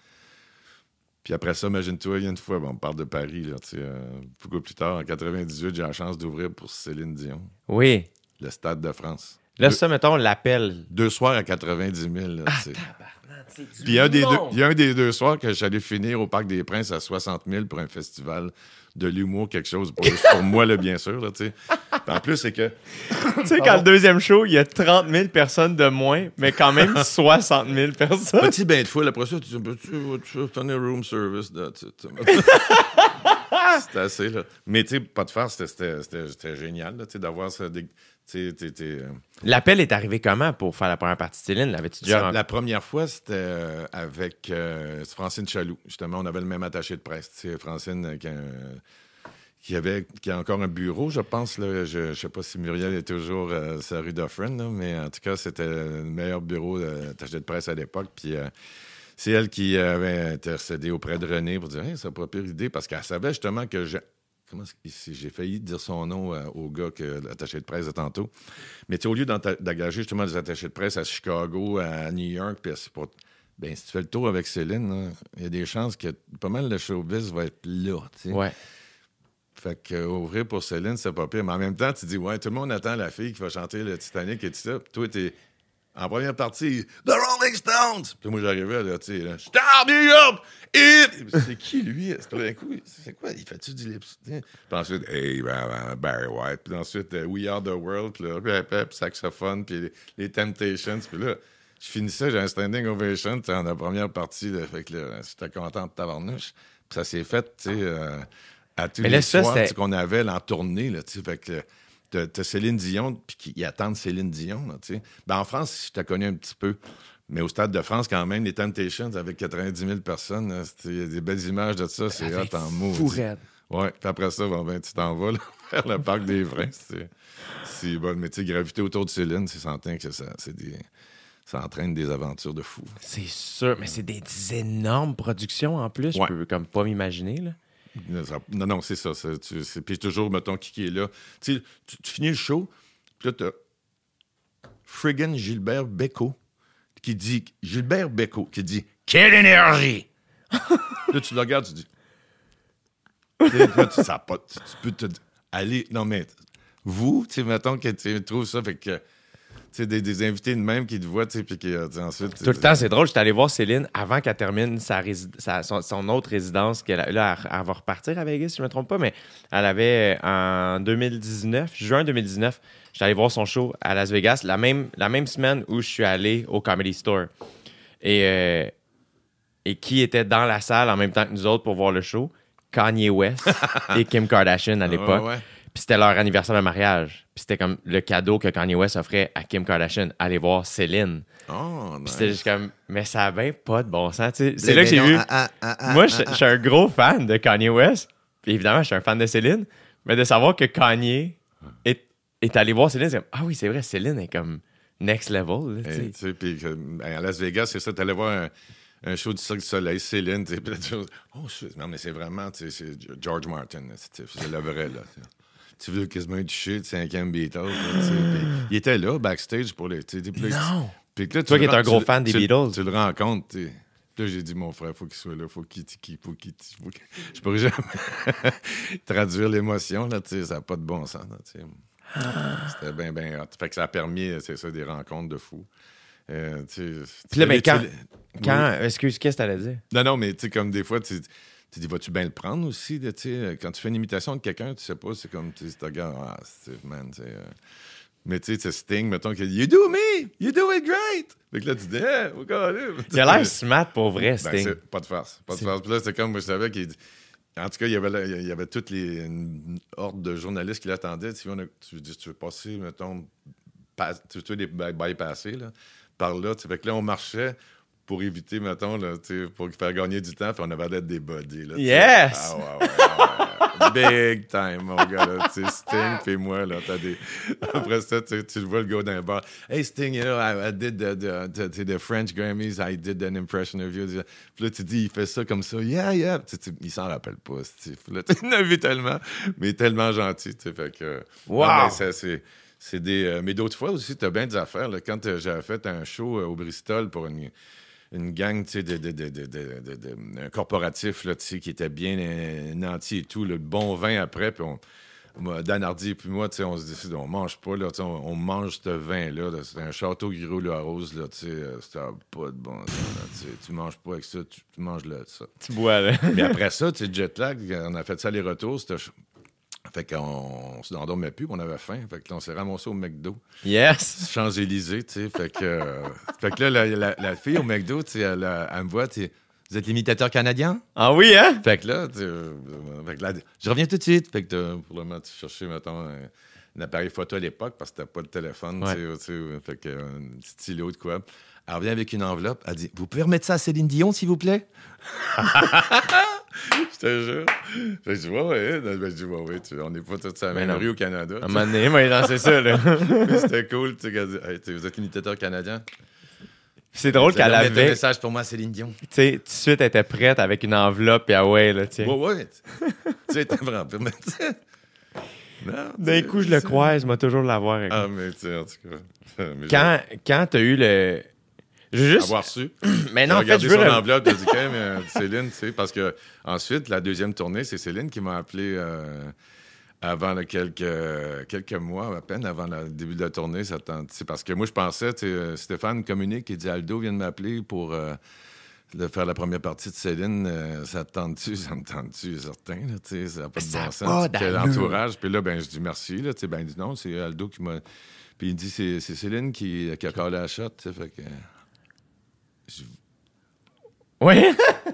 [SPEAKER 3] Puis après ça, imagine-toi, il y a une fois, bon, on parle de Paris, là, tu sais, euh, beaucoup plus tard, en quatre-vingt-dix-huit, j'ai la chance d'ouvrir pour Céline Dion,
[SPEAKER 2] Oui.
[SPEAKER 3] le Stade de France.
[SPEAKER 2] Là,
[SPEAKER 3] Deux-
[SPEAKER 2] ça, mettons, l'appel.
[SPEAKER 3] Deux soirs à quatre-vingt-dix mille, là, tu sais.
[SPEAKER 2] c'est du
[SPEAKER 3] Puis il y a un des deux-
[SPEAKER 2] monde.
[SPEAKER 3] il y a un des deux soirs que j'allais finir au Parc des Princes à soixante mille pour un festival de l'humour, quelque chose pour, pour moi, là, bien sûr, là, tu sais. Puis en plus, c'est que...
[SPEAKER 2] Tu sais, quand le deuxième show, il y a trente mille personnes de moins, mais quand même soixante mille personnes.
[SPEAKER 3] Petit bain de foule, après ça, tu dis, peux-tu vas-tu faire un room service? Là, tu- tu- C'était assez, là. Mais, tu sais, pas de farce, c'était- c'était c'était- c'était génial, là, tu sais, d'avoir ça. des- Tu sais, t'es- t'es, euh,
[SPEAKER 2] L'appel est arrivé comment pour faire la première partie de Céline? L'avais-tu déjà
[SPEAKER 3] ça-
[SPEAKER 2] rencontré?
[SPEAKER 3] La première fois, c'était euh, avec euh, Francine Chaloux. Justement, on avait le même attaché de presse. Tu sais, Francine, euh, qui, a, un- qui avait qui a encore un bureau, je pense. Là. Je ne sais pas si Muriel est toujours euh, sur la rue Dufferin, là, mais en tout cas, c'était le meilleur bureau d'attaché de presse à l'époque. Puis euh, c'est elle qui avait intercédé auprès de René pour dire hey, c'est pas pire idée, parce qu'elle savait justement que je. Comment est-ce- j'ai failli dire son nom euh, au gars que l'attaché de presse de tantôt. Mais tu sais, au lieu d'enta- d'engager justement des attachés de presse à Chicago, à New York, puis à- c'est pour- ben, si tu fais le tour avec Céline, là, il y a des chances que pas mal de showbiz va être là. tu sais.
[SPEAKER 2] Ouais.
[SPEAKER 3] Fait que euh, ouvrir pour Céline, c'est pas pire. Mais en même temps, tu dis, ouais, tout le monde attend la fille qui va chanter le Titanic et tout ça. Puis toi, t'es en première partie, The Rolling Stones. Puis moi, j'arrivais, là, tu sais, là, Start me up! It! C'est qui, lui? C'est tout d'un coup, c'est quoi? Il fait-tu du lip sync? Puis ensuite, Hey, ben, ben, Barry White. Puis ensuite, euh, We Are the World. Puis là, puis, puis, puis saxophone. Puis les, les Temptations. Puis là, je finissais, j'ai un standing ovation, tu sais, en la première partie. Là, fait que là, j'étais content de tabarnouche. Puis ça s'est fait, tu sais, euh, à tous
[SPEAKER 2] Mais
[SPEAKER 3] les
[SPEAKER 2] là, ça,
[SPEAKER 3] soirs
[SPEAKER 2] c'était-
[SPEAKER 3] tu sais, qu'on avait là, en tournée, là, tu sais. Fait que t'as, t'as Céline Dion, puis qui ils attendent Céline Dion, là, tu sais. Ben, en France, je t'ai connu un petit peu. Mais au Stade de France, quand même, les Temptations avec quatre-vingt-dix mille personnes, là, c'était- il y a des belles images de ça. C'est hot en mots.
[SPEAKER 2] Fou raide.
[SPEAKER 3] Ouais. Puis après ça, bon, ben, tu t'en vas là, vers le Parc des Princes. C'est, c'est bon. Mais tu sais, graviter autour de Céline, c'est certain que ça, c'est des, ça entraîne des aventures de fou.
[SPEAKER 2] C'est sûr, mais c'est des, des énormes productions en plus.
[SPEAKER 3] Ouais.
[SPEAKER 2] Je peux comme pas m'imaginer, là.
[SPEAKER 3] Ça- Non, non, c'est ça. c'est- tu- c'est- Puis toujours, mettons, qui qui est là. Tu sais, tu, tu finis le show, puis là, t'as friggin' Gilbert Bécaud qui dit... Gilbert Bécaud qui dit « Quelle énergie! » Là, tu le regardes, tu dis... Tu sais, là, tu, ça a pas, tu, tu peux te... Aller... Non, mais vous, tu sais, mettons que tu trouves ça, fait que... Tu sais, des, des invités de même qui te voient, tu sais, puis qui, euh, tu sais, ensuite...
[SPEAKER 2] Tout le temps, c'est drôle. J'étais allé voir Céline avant qu'elle termine sa rési- sa- son, son autre résidence. Qu'elle a- là, elle, elle va repartir à Vegas, si je ne me trompe pas, mais elle avait euh, en deux mille dix-neuf, juin deux mille dix-neuf, j'étais allé voir son show à Las Vegas, la même, la même semaine où je suis allé au Comedy Store. Et, euh, et qui était dans la salle en même temps que nous autres pour voir le show? Kanye West et Kim Kardashian à l'époque.
[SPEAKER 3] Ouais, ouais.
[SPEAKER 2] Puis c'était leur anniversaire de mariage. Puis c'était comme le cadeau que Kanye West offrait à Kim Kardashian. Aller voir Céline.
[SPEAKER 3] Oh,
[SPEAKER 2] Puis
[SPEAKER 3] nice.
[SPEAKER 2] c'était juste comme, mais ça a bien pas de bon sens. tu sais. C'est
[SPEAKER 5] Mais-
[SPEAKER 2] là que
[SPEAKER 5] mais
[SPEAKER 2] j'ai
[SPEAKER 5] non,
[SPEAKER 2] vu.
[SPEAKER 5] ah, ah, ah,
[SPEAKER 2] Moi,
[SPEAKER 5] ah,
[SPEAKER 2] je
[SPEAKER 5] ah,
[SPEAKER 2] je suis un gros fan de Kanye West. Puis évidemment, je suis un fan de Céline. Mais de savoir que Kanye est, est allé voir Céline, c'est comme, ah oui, c'est vrai, Céline est comme next level. là, tu
[SPEAKER 3] Et,
[SPEAKER 2] sais.
[SPEAKER 3] tu sais, puis que, ben, à Las Vegas, c'est ça, t'allais voir un, un show du Cirque du Soleil, Céline, tu sais, puis là, tu- oh, shit, non, mais c'est vraiment, tu sais, c'est George Martin, là, c'est c'est le vrai, là. tu sais. Tu veux quasiment être shit, cinquième Beatles, là, tu sais, puis il était là, backstage, pour les, tu sais, puis là,
[SPEAKER 2] Non!
[SPEAKER 3] puis que là, tu
[SPEAKER 2] Toi qui
[SPEAKER 3] le
[SPEAKER 2] es un
[SPEAKER 3] ren-
[SPEAKER 2] gros
[SPEAKER 3] tu-
[SPEAKER 2] fan des
[SPEAKER 3] tu-
[SPEAKER 2] Beatles.
[SPEAKER 3] Tu le rencontres, tu sais. Puis là, j'ai dit, mon frère, faut qu'il soit là, faut qu'il, qu'il, faut qu'il, faut qu'il- je pourrais jamais traduire l'émotion, là, tu sais, ça n'a pas de bon sens, là, tu sais. C'était bien, bien hot. Fait que ça a permis, c'est ça, des rencontres de fous. Euh, tu sais,
[SPEAKER 2] Puis là,
[SPEAKER 3] tu
[SPEAKER 2] mais
[SPEAKER 3] l'as-
[SPEAKER 2] quand,
[SPEAKER 3] tu l'as-
[SPEAKER 2] Quand... Excuse, qu'est-ce que t'allais dire?
[SPEAKER 3] Non, non, mais tu sais, comme des fois, tu tu dis, vas-tu bien le prendre aussi? Tu sais, quand tu fais une imitation de quelqu'un, tu sais pas, c'est comme, tu sais, tu regardes, ah, Steve, man, tu sais. Euh... Mais tu sais, c'est Sting, mettons, qui dit, You do me! You do it great! Fait que là, tu dis, hey, we're gonna live.
[SPEAKER 2] Il a l'air smart pour vrai, Sting.
[SPEAKER 3] Ben, c'est pas de farce. Pas de farce. Puis là, c'est comme, moi, je savais qu'il. En tout cas, il y avait, il y avait toutes les une horde de journalistes qui l'attendaient. Tu, tu dis, tu veux passer, mettons, pas, tu veux les bypasser, là, par là. Fait que là, on marchait pour éviter, mettons, là, pour faire gagner du temps, puis on avait l'air des bodies. Là,
[SPEAKER 2] yes!
[SPEAKER 3] Ah, ouais, ouais, ouais. Big time, mon gars, là. Tu sais, Sting, puis moi, là, t'as des... Après ça, tu le vois le gars d'un bar. Hey, Sting, you know, I, I did the, the, the, the French Grammys, I did an impression of you. Puis là, tu dis, il fait ça comme ça. Yeah, yeah. Tu, tu, il s'en rappelle pas, Steve. Là, tu l'as vu tellement, mais tellement gentil, tu sais, fait que...
[SPEAKER 2] Wow!
[SPEAKER 3] Ah, ben, ça, c'est... C'est des... Euh, mais d'autres fois aussi, t'as bien des affaires, là. Quand euh, j'avais fait un show euh, au Bristol pour une... une gang, tu sais, de, de, de, de, de, de, de, un corporatif, là, tu sais, qui était bien euh, nanti et tout, le bon vin après, puis on, Dan Hardy et puis moi, tu sais, on se décide, on mange pas, là, tu sais, on, on mange ce vin-là, là, c'était un château Giraud-le-Rose, là, tu sais, euh, c'était pas de bon sens, là, tu sais, tu manges pas avec ça, tu, tu manges là, ça.
[SPEAKER 2] Tu bois, là.
[SPEAKER 3] Mais après ça, tu sais, jet lag, on a fait ça les retours, c'était... Fait qu'on on se endormait plus, on avait faim. Fait que là, on s'est ramassé au McDo.
[SPEAKER 2] Yes!
[SPEAKER 3] Champs-Élysées, tu sais. Fait que, euh, fait que là, la, la, la fille au McDo, tu sais, elle, elle me voit, tu sais, vous êtes l'imitateur canadien?
[SPEAKER 2] Ah oui, hein?
[SPEAKER 3] Fait que là, tu sais, euh, fait que là, je reviens tout de suite. Fait que euh, pour le moment, tu cherchais, mettons, un, un appareil photo à l'époque parce que t'as pas de téléphone,
[SPEAKER 2] ouais.
[SPEAKER 3] tu sais. Fait que, euh, un petit stylo de quoi. Elle revient avec une enveloppe. Elle dit, vous pouvez remettre ça à Céline Dion, s'il vous plaît? Je te jure. J'ai dit, ouais, ouais. Ben, je dis, ouais, ouais. Tu, on n'est pas tous à la même rue au Canada.
[SPEAKER 2] À un moment donné, moi, il lancé ça, là.
[SPEAKER 3] C'était cool. Tu sais, hey, vous êtes imitateur canadien?
[SPEAKER 2] C'est drôle qu'elle avait...
[SPEAKER 3] un message pour moi, Céline Dion.
[SPEAKER 2] Tu sais, tout de suite, elle était prête avec une enveloppe, et ah ouais, là, tiens.
[SPEAKER 3] Ouais, ouais. Tu sais, t'es vraiment...
[SPEAKER 2] D'un coup, je le croise, moi, toujours l'avoir avec
[SPEAKER 3] Ah, mais tu sais, en tout cas...
[SPEAKER 2] Quand, quand t'as eu le... Je veux juste...
[SPEAKER 3] Avoir su.
[SPEAKER 2] Mais non, en fait, je
[SPEAKER 3] veux...
[SPEAKER 2] veux...
[SPEAKER 3] son enveloppe, j'ai dit, quand même, euh, Céline, tu sais, parce que ensuite, la deuxième tournée, c'est Céline qui m'a appelé euh, avant là, quelques, euh, quelques mois, à peine avant le début de la tournée. Ça c'est parce que moi, je pensais, tu sais, euh, Stéphane communique, il dit, Aldo vient de m'appeler pour... Euh, de faire la première partie de Céline, euh, ça te tente-tu? Ça me tente-tu, certain, là, tu sais, ça n'a pas de
[SPEAKER 2] ça
[SPEAKER 3] bon sens.
[SPEAKER 2] pas
[SPEAKER 3] Quel entourage. Puis là, ben, je dis merci, là, tu sais, ben, il dit non, c'est Aldo qui m'a... Puis il dit, c'est, c'est Céline qui, qui a collé la shot, tu sais, fait que... Je...
[SPEAKER 2] Oui!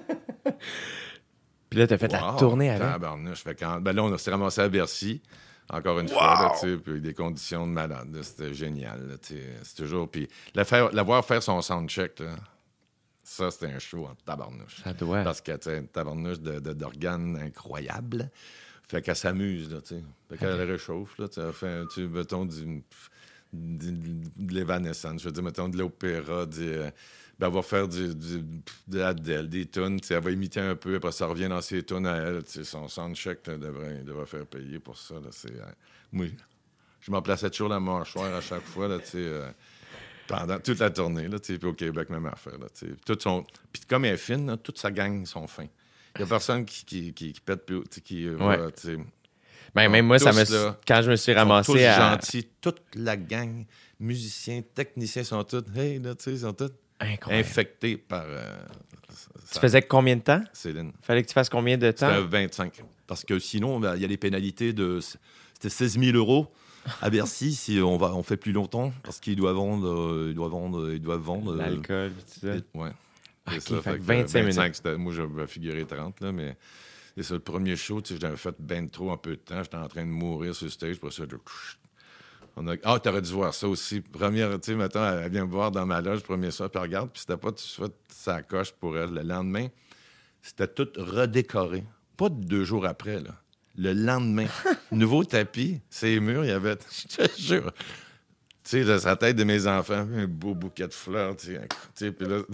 [SPEAKER 2] Puis là, t'as fait
[SPEAKER 3] wow,
[SPEAKER 2] la tournée avec.
[SPEAKER 3] Tabarnouche. Fait quand... Ben là, on s'est ramassé à Bercy, encore une
[SPEAKER 2] wow.
[SPEAKER 3] fois, là, tu sais, puis des conditions de malade, là, c'était génial, là, tu sais, c'est toujours... Puis la faire, la voir faire son soundcheck, là, ça, c'était un show en tabarnouche.
[SPEAKER 2] Ça doit.
[SPEAKER 3] Parce qu'elle a une tabarnouche de, de, d'organes incroyables. Fait qu'elle s'amuse, là, tu sais. Fait qu'elle okay. réchauffe, là, tu sais. Elle fait, tu sais, mettons, du, du, de l'évanescence, je veux dire, mettons, de l'opéra, du... Ben, elle va faire du, du, de l'Adèle, des tunes, tu sais, elle va imiter un peu, après ça revient dans ses tunes à elle, tu sais, son soundcheck, là, devrait, devrait faire payer pour ça, là, c'est... Euh, oui, je m'en plaçais toujours la mâchoire à chaque fois, là, tu sais... Euh, pendant toute la tournée, là, puis au Québec, même affaire. Là, tout son... Puis comme elle est fine, là, toute sa gang sont fins. Il n'y a personne qui, qui, qui, qui pète plus... Qui,
[SPEAKER 2] ouais.
[SPEAKER 3] va,
[SPEAKER 2] ben, même moi,
[SPEAKER 3] tous,
[SPEAKER 2] ça me... Là, quand je me suis ramassé
[SPEAKER 3] sont tous
[SPEAKER 2] à...
[SPEAKER 3] gentils. Toute la gang, musiciens, techniciens, sont tous... Hey, là, tu sais, ils sont tous
[SPEAKER 2] incroyable.
[SPEAKER 3] Infectés par... Euh,
[SPEAKER 2] tu ça... faisais combien de temps?
[SPEAKER 3] Céline.
[SPEAKER 2] Fallait que tu fasses combien de temps?
[SPEAKER 3] C'était vingt-cinq. Parce que sinon, il ben, y a les pénalités de... C'était seize mille euros. À Bercy, si on va, on fait plus longtemps, parce qu'ils doivent vendre, euh, ils doivent vendre, ils doivent vendre euh,
[SPEAKER 2] l'alcool, tu sais.
[SPEAKER 3] Ouais.
[SPEAKER 2] Okay,
[SPEAKER 3] ça,
[SPEAKER 2] fait
[SPEAKER 3] fait
[SPEAKER 2] vingt-cinq minutes.
[SPEAKER 3] Moi, j'avais figuré trente là, mais c'est ça le premier show. Tu sais, j'avais fait ben trop en peu de temps. J'étais en train de mourir sur le stage, pour ça. Je... On a... Ah, t'aurais dû voir ça aussi. Première, tu sais, mettons, elle vient me voir dans ma loge, premier soir, puis regarde, puis c'était pas tout de suite sa coche pour elle. Le lendemain, c'était tout redécoré. Pas deux jours après, là. Le lendemain, nouveau tapis, ces murs, il y avait, je te jure, tu sais, dans sa tête de mes enfants, un beau bouquet de fleurs, tu sais, puis là,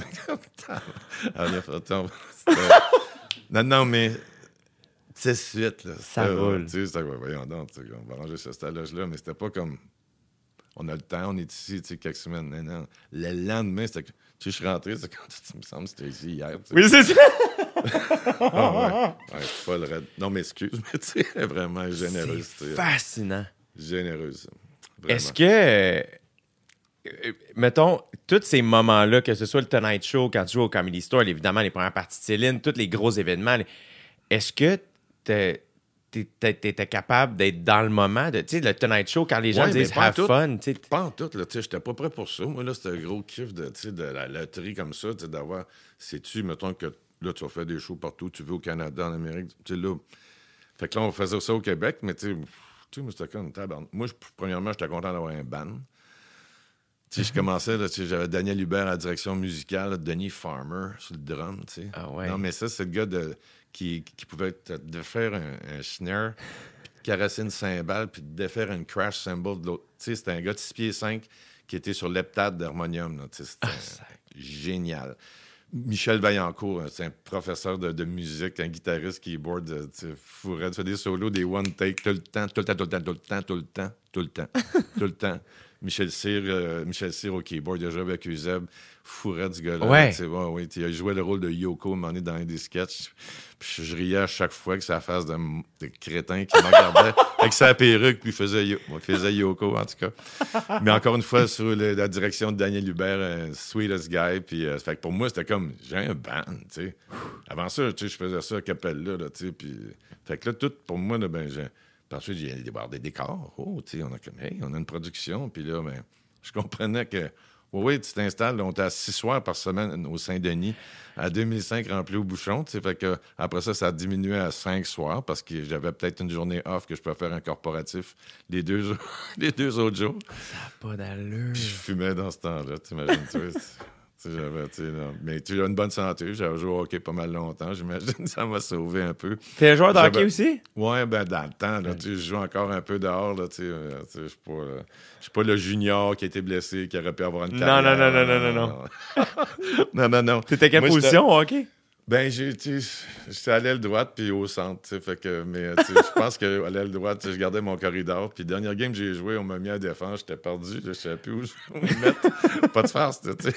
[SPEAKER 3] non, non, mais, c'est suite, là.
[SPEAKER 2] Ça roule.
[SPEAKER 3] Tu sais, c'était, voyons donc, on va ranger cette loge-là, mais c'était pas comme, on a le temps, on est ici, tu sais, quelques semaines, non, non. Le lendemain, c'était, tu sais, je suis rentré, c'est quand tu me semble, c'était ici hier. T'sais.
[SPEAKER 2] Oui, c'est ça!
[SPEAKER 3] Ah ouais. Ouais, pas le raid. Non, mais excuse, mais tu sais, elle est vraiment généreuse.
[SPEAKER 2] C'est fascinant.
[SPEAKER 3] Généreuse. Vraiment.
[SPEAKER 2] Est-ce que... euh, mettons, tous ces moments-là, que ce soit le Tonight Show, quand tu joues au Comedy Store, évidemment, les premières parties de Céline, tous les gros événements, les- est-ce que t'es- t'es- t'es- t'étais capable d'être dans le moment? de- Tu sais, le Tonight Show, quand les gens
[SPEAKER 3] Ouais, mais
[SPEAKER 2] disent
[SPEAKER 3] pas en
[SPEAKER 2] have
[SPEAKER 3] tout.
[SPEAKER 2] fun, tu sais,
[SPEAKER 3] Pas en tout, là, tu sais, j'étais pas prêt pour ça. Moi, là, c'était un gros kiff de, tu sais, de la loterie comme ça, tu sais, d'avoir... Sais-tu, mettons que là, tu vas faire des shows partout, tu veux au Canada, en Amérique, tu sais, là... Fait que là, on faisait ça au Québec, mais tu sais, tu sais, moi, c'était comme... tabarn- Moi, je- premièrement, j'étais content d'avoir un band. Tu sais, je commençais, là, tu sais, j'avais Daniel Hubert à la direction musicale, là, Denis Farmer sur le drum, tu sais.
[SPEAKER 2] Ah ouais.
[SPEAKER 3] Non, mais ça, c'est le gars de, qui, qui pouvait te défaire un, un snare, puis caresser une cymbale, puis défaire une crash cymbal de l'autre. Tu sais, c'était un gars de six pieds cinq qui était sur l'heptade d'harmonium, là, tu sais, c'était génial. Michel Vaillancourt, hein, c'est un professeur de, de musique, un guitariste keyboard, euh, tu sais, fourrait, tu fais des solos, des one take tout le temps, tout le temps, tout le temps, tout le temps, tout le temps, tout le temps, tout le temps. Michel Cyr, euh, Michel Cyr au keyboard, il a joué avec Uzeb, fourrait du gars-là.
[SPEAKER 2] Ouais.
[SPEAKER 3] Tu sais, ouais, ouais, il a joué le rôle de Yoko, à un moment donné, dans un des sketchs. Puis je riais à chaque fois que sa face de, de crétin qui me regardait avec sa perruque, puis il faisait, Yo- il faisait Yoko, en tout cas. Mais encore une fois, sur le- la direction de Daniel Hubert, un sweetest guy. Puis euh, fait que pour moi, c'était comme, j'ai un band, tu sais. Avant ça, tu sais, je faisais ça à Capella, là, tu sais. Puis, fait que là, tout, pour moi, là, ben, j'ai... Puis ensuite, j'ai allé voir des décors. Oh, tu sais, on a comme, hey, on a une production. Puis là, ben, je comprenais que, oui, oui, tu t'installes. On était à six soirs par semaine au Saint-Denis, à deux mille cinq rempli au bouchon. Tu sais, fait que après ça, ça a diminué à cinq soirs parce que j'avais peut-être une journée off que je pouvais faire un corporatif les deux, jours, les deux autres jours.
[SPEAKER 2] pas d'allure.
[SPEAKER 3] Puis je fumais dans ce temps-là, t'imagines-tu? Tu sais, j'avais, tu sais, non. Mais tu as une bonne santé. J'avais joué au hockey pas mal longtemps. J'imagine que ça m'a sauvé un peu.
[SPEAKER 2] T'es un joueur de hockey
[SPEAKER 3] J'avais-
[SPEAKER 2] aussi?
[SPEAKER 3] Ouais, ben dans le temps, là, tu sais, je joue encore un peu dehors. Là, tu sais, euh, tu sais, je suis pas, euh, je suis pas le junior qui a été blessé, qui aurait pu avoir une
[SPEAKER 2] Non,
[SPEAKER 3] carrière.
[SPEAKER 2] non, non, non, non, non,
[SPEAKER 3] non. non, non, non.
[SPEAKER 2] T'étais quelle
[SPEAKER 3] Moi, j'étais-
[SPEAKER 2] position au hockey?
[SPEAKER 3] Ben, j'ai, tu sais, j'étais à l'aile droite puis au centre, tu sais, fait que, mais tu sais, je pense qu'à l'aile droite, tu sais, je gardais mon corridor. Puis, dernière game que j'ai joué, on m'a mis à défense, j'étais perdu, là, je savais plus où, je- où me mettre. Pas de farce, tu sais.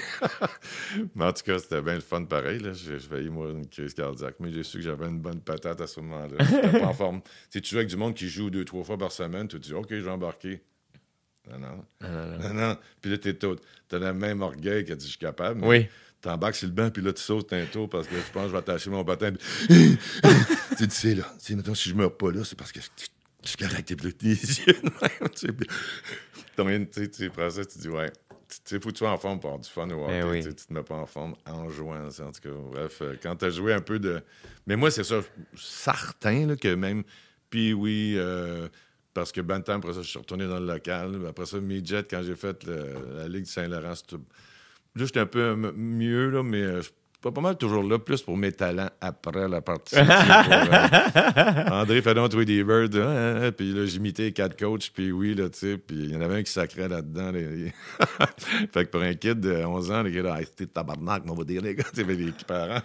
[SPEAKER 3] Mais en tout cas, c'était bien le fun pareil, là. J'ai j'ai failli mourir d'une crise cardiaque, mais j'ai su que j'avais une bonne patate à ce moment-là. J'étais pas en forme. Tu sais, tu joues avec du monde qui joue deux, trois fois par semaine, tu te dis, OK, je vais embarquer. Non, non. Non, non. Puis là, t'es tout. T'as le même orgueil que tu dis, je suis capable. mais
[SPEAKER 2] Oui.
[SPEAKER 3] T'embarques sur le banc, puis là, tu sautes un tour parce que je pense que je vais attacher mon bâton. Puis... tu sais, là, tu sais, mettons, si je meurs pas là, c'est parce que je je suis correct, t'es plus tes yeux. de même, tu sais, puis t'as une- tu sais, tu prends ça, tu dis, ouais. Tu sais, faut que tu sois en forme pour avoir du fun au hockey.
[SPEAKER 2] oui.
[SPEAKER 3] Tu sais, tu te mets pas en forme en jouant. ça, En tout cas, bref, euh, quand t'as joué un peu de. Mais moi, c'est ça, certain là, que même. Puis oui. Euh, parce que Bantam, après ça, je suis retourné dans le local. Après ça, Midget, quand j'ai fait le- la Ligue de Saint-Laurent, c'était- là, j'étais un peu m- mieux, là, mais euh, je suis pas, pas mal toujours là, plus pour mes talents après la partie. tu sais, pour, euh, André Fadon, Tweedy Bird, hein, hein, puis là, j'imitais les quatre coachs, puis oui, là, tu sais, puis il y en avait un qui sacrait là-dedans. les- fait que pour un kid de onze ans, les gars, là, hey, t'es tabarnak, on va dire, les gars, tu sais, les parents.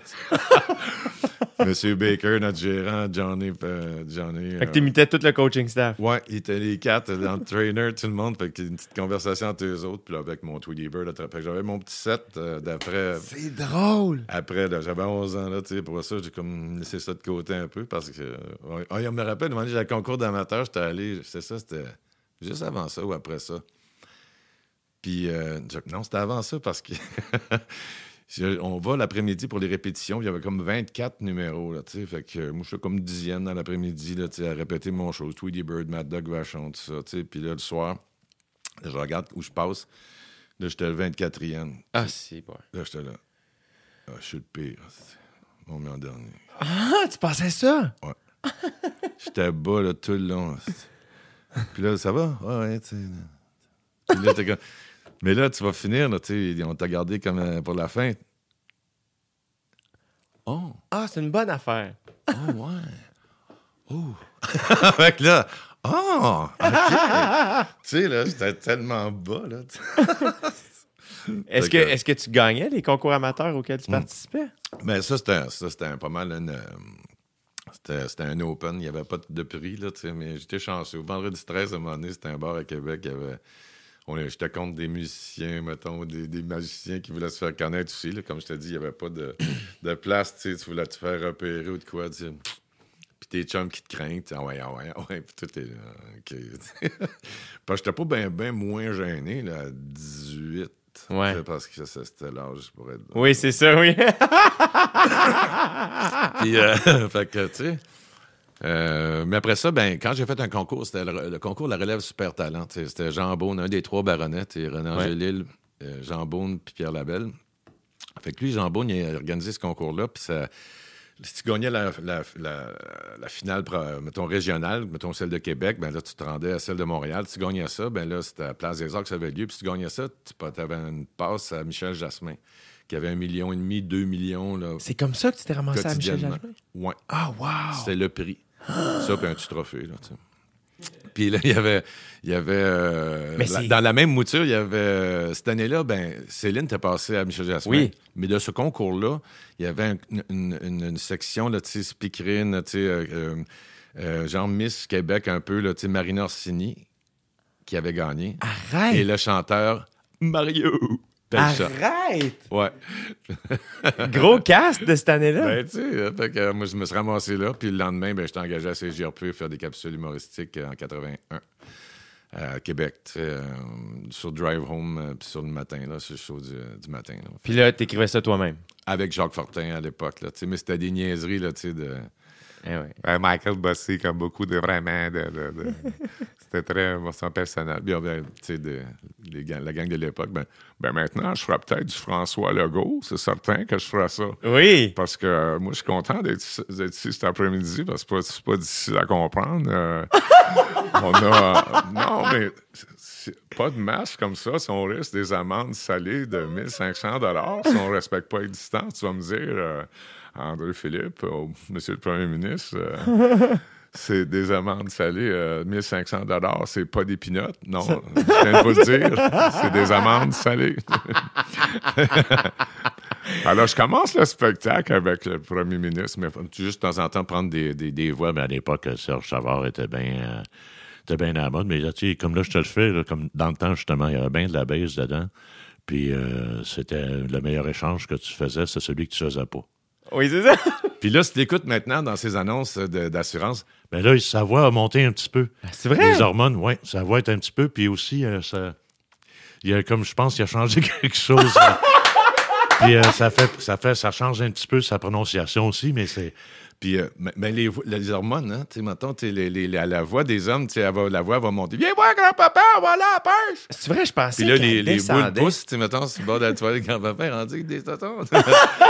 [SPEAKER 3] Monsieur Baker, notre gérant, Johnny. euh, Johnny
[SPEAKER 2] Fait que
[SPEAKER 3] euh,
[SPEAKER 2] t'imitais tout le coaching staff.
[SPEAKER 3] Ouais, ils étaient les quatre dans le trainer, tout le monde. Fait qu'il y a une petite conversation entre eux autres. Puis là, avec mon Tweety Bird, là, fait que j'avais mon petit set euh, d'après.
[SPEAKER 2] C'est drôle.
[SPEAKER 3] Après, là, j'avais onze ans, là, tu sais. Pour ça, j'ai comme laissé ça de côté un peu parce que. Euh, ouais. Ah, il me rappelle, j'ai le concours d'amateur, j'étais allé. C'est ça, c'était juste avant ça ou après ça. Puis, euh, je- non, c'était avant ça parce que. Je- On va l'après-midi pour les répétitions. Il y avait comme vingt-quatre numéros, là, tu sais. Fait que euh, moi, je suis comme dixième dans l'après-midi, là, tu sais, à répéter mon show. Tweety Bird, Mad Dog Vachon, tout ça, tu sais. Puis là, le soir, je regarde où je passe. Là, j'étais le vingt-quatrième.
[SPEAKER 2] Ah, c'est bon.
[SPEAKER 3] Là, j'étais là. Ah, je suis le pire. On met en dernier.
[SPEAKER 2] Ah, tu pensais ça?
[SPEAKER 3] J'étais bas, là, tout le long. Puis là, ça va? Ouais, ouais, tu sais. Puis là, t'es comme... Mais là, tu vas finir, là, tu sais, on t'a gardé comme euh, pour la fin. Oh!
[SPEAKER 2] Ah, c'est une bonne affaire.
[SPEAKER 3] Oh, ouais. Oh. Fait que là, oh, OK. Tu sais, là, j'étais tellement bas, là.
[SPEAKER 2] Est-ce
[SPEAKER 3] Fait
[SPEAKER 2] que,
[SPEAKER 3] que-
[SPEAKER 2] est-ce que tu gagnais les concours amateurs auxquels tu participais?
[SPEAKER 3] Mais ça, c'était, ça, c'était un- pas mal une... euh, C'était, c'était un open, il n'y avait pas de prix, là, tu sais, mais j'étais chanceux. Vendredi treize, à un moment donné, c'était un bar à Québec, il y avait... On, j'étais contre des musiciens, mettons, des, des magiciens qui voulaient se faire connaître aussi, là. Comme je te dis, il n'y avait pas de, de place, tu sais, tu voulais te faire repérer ou de quoi, tu sais. Puis tes chums qui te craignent. Ah ouais, ah ouais, ah ouais. Puis tout est là. OK. Parce que j'étais pas bien ben moins gêné, là, à dix-huit.
[SPEAKER 2] Ouais.
[SPEAKER 3] Parce que ça, c'était l'âge pour être...
[SPEAKER 2] Oui, c'est ça, oui.
[SPEAKER 3] Puis, euh, fait que, tu sais... Euh, mais après ça, ben, quand j'ai fait un concours, c'était le, le concours de la relève super talent. T'sais, c'était Jean Beaune, un des trois baronnets, et René
[SPEAKER 2] Ouais.
[SPEAKER 3] Angélil, euh, Jean Beaune puis Pierre Labelle. Fait que lui, Jean Beaune, il a organisé ce concours-là, puis ça... Si tu gagnais la, la, la, la finale, mettons, régionale, mettons celle de Québec, ben là, tu te rendais à celle de Montréal. Si tu gagnais ça, ben là, c'était à Place des Arts que ça avait lieu. Puis si tu gagnais ça, tu avais une passe à Michel Jasmin, qui avait un million et demi, deux millions. Là,
[SPEAKER 2] C'est comme ça que tu t'es ramassé à Michel
[SPEAKER 3] quotidiennement.
[SPEAKER 2] Jasmin?
[SPEAKER 3] Oui.
[SPEAKER 2] Ah, wow!
[SPEAKER 3] C'était le prix. Ça, puis un petit trophée, là, tu sais. Puis là, il y avait... Il y avait euh,
[SPEAKER 2] Mais
[SPEAKER 3] la-
[SPEAKER 2] c'est-
[SPEAKER 3] dans la même mouture, il y avait... euh, cette année-là, ben Céline était passée à Michel Jasmin.
[SPEAKER 2] Oui.
[SPEAKER 3] Mais de ce concours-là, il y avait un- une, une- une section, là, tu sais, speakerine, tu sais, euh, euh, euh, genre Miss Québec un peu, là, tu sais, Marina Orsini, qui avait gagné.
[SPEAKER 2] Arrête!
[SPEAKER 3] Et le chanteur Mario Pelchat.
[SPEAKER 2] Arrête!
[SPEAKER 3] Ouais.
[SPEAKER 2] Gros cast de cette année-là.
[SPEAKER 3] Ben, tu sais, euh, fait que, euh, moi, je me suis ramassé là. Puis le lendemain, ben, j'étais engagé à C G R P à faire des capsules humoristiques euh, en quatre-vingt-un à Québec, tu sais, euh, sur Drive Home, euh, puis sur le matin, là, sur le show du, du matin. Là.
[SPEAKER 2] Puis là, t'écrivais ça toi-même.
[SPEAKER 3] Avec Jacques Fortin à l'époque, là, tu sais, mais c'était des niaiseries, là, tu sais, de...
[SPEAKER 2] Eh ouais.
[SPEAKER 6] Euh, Michael Bossé, comme beaucoup de vraiment. De, de, de... C'était très son personnage.
[SPEAKER 3] Bien, ben, tu sais, de, les gang- la gang de l'époque, ben, ben maintenant, je ferai peut-être du François Legault, c'est certain que je ferai ça.
[SPEAKER 2] Oui!
[SPEAKER 3] Parce que euh, moi, je suis content d'être, ici- d'être ici cet après-midi parce que c'est pas, c'est pas difficile à comprendre. Euh, on a... non, mais c'est- c'est pas de masque comme ça. Si on risque des amendes salées de mille cinq cents dollars si on respecte pas les distances, tu vas me dire, euh, André Philippe, euh, monsieur le premier ministre... euh, c'est des amendes salées, euh, mille cinq cents dollars, c'est pas des pinottes. Non, je viens de vous le dire, c'est des amendes salées. Alors, je commence le spectacle avec le premier ministre, mais faut juste de temps en temps prendre des, des, des voix.
[SPEAKER 7] Mais à l'époque, Serge Savard était bien euh, était bien à la mode. Mais là, tu sais, comme là, je te le fais, là, comme dans le temps, justement, il y avait bien de la base dedans. Puis euh, c'était le meilleur échange que tu faisais, c'est celui que tu faisais pas.
[SPEAKER 2] Oui, c'est ça.
[SPEAKER 3] Puis là, si tu écoutes maintenant dans ces annonces de- d'assurance,
[SPEAKER 7] Mais là, sa voix a monté un petit peu.
[SPEAKER 2] C'est vrai?
[SPEAKER 7] Les hormones, oui, sa voix est un petit peu. Puis aussi, euh, ça, il y a, comme je pense qu'il a changé quelque chose. euh, puis euh, ça, fait, ça, fait, ça change un petit peu sa prononciation aussi, mais c'est...
[SPEAKER 3] puis euh, ben, ben, les, vo- les hormones, hein, tu sais, mettons, tu sais, les, les- la, la voix des hommes, tu sais, elle va- la voix va monter. Viens voir grand-papa, voilà la pêche!
[SPEAKER 2] C'est vrai, je pensais
[SPEAKER 3] Puis là,
[SPEAKER 2] qu'elle
[SPEAKER 3] les, les boules
[SPEAKER 2] descendait.
[SPEAKER 3] poussent, tu sais, mettons, sur le bord de la toilette, grand-papa est rendu avec des totons. Puis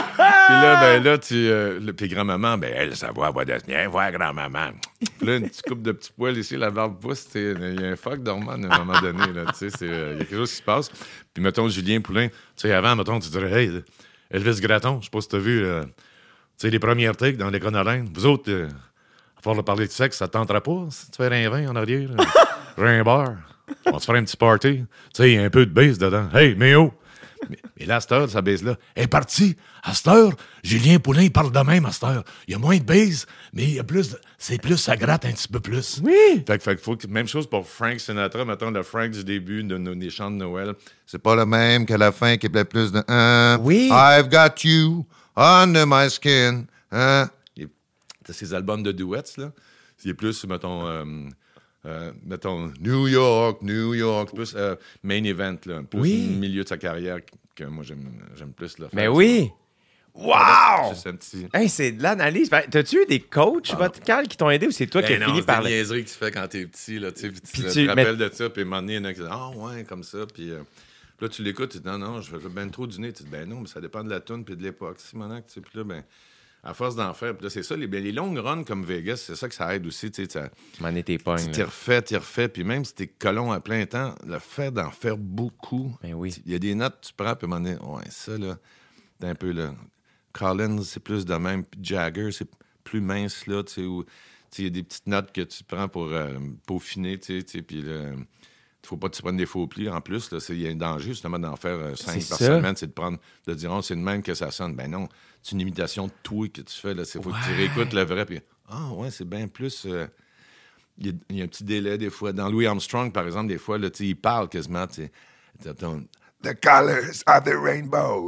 [SPEAKER 3] là, ben là, tu... Euh, le- puis grand-maman, ben elle, sa voix va de... Viens voir grand-maman. Puis là, une petite coupe de petits poils ici, la barbe pousse, tu sais, il y a un fuck d'hormones à un moment donné, là, tu sais, c'est, euh, il y a quelque chose qui se passe. Puis mettons, Julien Poulain, tu sais, avant, mettons, tu dirais, hey, Elvis Gratton, je sais pas si t'as vu, euh, tu sais, les premières takes dans les Conolines, vous autres, euh, à force de parler de sexe, ça te tenterait pas, si tu fais un vin en arrière, là? J'ai un bar, on se ferait un petit party, tu sais, il y a un peu de bass dedans. Hey, Méo! Mais, mais là, à cette heure, sa baisse-là, elle est partie. À cette heure, Julien Poulain, il parle de même à cette heure. Il y a moins de baisse, mais il y a plus de... c'est plus, ça gratte un petit peu plus.
[SPEAKER 2] Oui!
[SPEAKER 3] Fait que, fait que faut que... Même chose pour Frank Sinatra, mettons, le Frank du début de nos, des chants de Noël.
[SPEAKER 5] C'est pas le même qu'à la fin qui plaît plus de un.
[SPEAKER 2] Oui.
[SPEAKER 5] I've got you under my skin. Hein?
[SPEAKER 3] Il- T'as ces albums de duets, là. Il est plus, mettons... euh, euh, mettons, New York, New York, plus euh, main event, là, plus
[SPEAKER 2] Oui.
[SPEAKER 3] le milieu de sa carrière que moi, j'aime, j'aime plus. Là,
[SPEAKER 2] Mais
[SPEAKER 3] faire
[SPEAKER 2] oui!
[SPEAKER 3] ça.
[SPEAKER 2] Wow!
[SPEAKER 3] Juste un petit...
[SPEAKER 2] Hey, c'est de l'analyse. Ben, t'as-tu eu des coachs, votre Cal, qui t'ont aidé ou c'est toi qui
[SPEAKER 3] Ben
[SPEAKER 2] as
[SPEAKER 3] non,
[SPEAKER 2] fini
[SPEAKER 3] c'est
[SPEAKER 2] par...
[SPEAKER 3] des
[SPEAKER 2] le-
[SPEAKER 3] niaiseries que tu fais quand t'es petit, là, tu sais, puis tu
[SPEAKER 2] Puis
[SPEAKER 3] te
[SPEAKER 2] tu-
[SPEAKER 3] rappelles de ça, puis à un moment donné, il y en a qui disent « Ah ouais, comme ça », puis euh, là, tu l'écoutes, tu dis « Non, non, je fais ben trop du nez », tu dis « Ben non, mais ça dépend de la toune puis de l'époque, Simonac, tu sais, puis là, ben, à force d'en faire, puis là, c'est ça, les, ben, les longues runs comme Vegas, c'est ça que ça aide aussi, tu sais, ça-
[SPEAKER 2] M'en étais pas
[SPEAKER 3] tu t'y refais, t'y refais, puis même si t'es colon à plein temps, le fait d'en faire beaucoup,
[SPEAKER 2] Ben oui.
[SPEAKER 3] il y a des notes que tu prends, puis à un moment donné, ouais, ça, là, t'es un peu, là, Collins, c'est plus de même, puis Jagger, c'est plus mince, là, tu sais, où, tu sais, il y a des petites notes que tu prends pour euh, peaufiner, tu sais, tu sais, puis là, il faut pas que tu prennes des faux plis, en plus, là, c'est- il y a un danger, justement, d'en faire euh, cinq
[SPEAKER 2] C'est
[SPEAKER 3] par
[SPEAKER 2] ça.
[SPEAKER 3] semaine, c'est de prendre, de dire, oh, c'est de même que ça sonne, ben non, c'est une imitation de toi que tu fais, là, c'est faut que tu réécoutes le vrai, puis, ah, ouais, c'est bien plus... euh, il y, a, il y a un petit délai des fois. Dans Louis Armstrong, par exemple, des fois, là, tu sais, il parle quasiment. tu sais, t'as ton, The colors of the rainbow.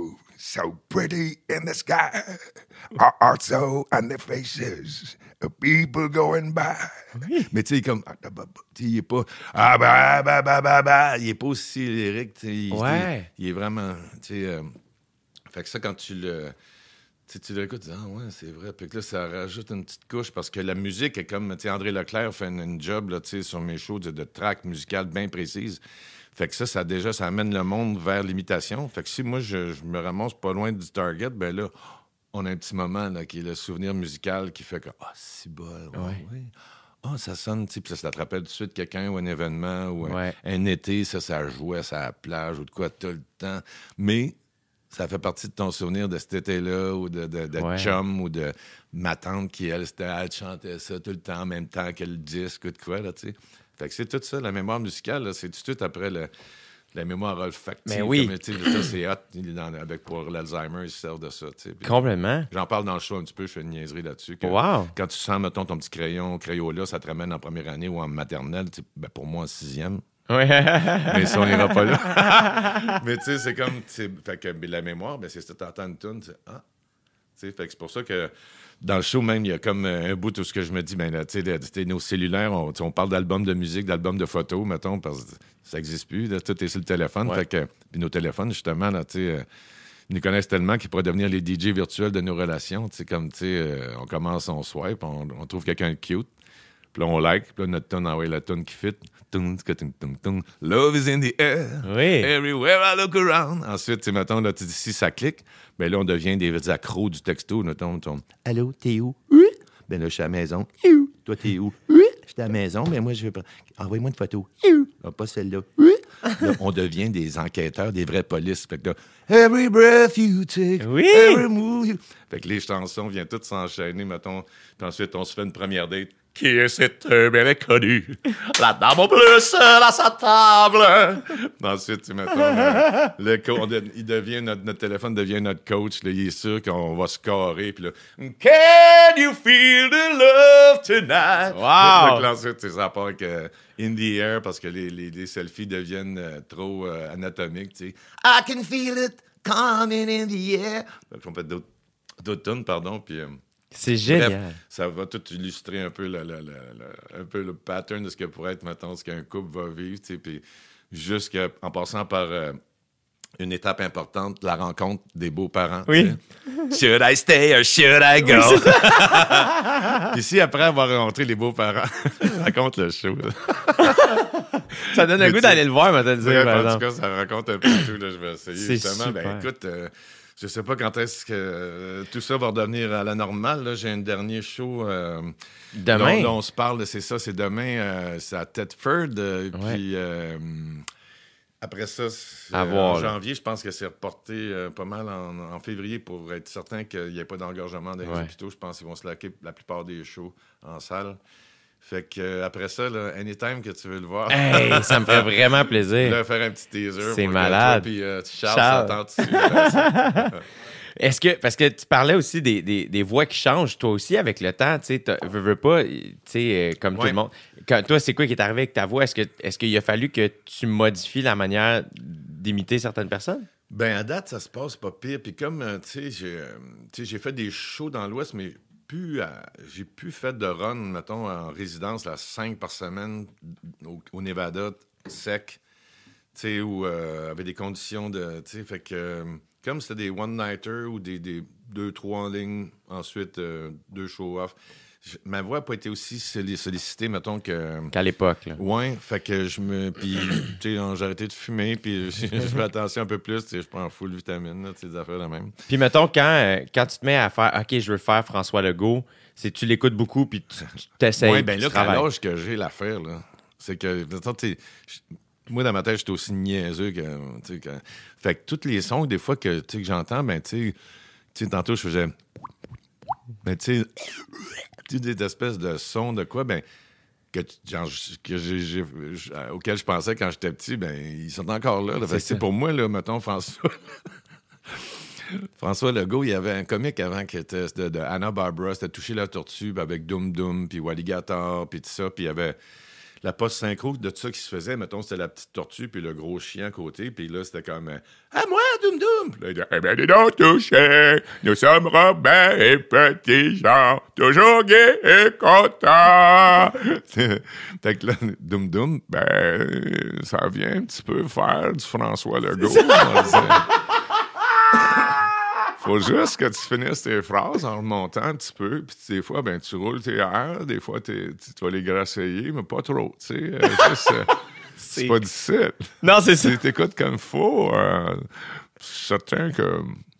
[SPEAKER 5] so pretty in the sky are also on the faces of people going by.
[SPEAKER 3] Mais tu sais, comme. ah, bah, bah, tu sais, il est pas. Ah, bah, bah, bah, bah, bah. Il est pas aussi lyrique. tu sais, Il,
[SPEAKER 2] Ouais.
[SPEAKER 3] il, il est vraiment. Tu sais. euh, fait que ça, quand tu le. Tu sais, tu l'écoutes, tu dis, ah ouais, c'est vrai. Puis que là, ça rajoute une petite couche parce que la musique est comme. Tu sais, André Leclerc fait une, une job, là, tu sais, sur mes shows de, de track musicale bien précise. Fait que ça, ça déjà, ça amène le monde vers l'imitation. Fait que si moi, je, je me ramasse pas loin du target, ben là, on a un petit moment là, qui est le souvenir musical qui fait que, ah, c'est bol, ouais,
[SPEAKER 2] Ouais.
[SPEAKER 3] ouais. Ah, ça sonne, tu sais, puis ça, ça te rappelle tout de suite quelqu'un ou un événement ou un,
[SPEAKER 2] Ouais.
[SPEAKER 3] un été, ça, ça jouait à la plage ou de quoi tout le temps. Mais ça fait partie de ton souvenir de cet été-là ou de, de, de
[SPEAKER 2] Ouais.
[SPEAKER 3] chum ou de ma tante qui, elle, c'était, elle chantait ça tout le temps en même temps que le disque ou de quoi, là, tu sais. Fait que c'est tout ça, la mémoire musicale, là, c'est tout de suite après le, la mémoire olfactive.
[SPEAKER 2] Mais oui.
[SPEAKER 3] Comme, tu sais, ça, c'est hot. Il est dans- avec, pour l'Alzheimer, ils se servent de ça, tu sais. Puis
[SPEAKER 2] Complètement.
[SPEAKER 3] J'en parle dans le show un petit peu, je fais une niaiserie là-dessus. que
[SPEAKER 2] Wow.
[SPEAKER 3] Quand tu sens, mettons, ton petit crayon, Crayola, ça te ramène en première année ou en maternelle, tu sais, ben, pour moi, en sixième.
[SPEAKER 2] Ouais.
[SPEAKER 3] Mais ça, on n'ira pas là. Mais tu sais, c'est comme. tu sais, Fait que mais la mémoire, ben, c'est ça, t'entends une tune, tu sais, ah. Tu sais, fait que c'est pour ça que dans le show, même, il y a comme euh, un bout où ce que je me dis, ben là, tu sais, de- de- nos cellulaires, on, tu sais, on parle d'albums de musique, d'albums de photos, mettons, parce que ça n'existe plus, là, tout est sur le téléphone.
[SPEAKER 2] Ouais.
[SPEAKER 3] Fait que, puis nos téléphones, justement, là, tu sais, euh, ils nous connaissent tellement qu'ils pourraient devenir les D J virtuels de nos relations. Tu sais, comme, tu sais, euh, on commence, on swipe, on, on trouve quelqu'un de cute. Puis là, on like. Puis là, notre tonne envoie la tonne qui fit. Tung, tung, tung, tung, tung. Love is in the air.
[SPEAKER 2] Oui.
[SPEAKER 3] Everywhere I look around. Ensuite, tu sais, mettons, là, tu dis, si ça clique, ben là, on devient des accros du texto. Mettons, ton Allô, t'es où? Oui. Ben là, je suis à la maison. Oui. Toi, t'es où? Oui. Je suis à la maison, mais moi, je veux pas. Envoie-moi une photo. Oui. Ah, pas celle-là. Oui. Là, on devient des enquêteurs, des vraies polices. Fait que là, every breath you take,
[SPEAKER 2] Oui.
[SPEAKER 3] every move you... Fait que les chansons viennent toutes s'enchaîner, mettons. Puis ensuite, on se fait une première date. Qui est cette bien inconnue? La dame au bleu seule à sa table. Ensuite, tu sais, mettons, le, le co- on de- il devient notre, notre téléphone devient notre coach. Là, il est sûr qu'on va scorer. Puis là, Can you feel the love tonight?
[SPEAKER 2] Wow!
[SPEAKER 3] Donc là, ensuite, tu sais, ça part avec euh, In the Air parce que les, les, les selfies deviennent euh, trop euh, anatomiques. Tu sais. I can feel it coming in the air. Donc, on fait d'autres d'autres tunes, pardon. Puis. euh,
[SPEAKER 2] C'est génial.
[SPEAKER 3] Bref, ça va tout illustrer un peu le, le- le- le- un peu le pattern de ce que pourrait être, mettons, ce qu'un couple va vivre, tu sais, puis jusqu'en passant par euh, une étape importante, la rencontre des beaux-parents.
[SPEAKER 2] Oui.
[SPEAKER 3] tu sais. Should I stay or should I go? Puis si après avoir rencontré les beaux-parents, raconte le show. là.
[SPEAKER 2] Ça donne un
[SPEAKER 3] Mais
[SPEAKER 2] goût
[SPEAKER 3] tu-
[SPEAKER 2] d'aller le voir, mais te le dire,
[SPEAKER 3] Bref,
[SPEAKER 2] par
[SPEAKER 3] en tout
[SPEAKER 2] exemple.
[SPEAKER 3] cas, ça raconte un peu tout. Là, je vais essayer
[SPEAKER 2] C'est
[SPEAKER 3] justement. Ben,
[SPEAKER 2] super.
[SPEAKER 3] écoute, euh, je sais pas quand est-ce que euh, tout ça va redevenir à la normale. Là. J'ai un dernier show. euh,
[SPEAKER 2] Demain?
[SPEAKER 3] Là, là, on se parle, c'est ça, c'est demain. euh, c'est à Thetford. euh,
[SPEAKER 2] Ouais.
[SPEAKER 3] Puis euh, après ça, c'est,
[SPEAKER 2] À
[SPEAKER 3] euh,
[SPEAKER 2] voir,
[SPEAKER 3] en
[SPEAKER 2] là.
[SPEAKER 3] janvier, je pense que c'est reporté euh, pas mal en, en février pour être certain qu'il n'y ait pas d'engorgement dans les
[SPEAKER 2] Ouais.
[SPEAKER 3] hôpitaux. Je pense qu'ils vont se laquer la plupart des shows en salle. Fait que euh, après ça, là, anytime que tu veux le voir.
[SPEAKER 2] Hey, ça me fait vraiment plaisir.
[SPEAKER 3] Là, faire un petit teaser.
[SPEAKER 2] C'est
[SPEAKER 3] pour que
[SPEAKER 2] malade.
[SPEAKER 3] toi Puis euh, Charles,
[SPEAKER 2] Charles.
[SPEAKER 3] s'entende dessus. Là, ça-
[SPEAKER 2] Est-ce que, parce que tu parlais aussi des, des, des voix qui changent, toi aussi, avec le temps, tu sais, t'as- veux, veux pas, tu sais, euh, comme tout
[SPEAKER 3] Ouais.
[SPEAKER 2] le monde. Quand, toi, c'est quoi qui est arrivé avec ta voix? Est-ce, que, est-ce qu'il a fallu que tu modifies la manière d'imiter certaines personnes?
[SPEAKER 3] Ben, à date, ça se passe pas pire. Puis comme, euh, tu sais, j'ai, euh, tu sais, j'ai fait des shows dans l'Ouest, mais plus à- j'ai plus fait de run, mettons, en résidence, là, cinq par semaine au, au Nevada, sec, tu sais, ou euh, avec des conditions de, tu sais, fait que, euh, comme c'était des one-nighters ou des, des deux, trois en ligne, ensuite euh, deux show-off, je- ma voix n'a pas été aussi solli- sollicitée, mettons, que...
[SPEAKER 2] Qu'à l'époque, là.
[SPEAKER 3] Ouais, fait que je me. Puis, tu sais, j'ai arrêté de fumer, puis je, je fais attention un peu plus, tu sais, je prends full vitamine, là, tu sais, des affaires de même.
[SPEAKER 2] Puis mettons, quand, euh, quand tu te mets à faire « OK, je veux faire François Legault », c'est tu l'écoutes beaucoup, puis tu, tu t'essayes,
[SPEAKER 3] Ouais, ben
[SPEAKER 2] puis
[SPEAKER 3] là,
[SPEAKER 2] tu
[SPEAKER 3] à
[SPEAKER 2] travailles.
[SPEAKER 3] l'âge que j'ai l'affaire, là, c'est que, mettons, tu sais, je- moi, dans ma tête, j'étais aussi niaiseux que, tu sais, que- fait que tous les sons, des fois, que, tu sais, que j'entends, ben, tu sais, tu sais, tantôt, je faisais. Ben, tu sais, tu sais, des espèces de sons de quoi, ben, que, tu- genre, que j'ai, j'ai- j'- auxquels je pensais quand j'étais petit, ben, ils sont encore là. là. Fait que,
[SPEAKER 2] C'est
[SPEAKER 3] tu sais,
[SPEAKER 2] ça.
[SPEAKER 3] pour moi, là, mettons, François. François Legault, il y avait un comique avant qui était de, de Anna Barbara, c'était Toucher la tortue, puis avec Doom Doom, puis Walligator, puis tout ça, puis il y avait la post-synchro de ça qui se faisait. Mettons, c'était la petite tortue, puis le gros chien à côté. Puis là, c'était comme euh, à moi, Doum Doum. Puis là, il dit, eh bien, dis donc, touché, nous sommes Robin et Petit Jean, toujours gais et contents. Fait que là, Doum Doum, ben, ça vient un petit peu faire du François Legault. Faut juste que tu finisses tes phrases en remontant un petit peu. Puis des fois, ben, tu roules tes airs. Des fois, tu vas les grasseiller, mais pas trop. Tu sais, euh, juste, euh, c'est... c'est pas difficile.
[SPEAKER 2] Non, c'est ça.
[SPEAKER 3] Tu t'écoutes comme il faut. Euh, je suis certain que...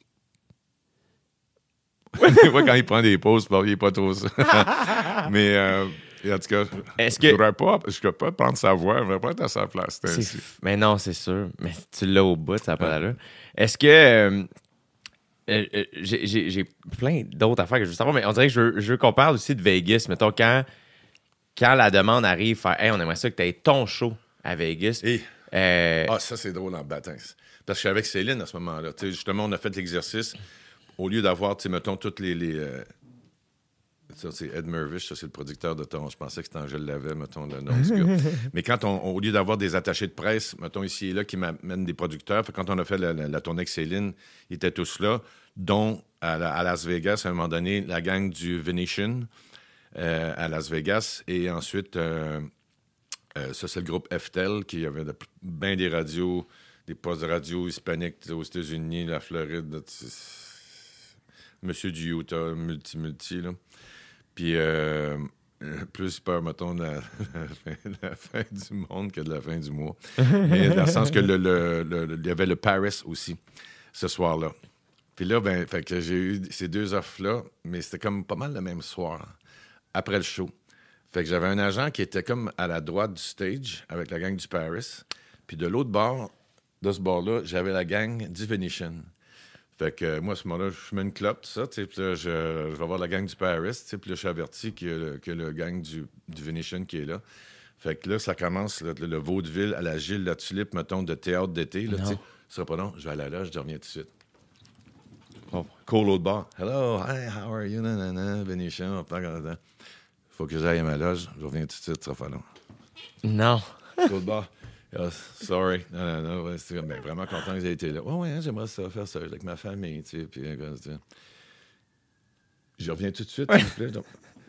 [SPEAKER 3] Des fois, quand il prend des pauses, il n'est pas trop ça. mais... Euh, en tout cas,
[SPEAKER 2] Est-ce
[SPEAKER 3] je ne
[SPEAKER 2] que...
[SPEAKER 3] voudrais pas, je ne pas prendre sa voix, je ne voudrais pas être à sa place.
[SPEAKER 2] C'est
[SPEAKER 3] ainsi.
[SPEAKER 2] f... Mais non, c'est sûr. Mais tu l'as au bout, ça n'a pas d'allure. Est-ce que... Euh... Euh, euh, j'ai, j'ai, j'ai plein d'autres affaires que je veux savoir, mais on dirait que je veux, je veux qu'on parle aussi de Vegas. Mettons, quand, quand la demande arrive, faire hey, on aimerait ça que tu aies ton show à Vegas.
[SPEAKER 3] Et...
[SPEAKER 2] Euh...
[SPEAKER 3] Ah, ça, c'est drôle en bâtard. Parce que je suis avec Céline à ce moment-là. T'sais, justement, on a fait l'exercice. Au lieu d'avoir, mettons, toutes les... les euh... Ça, c'est Ed Mervish, ça, c'est le producteur de ton... Je pensais que c'était Angèle Lavais, mettons, le nom du gars. Mais quand on, au lieu d'avoir des attachés de presse, mettons, ici et là, qui m'amènent des producteurs, quand on a fait la, la, la tournée avec Céline, ils étaient tous là, dont à, la, à Las Vegas, à un moment donné, la gang du Venetian euh, à Las Vegas. Et ensuite, euh, euh, ça, c'est le groupe F T E L, qui avait de, bien des radios, des postes de radio hispaniques aux États-Unis, la Floride, Monsieur du Utah, multi-multi, là. Puis, euh, plus peur, mettons, de la, la, fin, la fin du monde que de la fin du mois. Mais dans le sens que le, le, le, le, il y avait le Paris aussi, ce soir-là. Puis là, ben, fait que j'ai eu ces deux offres-là, mais c'était comme pas mal le même soir, après le show. Fait que j'avais un agent qui était comme à la droite du stage, avec la gang du Paris. Puis de l'autre bord, de ce bord-là, j'avais la gang du Venetian. Fait que euh, moi, à ce moment-là, je fume une clope, tout ça, puis là, je, je vais voir la gang du Paris, puis là, je suis averti qu'il y a le, que le gang du, du Venetian qui est là. Fait que là, ça commence, là, le, le vaudeville à la Gilles La Tulipe, mettons, de théâtre d'été, là, tu sais. Ce sera pas long, je vais à la loge, je reviens tout de suite. Oh, cool, l'autre bar. Hello, hi, how are you? Nanana, Venetian, faut que j'aille à ma loge, je reviens tout de suite, ça sera pas long.
[SPEAKER 2] Non.
[SPEAKER 3] L'autre bar. Oh, sorry. Non, non, non. Ouais, c'est ben, vraiment content que vous ayez été là. Ouais, ouais, hein, j'aimerais ça faire ça avec ma famille, tu sais. Puis, tu sais. Je reviens tout de suite, s'il vous plaît. Donc...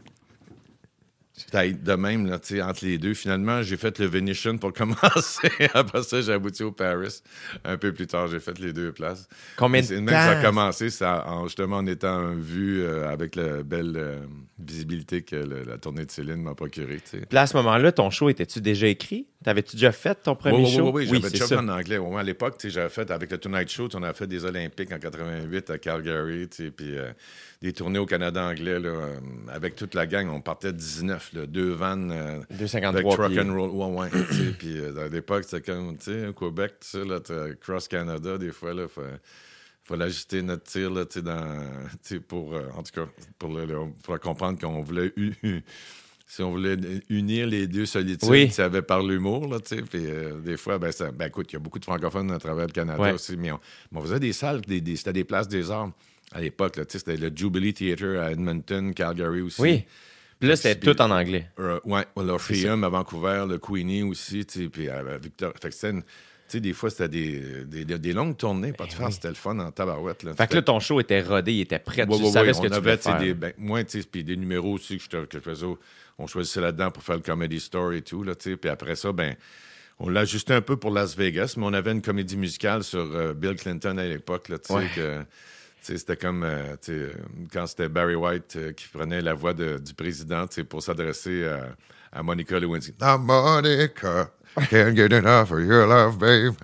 [SPEAKER 3] C'était de même, là, tu sais, entre les deux. Finalement, j'ai fait le Venetian pour commencer. Après ça, j'ai abouti au Paris. Un peu plus tard, j'ai fait les deux places.
[SPEAKER 2] Combien de temps?
[SPEAKER 3] Même ça a commencé, ça, en, justement, en étant en vue euh, avec la belle euh, visibilité que le, la tournée de Céline m'a procurée, tu sais.
[SPEAKER 2] Puis là, à ce moment-là, ton show, étais-tu déjà écrit? T'avais-tu déjà fait ton premier
[SPEAKER 3] oui, oui,
[SPEAKER 2] show?
[SPEAKER 3] Oui, oui, oui. J'avais
[SPEAKER 2] c'est
[SPEAKER 3] déjà
[SPEAKER 2] ça.
[SPEAKER 3] fait en anglais. Ouais, à l'époque, j'avais fait avec le Tonight Show, on a fait des Olympiques en quatre-vingt-huit à Calgary, puis euh, des tournées au Canada anglais, là, euh, avec toute la gang. On partait de dix-neuf, là, deux vannes euh,
[SPEAKER 2] deux cent cinquante-trois
[SPEAKER 3] avec truck
[SPEAKER 2] pieds.
[SPEAKER 3] and roll. Ouais, ouais. Puis euh, à l'époque, c'était comme, tu sais, au Québec, tu sais, là, cross Canada, des fois, là, faut, faut ajuster notre tir, là, tu sais, dans, tu sais, pour, euh, en tout cas, pour le, le, faut comprendre qu'on voulait... Si on voulait unir les deux solitudes,
[SPEAKER 2] oui.
[SPEAKER 3] ça avait par l'humour, là, tu sais. Puis euh, des fois, ben, ça, ben écoute, il y a beaucoup de francophones à travers le Canada
[SPEAKER 2] ouais.
[SPEAKER 3] aussi, mais on, on faisait des salles, des, des, c'était des places des arts à l'époque, là, tu sais. C'était le Jubilee Theatre à Edmonton, Calgary aussi.
[SPEAKER 2] Oui. Puis là, c'était puis, tout en anglais.
[SPEAKER 3] Euh, oui, l'Orpheum à Vancouver, le Queenie aussi, tu sais, puis à Victor. Fait que c'était une, tu sais, des fois, c'était des, des, des, des longues tournées, pas de faire, oui. C'était le fun en tabarouette. Là.
[SPEAKER 2] Fait que là, ton show était rodé, il était prêt,
[SPEAKER 3] ouais,
[SPEAKER 2] tu
[SPEAKER 3] ouais,
[SPEAKER 2] savais
[SPEAKER 3] ouais,
[SPEAKER 2] ce que
[SPEAKER 3] on
[SPEAKER 2] tu
[SPEAKER 3] avait,
[SPEAKER 2] voulais faire.
[SPEAKER 3] Des, ben, moi, tu sais, puis des numéros aussi que je, que je faisais, on choisissait là-dedans pour faire le Comedy Store et tout, là, tu sais, puis après ça, ben, on l'a ajusté un peu pour Las Vegas, mais on avait une comédie musicale sur euh, Bill Clinton à l'époque, là, tu sais, ouais. que... C'était comme euh, quand c'était Barry White euh, qui prenait la voix de, du président pour s'adresser à, à Monica Lewinsky.
[SPEAKER 5] Now, Monica, can't get enough of your love, babe.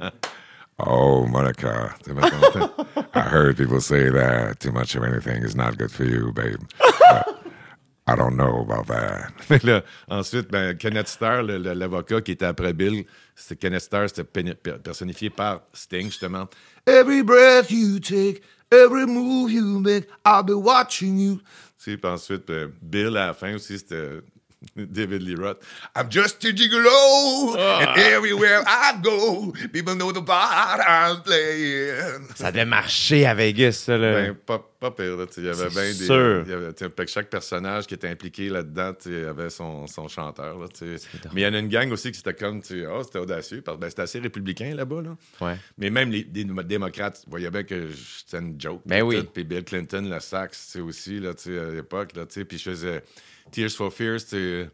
[SPEAKER 6] Oh, Monica. I heard people say that too much of anything is not good for you, babe. I don't know about that.
[SPEAKER 3] Là, ensuite, ben, Kenneth Starr, le, le, l'avocat qui était après Bill, c'était Kenneth Starr, c'était pe- personnifié par Sting, justement. Every breath you take, every move you make, I'll be watching you. Tu sais, puis ensuite, ben, Bill, à la fin aussi, c'était David Lee Roth. I'm just a gigolo, oh. And everywhere I go, people know the part I'm playing.
[SPEAKER 2] Ça devait marcher à Vegas, ça, là.
[SPEAKER 3] Ben, pas pas pire. Là, il y avait bien des.
[SPEAKER 2] sûr.
[SPEAKER 3] Il y avait, fait que chaque personnage qui était impliqué là-dedans avait son, son chanteur. Là, mais il y en a une gang aussi qui c'était comme. Oh, c'était audacieux. Parce que ben, c'était assez républicain là-bas. Là.
[SPEAKER 2] Ouais.
[SPEAKER 3] Mais même les, les démocrates, vous voyez bien que c'était une joke.
[SPEAKER 2] Ben oui.
[SPEAKER 3] Puis Bill Clinton, le sax aussi, là, à l'époque. Puis je faisais Tears for Fears. T'sais,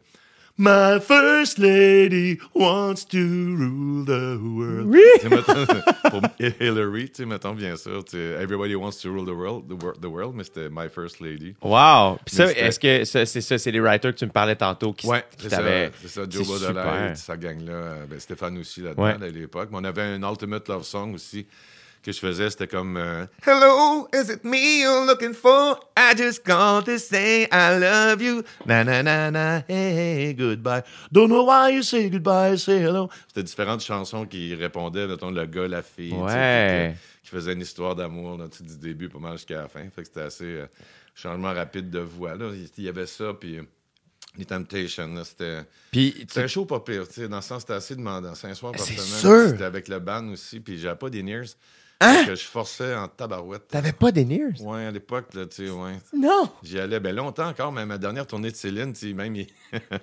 [SPEAKER 3] My first lady wants to rule the world. Oui! Mettons, pour Hillary, tu sais, mettons bien sûr, everybody wants to rule the world, the, wor- the world, mais c'était My First Lady.
[SPEAKER 2] Wow! Puis ça,
[SPEAKER 3] Mais c'était-
[SPEAKER 2] est-ce que ça, c'est ça, c'est les writers que tu me parlais tantôt qui,
[SPEAKER 3] Ouais,
[SPEAKER 2] qui
[SPEAKER 3] c'est ça,
[SPEAKER 2] t'avaient...
[SPEAKER 3] c'est ça, Joe
[SPEAKER 2] C'est
[SPEAKER 3] Baudelaire,
[SPEAKER 2] super.
[SPEAKER 3] sa gang-là, euh, ben, Stéphane aussi là-dedans
[SPEAKER 2] Ouais.
[SPEAKER 3] à l'époque. Mais on avait un Ultimate Love Song aussi que je faisais, c'était comme euh, Hello, is it me you're looking for? I just called to say I love you. Na na na na, hey, hey, goodbye. Don't know why you say goodbye, say hello. C'était différentes chansons qui répondaient, mettons, le gars, la fille, tu sais,
[SPEAKER 2] Ouais.
[SPEAKER 3] qui, qui faisaient une histoire d'amour là, tu sais, du début pas mal jusqu'à la fin. Fait que c'était assez euh, changement rapide de voix. Là. Il y avait ça, puis euh, les Temptations, là, c'était...
[SPEAKER 2] Puis tu-
[SPEAKER 3] C'était un show pas pire, tu sais, dans le sens, c'était assez demandant. Cinq soirs par
[SPEAKER 2] C'est
[SPEAKER 3] semaine.
[SPEAKER 2] sûr.
[SPEAKER 3] C'était avec le band aussi, puis j'avais pas des Nears.
[SPEAKER 2] Hein?
[SPEAKER 3] Que je forçais en tabarouette.
[SPEAKER 2] t'avais pas des Nears?
[SPEAKER 3] Ouais, à l'époque, là, tu sais, ouais.
[SPEAKER 2] Non!
[SPEAKER 3] J'y allais, ben longtemps encore, mais ma dernière tournée de Céline, tu sais, même, il-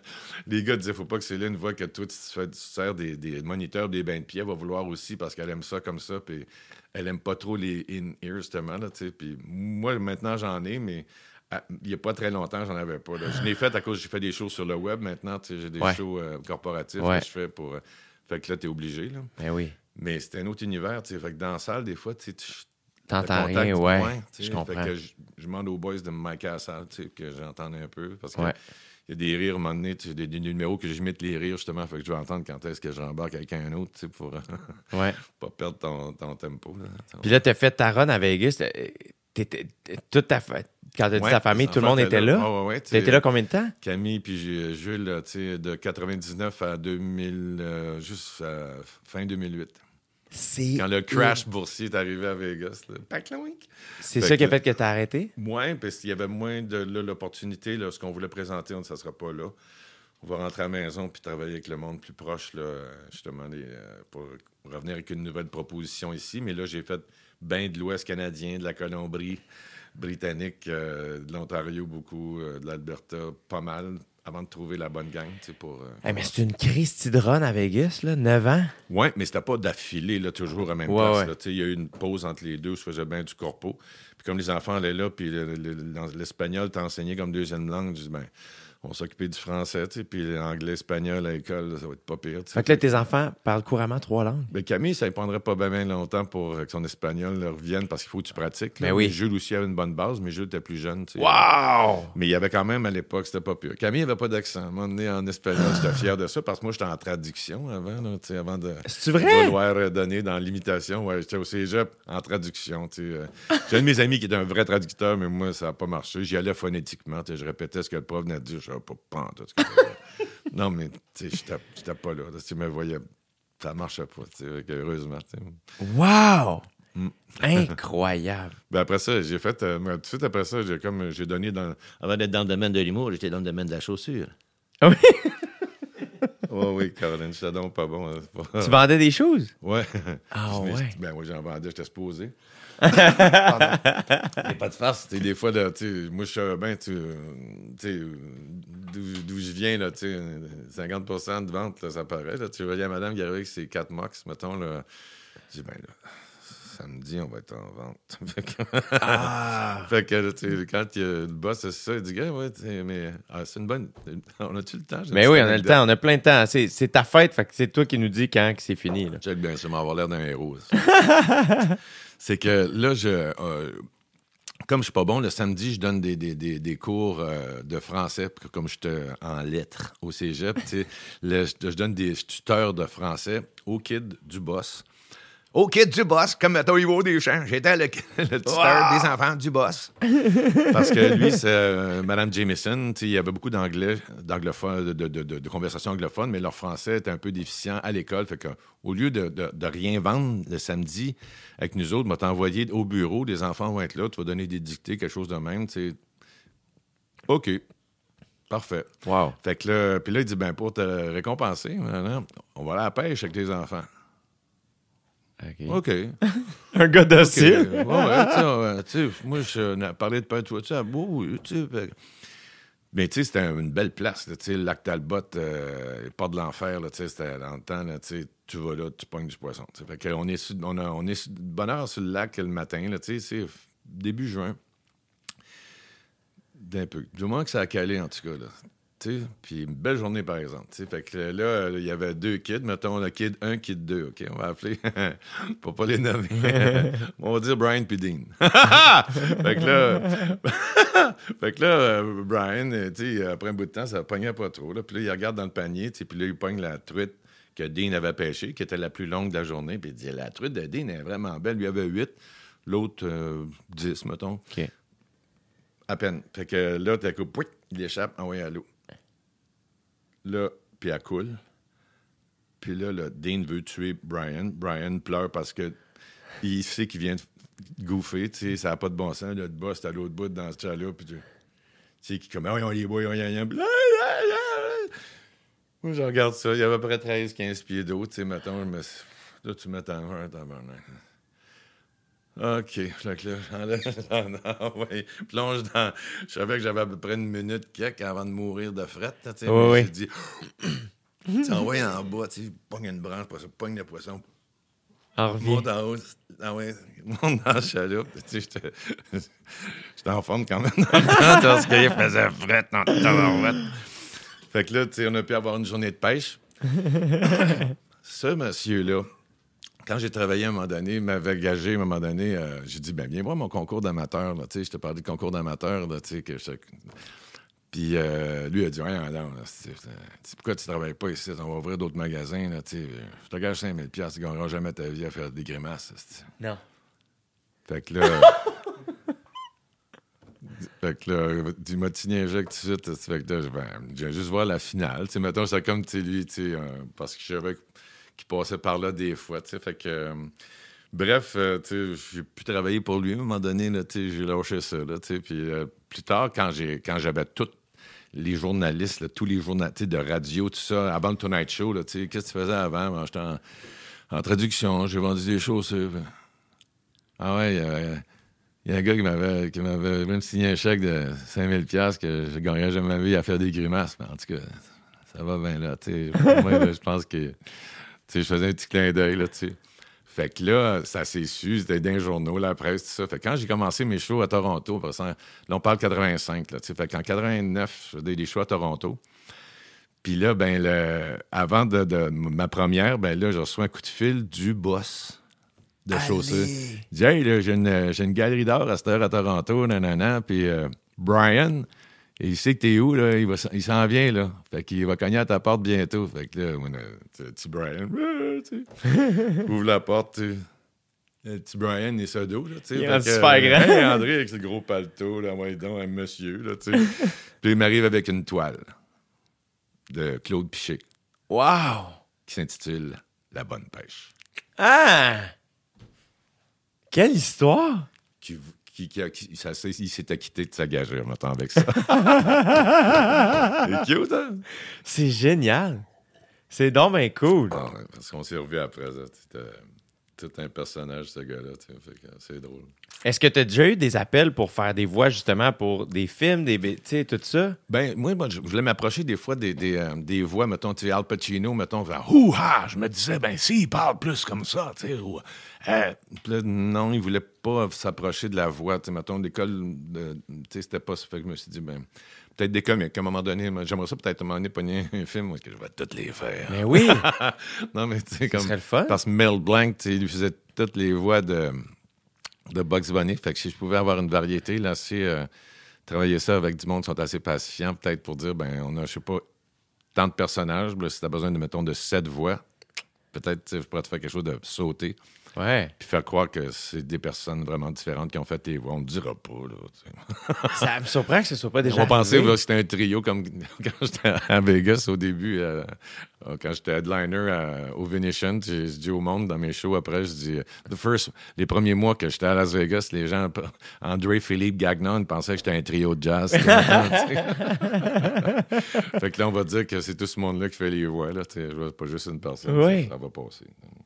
[SPEAKER 3] les gars disaient, faut pas que Céline voit que toi, tu te fais- tu te sers des, des moniteurs, des bains de pieds, elle va vouloir aussi, parce qu'elle aime ça comme ça, puis elle aime pas trop les in-ears, justement, là, tu sais, puis moi, maintenant, j'en ai, mais à- il y a pas très longtemps, j'en avais pas, là. Je l'ai fait à cause, j'ai fait des shows sur le web, maintenant, tu sais, j'ai des
[SPEAKER 2] Ouais.
[SPEAKER 3] shows euh, corporatifs
[SPEAKER 2] Ouais.
[SPEAKER 3] que je fais pour... euh, fait que là, t'es obligé, là.
[SPEAKER 2] Ben oui.
[SPEAKER 3] Mais c'était un autre univers, tu sais, fait que dans la salle, des fois, tu sais, tu-
[SPEAKER 2] T'entends
[SPEAKER 3] le contact,
[SPEAKER 2] rien, ouais.
[SPEAKER 3] tu sais,
[SPEAKER 2] Je comprends.
[SPEAKER 3] Fait que je, je demande aux boys de me micer à la salle, tu sais, que j'entende un peu. Parce que
[SPEAKER 2] Ouais.
[SPEAKER 3] il y a des rires, à un moment donné, tu sais, des, des numéros que j'imite les rires, justement. Fait que je vais entendre quand est-ce que j'embarque avec un autre, tu sais, pour euh,
[SPEAKER 2] Ouais.
[SPEAKER 3] pas perdre ton, ton tempo. Là.
[SPEAKER 2] Puis là, t'as fait ta run à Vegas. euh, t'étais- toute ta fa- Quand t'as dit
[SPEAKER 3] Ouais,
[SPEAKER 2] ta famille,
[SPEAKER 3] les
[SPEAKER 2] tout le
[SPEAKER 3] enfants
[SPEAKER 2] monde était là.
[SPEAKER 3] Ah ouais, ouais, tu
[SPEAKER 2] T'as
[SPEAKER 3] sais,
[SPEAKER 2] été là combien de temps?
[SPEAKER 3] Camille puis Ju- Jules, là, tu sais, de quatre-vingt-dix-neuf à deux mille, euh, juste à fin deux mille huit.
[SPEAKER 2] C'est
[SPEAKER 3] Quand le crash boursier est arrivé à Vegas. Là. Paclowink.
[SPEAKER 2] C'est
[SPEAKER 3] Fait
[SPEAKER 2] ça qui a
[SPEAKER 3] que-
[SPEAKER 2] fait que t'as arrêté?
[SPEAKER 3] Moins, parce qu'il y avait moins de là, l'opportunité. Là, ce qu'on voulait présenter, on ne sera pas là. On va rentrer à la maison puis travailler avec le monde plus proche, là, justement, les, euh, pour revenir avec une nouvelle proposition ici. Mais là, j'ai fait bien de l'Ouest canadien, de la Colombie-Britannique, euh, de l'Ontario beaucoup, euh, de l'Alberta, pas mal, avant de trouver la bonne gang, tu sais, pour... euh,
[SPEAKER 2] Hey, mais c'est une crise de run à Vegas, là, neuf ans.
[SPEAKER 3] Oui, mais c'était pas d'affilée, là, toujours à la même
[SPEAKER 2] Ouais,
[SPEAKER 3] place.
[SPEAKER 2] ouais.
[SPEAKER 3] là. Tu sais, il y a eu une pause entre les deux où je faisais bien du corpo. Puis comme les enfants allaient là, puis le- le- le- l'espagnol t'a enseigné comme deuxième langue, je dis, ben, on s'occupait du français, tu sais, puis l'anglais, espagnol à l'école, là, ça va être pas pire. tu sais.
[SPEAKER 2] Fait que là, tes enfants parlent couramment trois langues.
[SPEAKER 3] Ben, Camille, ça ne prendrait pas bien, bien longtemps pour que son espagnol là, revienne parce qu'il faut que tu pratiques. là.
[SPEAKER 2] Ben oui.
[SPEAKER 3] Mais Jules aussi avait une bonne base, mais Jules était plus jeune. tu sais.
[SPEAKER 2] Wow!
[SPEAKER 3] Mais il y avait quand même, à l'époque, c'était pas pire. Camille n'avait pas d'accent. À un moment donné, en espagnol, j'étais fier de ça parce que moi, j'étais en traduction avant, là, tu sais, avant de
[SPEAKER 2] C'est vrai?
[SPEAKER 3] vouloir euh, donner dans l'imitation. Ouais, j'étais au cégep en traduction. tu sais, euh. J'ai un de mes amis qui était un vrai traducteur, mais moi, ça n'a pas marché. J'y allais phonétiquement. tu sais, Je répétais ce que le prof venait de dire. Je savais pas pas en tout ce que c'était. Non, mais tu sais, j'étais- j'étais pas là. là. Tu me voyais, ça marchait pas. tu sais, fait que heureusement. tu sais.
[SPEAKER 2] Wow!
[SPEAKER 3] Mm.
[SPEAKER 2] Incroyable.
[SPEAKER 3] Ben après ça, j'ai fait. euh, moi, tout de suite après ça, j'ai comme j'ai donné dans.
[SPEAKER 8] Avant d'être dans le domaine de l'humour, j'étais dans le domaine de la chaussure.
[SPEAKER 2] Oui.
[SPEAKER 3] Oh oui, Caroline, j'étais donc pas bon. hein, c'est pas-
[SPEAKER 2] Tu vendais des choses?
[SPEAKER 3] Ouais.
[SPEAKER 2] Ah
[SPEAKER 3] Mais
[SPEAKER 2] ouais.
[SPEAKER 3] j'étais- Ben oui, j'en vendais, j'étais supposé. Pardon. Il n'y a pas de farce. Tu sais, des fois, là, tu sais, moi, je savais bien, tu euh, tu sais, euh, d'où d'où je viens, là, tu sais, cinquante pour cent de vente, là, ça paraît. Là, tu voyais madame qui arrivait avec ses quatre mox, mettons, là. Je dis, ben là, samedi, on va être en vente. Fait que-
[SPEAKER 2] Ah!
[SPEAKER 3] Fait que, là, tu sais, quand il y a le boss, c'est ça, il dit, gars, ouais, tu sais, mais ah, c'est une bonne. On a-tu le temps? J'ai
[SPEAKER 2] Mais
[SPEAKER 3] une
[SPEAKER 2] oui,
[SPEAKER 3] petite
[SPEAKER 2] on a le
[SPEAKER 3] anecdote.
[SPEAKER 2] temps, on a plein de temps. C'est, c'est ta fête, fait que c'est toi qui nous dis quand que c'est fini. Là.
[SPEAKER 3] Check bien, ça m'en avoir l'air d'un héros. ça. C'est que là, je. euh, comme je suis pas bon, le samedi, je donne des, des, des, des cours euh, de français, puis comme je suis en lettres au cégep, tu sais, le- je je donne des tuteurs de français aux kids du boss. Aux kids du boss, comme mettons Yvo Deschamps. J'étais le, le tuteur des enfants du boss. Parce que lui, c'est euh, Mme Jameson. tu sais, Il y avait beaucoup d'anglais, d'anglophones, de, de, de, de conversations anglophones, mais leur français était un peu déficient à l'école. Fait que, au lieu de, de, de rien vendre le samedi avec nous autres, m'a t'envoyé au bureau, les enfants vont être là, tu vas donner des dictées, quelque chose de même. tu sais. OK. Parfait.
[SPEAKER 2] Wow.
[SPEAKER 3] Fait que là, puis là, il dit, ben pour te récompenser, hein, on va aller à la pêche avec les enfants.
[SPEAKER 2] OK.
[SPEAKER 3] OK.
[SPEAKER 2] Un gars
[SPEAKER 3] OK.
[SPEAKER 2] docile.
[SPEAKER 3] Ouais, ouais, tu sais, ouais, tu sais, moi, je euh, parlais de peintre toiture à beau, tu sais. fait- Mais tu sais, c'était une belle place, là, tu sais, le lac Talbot, euh, pas de l'enfer, là, tu sais, c'était dans le temps, là, tu sais, tu vas là, tu pognes du poisson. tu sais. Fait qu'on est, sur- on, a- on est sur- de bonne heure sur le lac le matin, là, tu sais, c'est f- début juin. D'un peu. Du moins que ça a calé, en tout cas, là. Tu sais, puis une belle journée, par exemple. tu sais. Fait que là, il y avait deux kids. Mettons, le kid un, kid deux, OK? On va appeler, pour pas les nommer. On va dire Brian puis Dean. fait que là, fait que là euh, Brian, euh, tu sais, après un bout de temps, ça pognait pas trop. Là. Puis là, il regarde dans le panier, tu sais, puis là, il pogne la truite que Dean avait pêchée, qui était la plus longue de la journée. Puis il dit, la truite de Dean est vraiment belle. Lui avait huit, l'autre euh, dix, mettons.
[SPEAKER 2] OK.
[SPEAKER 3] À peine. Fait que là, t'as coup, pouic, il échappe, envoyé à l'eau. Là, puis elle coule. Puis là, le Dean veut tuer Brian. Brian pleure parce que il sait qu'il vient de gooffer, tu sais, ça n'a pas de bon sens. Le boss, c'est à l'autre bout dans ce chat-là, puis tu sais, qui comme, oh, on les boit, on y a Moi, je regarde ça, il y avait à peu près treize quinze pieds d'eau, tu sais, mettons, je me... là, tu mets en un, tabarnak. OK. Fait que là, j'enlève, j'en- ouais, plonge dans. Je savais que j'avais à peu près une minute quelque avant de mourir de frette. Tu sais,
[SPEAKER 2] Oui,
[SPEAKER 3] mais
[SPEAKER 2] oui.
[SPEAKER 3] j'ai dit, tu envoies en bas, tu sais, pogne une branche, pour ça, pogne le poisson,
[SPEAKER 2] En revient.
[SPEAKER 3] monte en haut, ah ouais, monte dans la chaloupe. Tu sais, j'étais, j'étais en forme quand même dans le temps, parce qu'il faisait frette dans le tabarouette. Fait que là, tu sais, on a pu avoir une journée de pêche. Ce monsieur-là, quand j'ai travaillé à un moment donné, il m'avait gagé à un moment donné, euh, j'ai dit, ben viens voir mon concours d'amateur, là, tu sais, je te parlais de concours d'amateur, là, tu sais, que je... Puis euh, lui a dit, ouais, non, non, c'est, c'est, pourquoi tu travailles pas ici, on va ouvrir d'autres magasins, là, tu sais, je te gage cinq mille dollars, tu ne gagneras jamais ta vie à faire des grimaces. C'est...
[SPEAKER 2] Non.
[SPEAKER 3] Fait que là... Fait que là, il m'a signé un jeu tout de suite, fait que là, ben, j'ai juste voir la finale, tu sais, mettons, c'est comme, tu sais, lui, tu sais, euh, parce que je savais que qui passait par là des fois, tu sais, fait que... Euh, bref, euh, tu sais, j'ai pu travailler pour lui à un moment donné, là, tu sais, j'ai lâché ça, là, tu sais, puis euh, plus tard, quand, j'ai, quand j'avais tous les journalistes, là, tous les journalistes de radio, tout ça, avant le Tonight Show, là, tu sais, qu'est-ce que tu faisais avant? Ben, j'étais en, en traduction, j'ai vendu des chaussures. Ah ouais, il y avait... Il y a un gars qui m'avait, qui m'avait même signé un chèque de cinq mille dollars que je gagnerais jamais ma vie à faire des grimaces, mais en tout cas, ça va bien, là, tu sais, moi, là, je pense que... Tu sais, je faisais un petit clin d'œil, là, tu sais. Fait que là, ça s'est su, c'était dans les journaux, la presse, tout ça. Fait que quand j'ai commencé mes shows à Toronto, après ça, là, on parle quatre-vingt-cinq, là, tu sais. Fait qu'en quatre-vingt-neuf, je faisais des shows à Toronto. Puis là, ben, le, avant de, de ma première, ben là, je reçois un coup de fil du boss de chaussures. Il dit, hey, là, j'ai une, j'ai une galerie d'art à cette heure à Toronto, nanana. Puis euh, Brian, il sait que t'es où, là, il, va, il s'en vient, là. Fait qu'il va cogner à ta porte bientôt. Fait que là, tu petit Brian, tu sais, ouvre la porte, tu sais. Le petit Brian, il est ça dos, là, tu sais.
[SPEAKER 2] Il est
[SPEAKER 3] Fait
[SPEAKER 2] rendu
[SPEAKER 3] que,
[SPEAKER 2] super
[SPEAKER 3] euh,
[SPEAKER 2] grand.
[SPEAKER 3] hey, André, avec ce gros paletot, là, ouais, donc, un monsieur, là, tu sais. Puis il m'arrive avec une toile de Claude Piché
[SPEAKER 2] Wow!
[SPEAKER 3] qui s'intitule La bonne pêche.
[SPEAKER 2] Ah! Quelle histoire!
[SPEAKER 3] Qui, qui, qui, a- qui- ça, c'est- il s'est acquitté de sa gageure, mettons, avec ça. C'est cute, hein?
[SPEAKER 2] C'est génial! C'est donc bien cool!
[SPEAKER 3] Ah ouais, parce qu'on s'est revus après, ça. C'était tout un personnage, ce gars-là. tu sais, fait que c'est drôle.
[SPEAKER 2] Est-ce que tu as déjà eu des appels pour faire des voix, justement, pour des films, des, tu sais, tout ça?
[SPEAKER 3] Ben, moi, moi, je voulais m'approcher des fois des, des, euh, des voix, mettons, tu sais, Al Pacino, mettons, vers Ouh-ha! Je me disais, ben, s'il parle plus comme ça, tu sais, ou, euh, puis là, non, il voulait pas s'approcher de la voix, tu sais, mettons, l'école, de- tu sais, c'était pas ça. Fait que je me suis dit, ben, peut-être des comiques, à un moment donné, moi, j'aimerais ça peut-être à un moment donné pogner un film où est-ce que je vais toutes les faire.
[SPEAKER 2] Mais oui!
[SPEAKER 3] Non, mais tu sais, comme.
[SPEAKER 2] serait le fun.
[SPEAKER 3] Parce que Mel Blanc, tu sais, il faisait toutes les voix de, de Bugs Bunny. Fait que si je pouvais avoir une variété, là, c'est euh, travailler ça avec du monde qui sont assez pacifiants, peut-être pour dire, ben, on a, je sais pas, tant de personnages. Là, si tu as besoin de, mettons, de sept voix, peut-être, tu sais, je pourrais te faire quelque chose de sauter.
[SPEAKER 2] Ouais.
[SPEAKER 3] Puis faire croire que c'est des personnes vraiment différentes qui ont fait tes voix. On ne dira pas, là. tu sais.
[SPEAKER 2] Ça me surprend que ce soit pas déjà
[SPEAKER 3] On va penser
[SPEAKER 2] arrivé.
[SPEAKER 3] là, que c'était un trio comme quand j'étais à Vegas au début, euh, euh, quand j'étais headliner à- au Venetian, j'ai je dis au monde dans mes shows après, je dis, the first, les premiers mois que j'étais à Las Vegas, les gens, André, Philippe, Gagnon, pensaient que j'étais un trio de jazz. tu sais. Fait que là, on va dire que c'est tout ce monde-là qui fait les voix, là, tu sais, pas juste une personne,
[SPEAKER 2] Oui.
[SPEAKER 3] ça, ça va passer.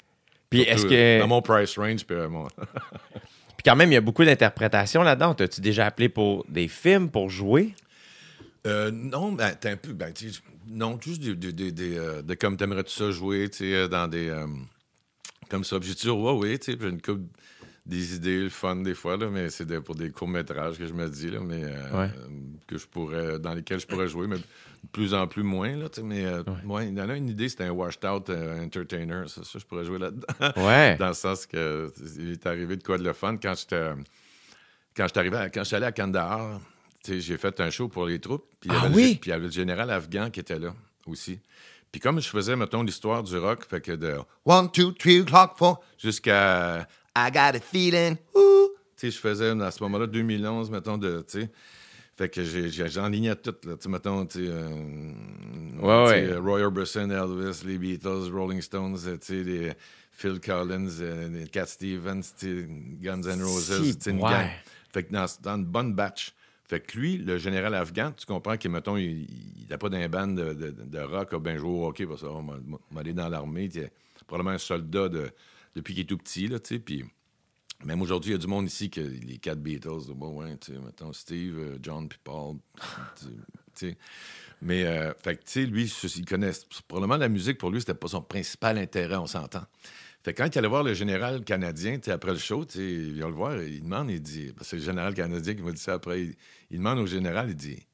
[SPEAKER 2] Puis
[SPEAKER 3] Surtout,
[SPEAKER 2] est-ce que...
[SPEAKER 3] Dans mon price range, puis euh, mon...
[SPEAKER 2] Puis quand même, il y a beaucoup d'interprétations là-dedans. T'as-tu déjà appelé pour des films, pour jouer?
[SPEAKER 3] Euh, non, ben, t'es un peu... Ben, tu sais, non, juste des... des, des, des euh, de comme t'aimerais-tu ça jouer, tu sais, dans des... Euh, comme ça. Puis j'ai dit, ouais, oui, tu sais, j'ai une couple des idées, le fun des fois, là, mais c'est de, pour des courts-métrages que je me dis, là, mais... Euh,
[SPEAKER 2] Ouais.
[SPEAKER 3] que je pourrais... Dans lesquels je pourrais jouer, mais de plus en plus moins, là, tu sais, mais... Euh, ouais. Ouais, il y en a une idée, c'était un washed-out euh, entertainer, ça, ça, je pourrais jouer là-dedans.
[SPEAKER 2] Ouais.
[SPEAKER 3] Dans le sens que il est arrivé de quoi de le fun quand j'étais... Quand j'étais arrivé, à, quand j'étais allé à Kandahar, j'ai fait un show pour les troupes. Puis il y
[SPEAKER 2] Ah
[SPEAKER 3] avait
[SPEAKER 2] oui?
[SPEAKER 3] le, puis il y avait le général afghan qui était là aussi. Puis comme je faisais, mettons, l'histoire du rock, fait que de one, two, three o'clock, four, jusqu'à I got a feeling, ouh. Tu sais, je faisais à ce moment-là, deux mille onze, mettons, de, tu sais. Fait que j'ai, j'ai, j'enlignais tout, là. Tu sais, mettons, tu sais, euh,
[SPEAKER 2] ouais,
[SPEAKER 3] tu sais,
[SPEAKER 2] ouais.
[SPEAKER 3] Roy Orbison, Elvis, les Beatles, Rolling Stones, tu sais, les Phil Collins, euh, les Cat Stevens, tu sais, Guns N' Roses,
[SPEAKER 2] Si,
[SPEAKER 3] tu sais, une
[SPEAKER 2] ouais.
[SPEAKER 3] gang. Fait que dans, dans une bonne batch. Fait que lui, le général afghan, tu comprends qu'il, mettons, il n'a pas d'un band de, de, de rock, a bien joué au hockey, parce qu'on m'a allé dans l'armée, il est probablement un soldat de, depuis qu'il est tout petit, là, tu sais, puis même aujourd'hui, il y a du monde ici que les quatre Beatles, bon, ouais, tu sais, mettons, Steve, euh, John, puis Paul, tu sais. Mais, euh, fait que, tu sais, lui, il connaît, probablement la musique, pour lui, c'était pas son principal intérêt, on s'entend. Fait que quand il allait voir le général canadien, tu sais, après le show, tu sais, il vient le voir, il demande, il dit, parce que c'est le général canadien qui m'a dit ça après, il, il demande au général, il dit,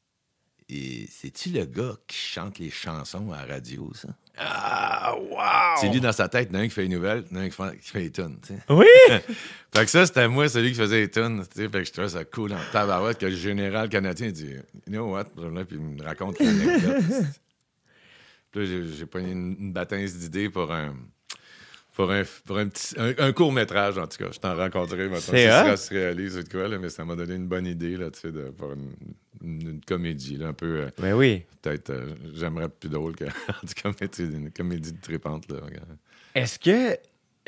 [SPEAKER 3] et c'est-tu le gars qui chante les chansons à la radio, ça?
[SPEAKER 2] Ah, wow!
[SPEAKER 3] C'est lui dans sa tête, il y en a un qui fait les nouvelles, il y en a un qui fait, qui fait les tunes, tu sais.
[SPEAKER 2] Oui!
[SPEAKER 3] Fait que ça, c'était moi, celui qui faisait les tunes, tu sais. Fait que je trouvais ça cool en tabarouette que le général canadien dit, you know what? Puis il me raconte l'anecdote. Puis là, j'ai, j'ai pogné une, une bâtisse d'idées pour un. Pour un, pour un, petit, un, un court-métrage, en tout cas. Je t'en rencontrais maintenant.
[SPEAKER 2] C'est
[SPEAKER 3] ça
[SPEAKER 2] hot.
[SPEAKER 3] se réalise, c'est de quoi, là, mais ça m'a donné une bonne idée, là, tu sais, de, pour une, une, une comédie, là, un peu... Euh,
[SPEAKER 2] Ben oui.
[SPEAKER 3] peut-être, euh, j'aimerais plus drôle que... En tout cas, mais, tu sais, une comédie de trépante, là.
[SPEAKER 2] Est-ce que...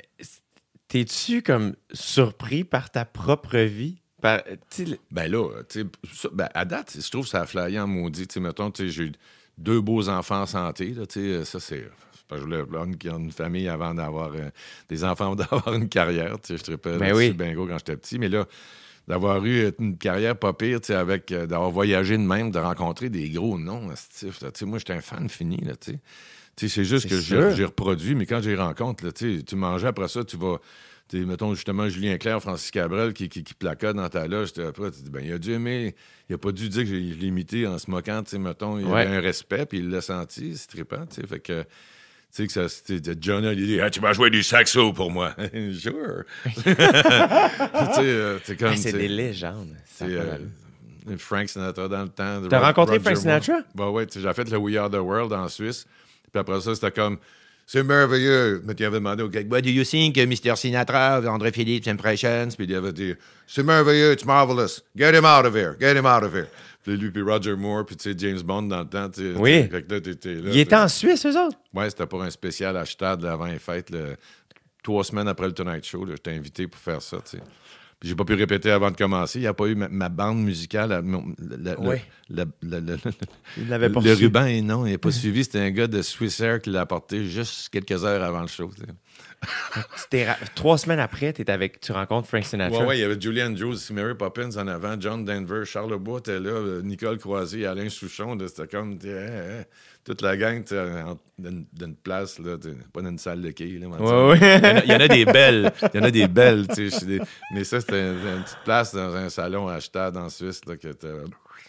[SPEAKER 2] T'es-tu, comme, surpris par ta propre vie? Par, tu sais, le-
[SPEAKER 3] Ben là, tu sais, ça- ben, à date, je trouve que ça a flyé en maudit. Tu sais, mettons, tu sais, j'ai eu deux beaux enfants en santé, là, tu sais, ça, c'est... Je voulais une, une famille avant d'avoir euh, des enfants, d'avoir une carrière. Tu sais, je tripais
[SPEAKER 2] Ben
[SPEAKER 3] là-dessus
[SPEAKER 2] oui.
[SPEAKER 3] bien gros quand j'étais petit. Mais là, d'avoir eu une carrière pas pire, tu sais, avec, euh, d'avoir voyagé de même, de rencontrer des gros noms, astifs, là. Tu sais, moi, j'étais un fan fini, là, tu sais. Tu sais, c'est juste
[SPEAKER 2] C'est
[SPEAKER 3] que
[SPEAKER 2] sûr.
[SPEAKER 3] j'ai, j'ai reproduit, mais quand j'ai rencontre, là, tu sais, tu mangeais après ça, tu vas... Tu sais, mettons, justement, Julien Clerc, Francis Cabrel, qui, qui, qui placote dans ta loge, tu après, tu dis, ben, il a dû aimer, il a pas dû dire que j'ai- je l'ai imité en se moquant, tu sais, mettons, il
[SPEAKER 2] Ouais.
[SPEAKER 3] avait un respect, puis il l'a senti, c'est trippant, tu sais, fait que... Tu sais, que ça, c'était John, il dit, ah, tu vas jouer du saxo pour moi. Sure. tu sais, euh, c'est comme.
[SPEAKER 2] Ah, c'est
[SPEAKER 3] tu sais,
[SPEAKER 2] des légendes. Ça
[SPEAKER 3] c'est,
[SPEAKER 2] fait
[SPEAKER 3] euh,
[SPEAKER 2] mal.
[SPEAKER 3] Frank Sinatra dans le temps.
[SPEAKER 2] T'as
[SPEAKER 3] Ro-
[SPEAKER 2] rencontré
[SPEAKER 3] Roger
[SPEAKER 2] Frank Sinatra?
[SPEAKER 3] Moore. Ben ouais, tu sais, j'ai fait le We Are the World en Suisse. Puis après ça, c'était comme, c'est merveilleux. Mais tu avais demandé au gars, what do you think, mister Sinatra, André Phillips Impressions? Puis il avait dit, c'est merveilleux, it's marvelous. Get him out of here, get him out of here. Puis lui, puis Roger Moore, puis tu sais, James Bond dans le temps. tu sais,
[SPEAKER 2] Oui.
[SPEAKER 3] Fait que là, t'étais là.
[SPEAKER 2] Il était en Suisse, eux autres?
[SPEAKER 3] Ouais, c'était pour un spécial à Stade là, avant les fêtes, là, trois semaines après le Tonight Show. là, J'étais invité pour faire ça, tu sais. Puis j'ai pas pu répéter avant de commencer. Il n'y a pas eu ma, ma bande musicale. à- mon- la- la-
[SPEAKER 2] Ouais.
[SPEAKER 3] la- la- la-
[SPEAKER 2] Il l'avait pas
[SPEAKER 3] le
[SPEAKER 2] reçu.
[SPEAKER 3] ruban, et non, il n'a pas suivi. C'était un gars de Swissair qui l'a apporté juste quelques heures avant le show. tu sais.
[SPEAKER 2] C'était ra- Trois semaines après, t'es avec... tu rencontres Frank Sinatra.
[SPEAKER 3] Ouais, ouais, il y avait Julian Jones, Mary Poppins en avant, John Denver, Charles Lebois était là, euh, Nicole Croisier, Alain Souchon. là, C'était comme tu sais, hein, hein, toute la gang tu sais, en- d'une d'une place, là, tu sais, pas dans une salle de quai. Là, mais, tu sais.
[SPEAKER 2] Ouais, ouais.
[SPEAKER 3] Il y en a- il y en a des belles. Il y en a des belles. tu sais, des- Mais ça, c'était une, une petite place dans un salon à Stade en Suisse, là, qui était euh,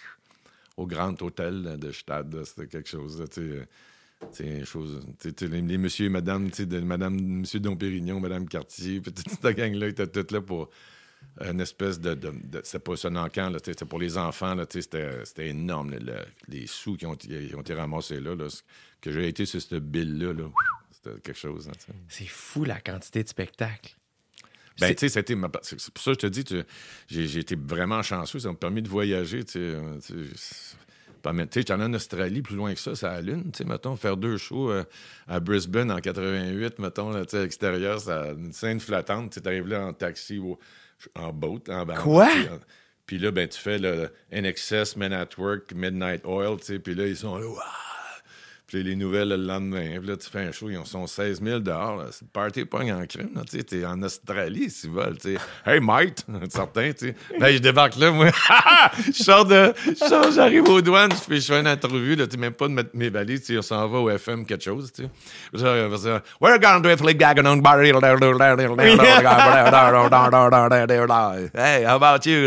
[SPEAKER 3] au Grand Hôtel là, de Stade. là, C'était quelque chose. Là, tu sais, euh, tu sais, chose, tu sais, tu sais, les, les monsieur et madame, tu sais, de madame, monsieur Dompérignon, madame Cartier, puis toute cette gang-là étaient toutes là pour une espèce de... de, de c'était pas un encan, là, tu sais, c'était pour les enfants, là, tu sais, c'était, c'était énorme, là, le- les sous qui ont, qui ont été ramassés là, là, que j'ai été sur cette bille-là, là, c'était quelque chose. Là, tu sais.
[SPEAKER 2] C'est fou, la quantité de spectacles.
[SPEAKER 3] Ben,
[SPEAKER 2] C'est-
[SPEAKER 3] tu sais, c'était ma- c'est c'est pour ça que je te dis, tu- j'ai, j'ai été vraiment chanceux. Ça m'a permis de voyager, tu sais. euh, tu sais, pas mal- tu sais, j'étais allé en Australie, plus loin que ça, c'est à la Lune, tu sais, mettons, faire deux shows euh, à Brisbane en quatre-vingt-huit, mettons, là, tu sais, à l'extérieur, c'est une scène flottante, tu sais, t'arrives là en taxi ou en boat. En, en-
[SPEAKER 2] Quoi?
[SPEAKER 3] tu sais, en- Puis là, ben, tu fais le N X S, Men at Work, Midnight Oil, tu sais, puis là, ils sont là, Ouah! Puis les nouvelles le lendemain. Puis là, tu fais un show, ils sont seize mille dehors. Là. C'est le party pogne en crime. Tu sais, t'es en Australie, si tu veux. Tu sais. Hey, mate! Certain, tu sais. Ben, je débarque là, moi. Je sors de. Je sors, j'arrive aux douanes, je fais, je fais une entrevue, là, tu sais, même pas de mettre mes valises, tu sais, on s'en va au F M quelque chose, tu sais. We're going to flick back on barrel. Hey, how about you?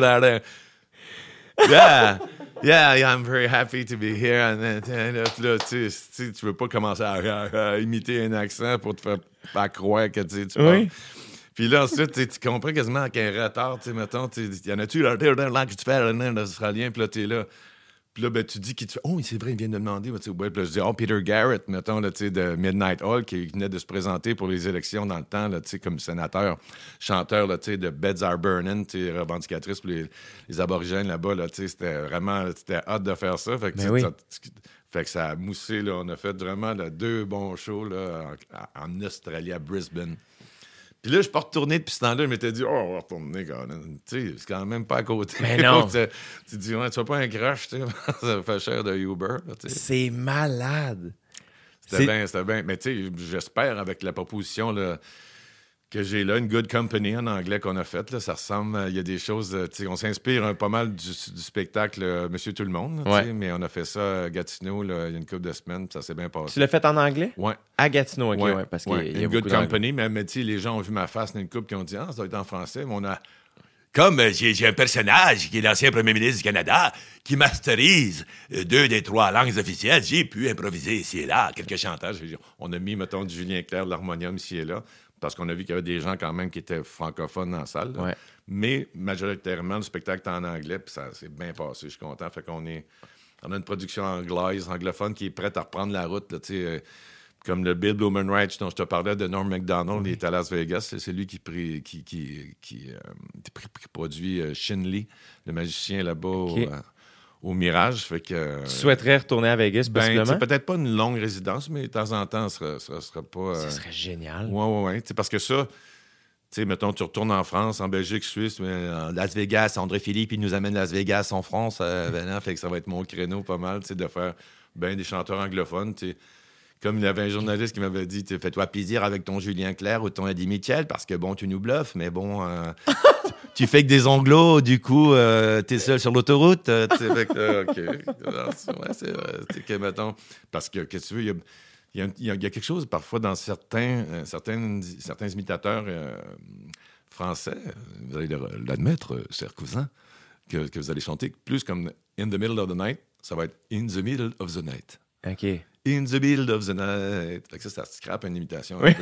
[SPEAKER 3] Yeah. Yeah, yeah, I'm very happy to be here. And then, and then, là, tu sais, tu veux pas commencer à, à, à imiter un accent pour te faire à croire que tu sais, tu parles.
[SPEAKER 2] Oui.
[SPEAKER 3] Puis là, ensuite, tu comprends quasiment avec un retard, tu sais, mettons, il y en a-tu là, que tu fais, l'Australien, puis là, t'es là. Puis là, ben, tu dis qui tu fais. Oh, c'est vrai, il vient de me demander. Ouais, puis là, je dis, oh, Peter Garrett, mettons, là, de Midnight Oil, qui venait de se présenter pour les élections dans le temps, là, comme sénateur, chanteur là, de Beds Are Burning, revendicatrice pour les, les aborigènes là-bas. Là, c'était vraiment c'était hâte de faire ça. Fait que,
[SPEAKER 2] ben oui.
[SPEAKER 3] ça, fait que ça a moussé. Là, on a fait vraiment là, deux bons shows là, en, en Australie, à Brisbane. Puis là, je suis pas retourné depuis ce temps-là. Je m'étais dit, oh, on va retourner, quand même. Tu sais, c'est quand même pas à côté.
[SPEAKER 2] Mais non.
[SPEAKER 3] tu, tu dis, ouais, tu vas pas un crush, tu sais. Ça fait cher de Uber. Là,
[SPEAKER 2] c'est malade.
[SPEAKER 3] C'était bien, c'était bien. Mais tu sais, j'espère, avec la proposition là, que j'ai là, une Good Company en anglais qu'on a faite, là, ça ressemble, il y a des choses, tu sais, on s'inspire un, pas mal du, du spectacle euh, Monsieur Tout le Monde, là, ouais. Mais on a fait ça à Gatineau là, il y a une couple de semaines, ça s'est bien passé.
[SPEAKER 2] Tu l'as fait en anglais?
[SPEAKER 3] Oui.
[SPEAKER 2] À Gatineau, OK,
[SPEAKER 3] ouais,
[SPEAKER 2] ouais, parce
[SPEAKER 3] ouais.
[SPEAKER 2] qu'il y a
[SPEAKER 3] une Good Company, mais, mais tu sais, les gens ont vu ma face, il y a une couple qui ont dit, ah, ça doit être en français, mais on a...
[SPEAKER 9] Comme euh, j'ai, j'ai un personnage qui est l'ancien premier ministre du Canada, qui masterise euh, deux des trois langues officielles, j'ai pu improviser ici et là quelques chantages.
[SPEAKER 3] On a mis, mettons, du Julien Clerc, de l'harmonium ici et là, parce qu'on a vu qu'il y avait des gens quand même qui étaient francophones dans la salle.
[SPEAKER 2] Ouais.
[SPEAKER 3] Mais majoritairement, le spectacle est en anglais, puis ça s'est bien passé, je suis content. Fait qu'on est, on a une production anglaise, anglophone, qui est prête à reprendre la route, là, tu sais... Euh, comme le Bill Blumenreich dont je te parlais de Norm Macdonald, mm-hmm. il est à Las Vegas. C'est lui qui, qui, qui, qui, qui, euh, qui produit euh, Shin Lee, le magicien là-bas okay. au, au Mirage. Fait que, euh,
[SPEAKER 2] tu souhaiterais retourner à Vegas,
[SPEAKER 3] ben,
[SPEAKER 2] possiblement?
[SPEAKER 3] Peut-être pas une longue résidence, mais de temps en temps, ce ne sera pas... Euh...
[SPEAKER 2] Ce serait génial.
[SPEAKER 3] Oui, oui, oui. Parce que ça, tu sais, mettons, tu retournes en France, en Belgique, Suisse, mais en Las Vegas, André Philippe, il nous amène Las Vegas en France. Euh, ben non, fait que ça va être mon créneau pas mal, de faire ben, des chanteurs anglophones, tu sais. Comme il y avait un journaliste qui m'avait dit, fais-toi plaisir avec ton Julien Clerc ou ton Eddie Mitchell, parce que bon, tu nous bluffes, mais bon, euh, tu fais que des anglos, du coup, euh, t'es seul sur l'autoroute. Euh, fait que, euh, OK. Alors, c'est, ouais, c'est vrai. C'est que, mettons, parce que, qu'est-ce que tu veux, il y a, il y a, il y a, il y a quelque chose parfois dans certains, euh, certains, certains imitateurs euh, français, vous allez l'admettre, euh, cher cousin, que, que vous allez chanter plus comme In the Middle of the Night, ça va être In the Middle of the Night.
[SPEAKER 2] OK.
[SPEAKER 3] In the middle of the night. Fait que ça, ça scrape une imitation.
[SPEAKER 2] Oui.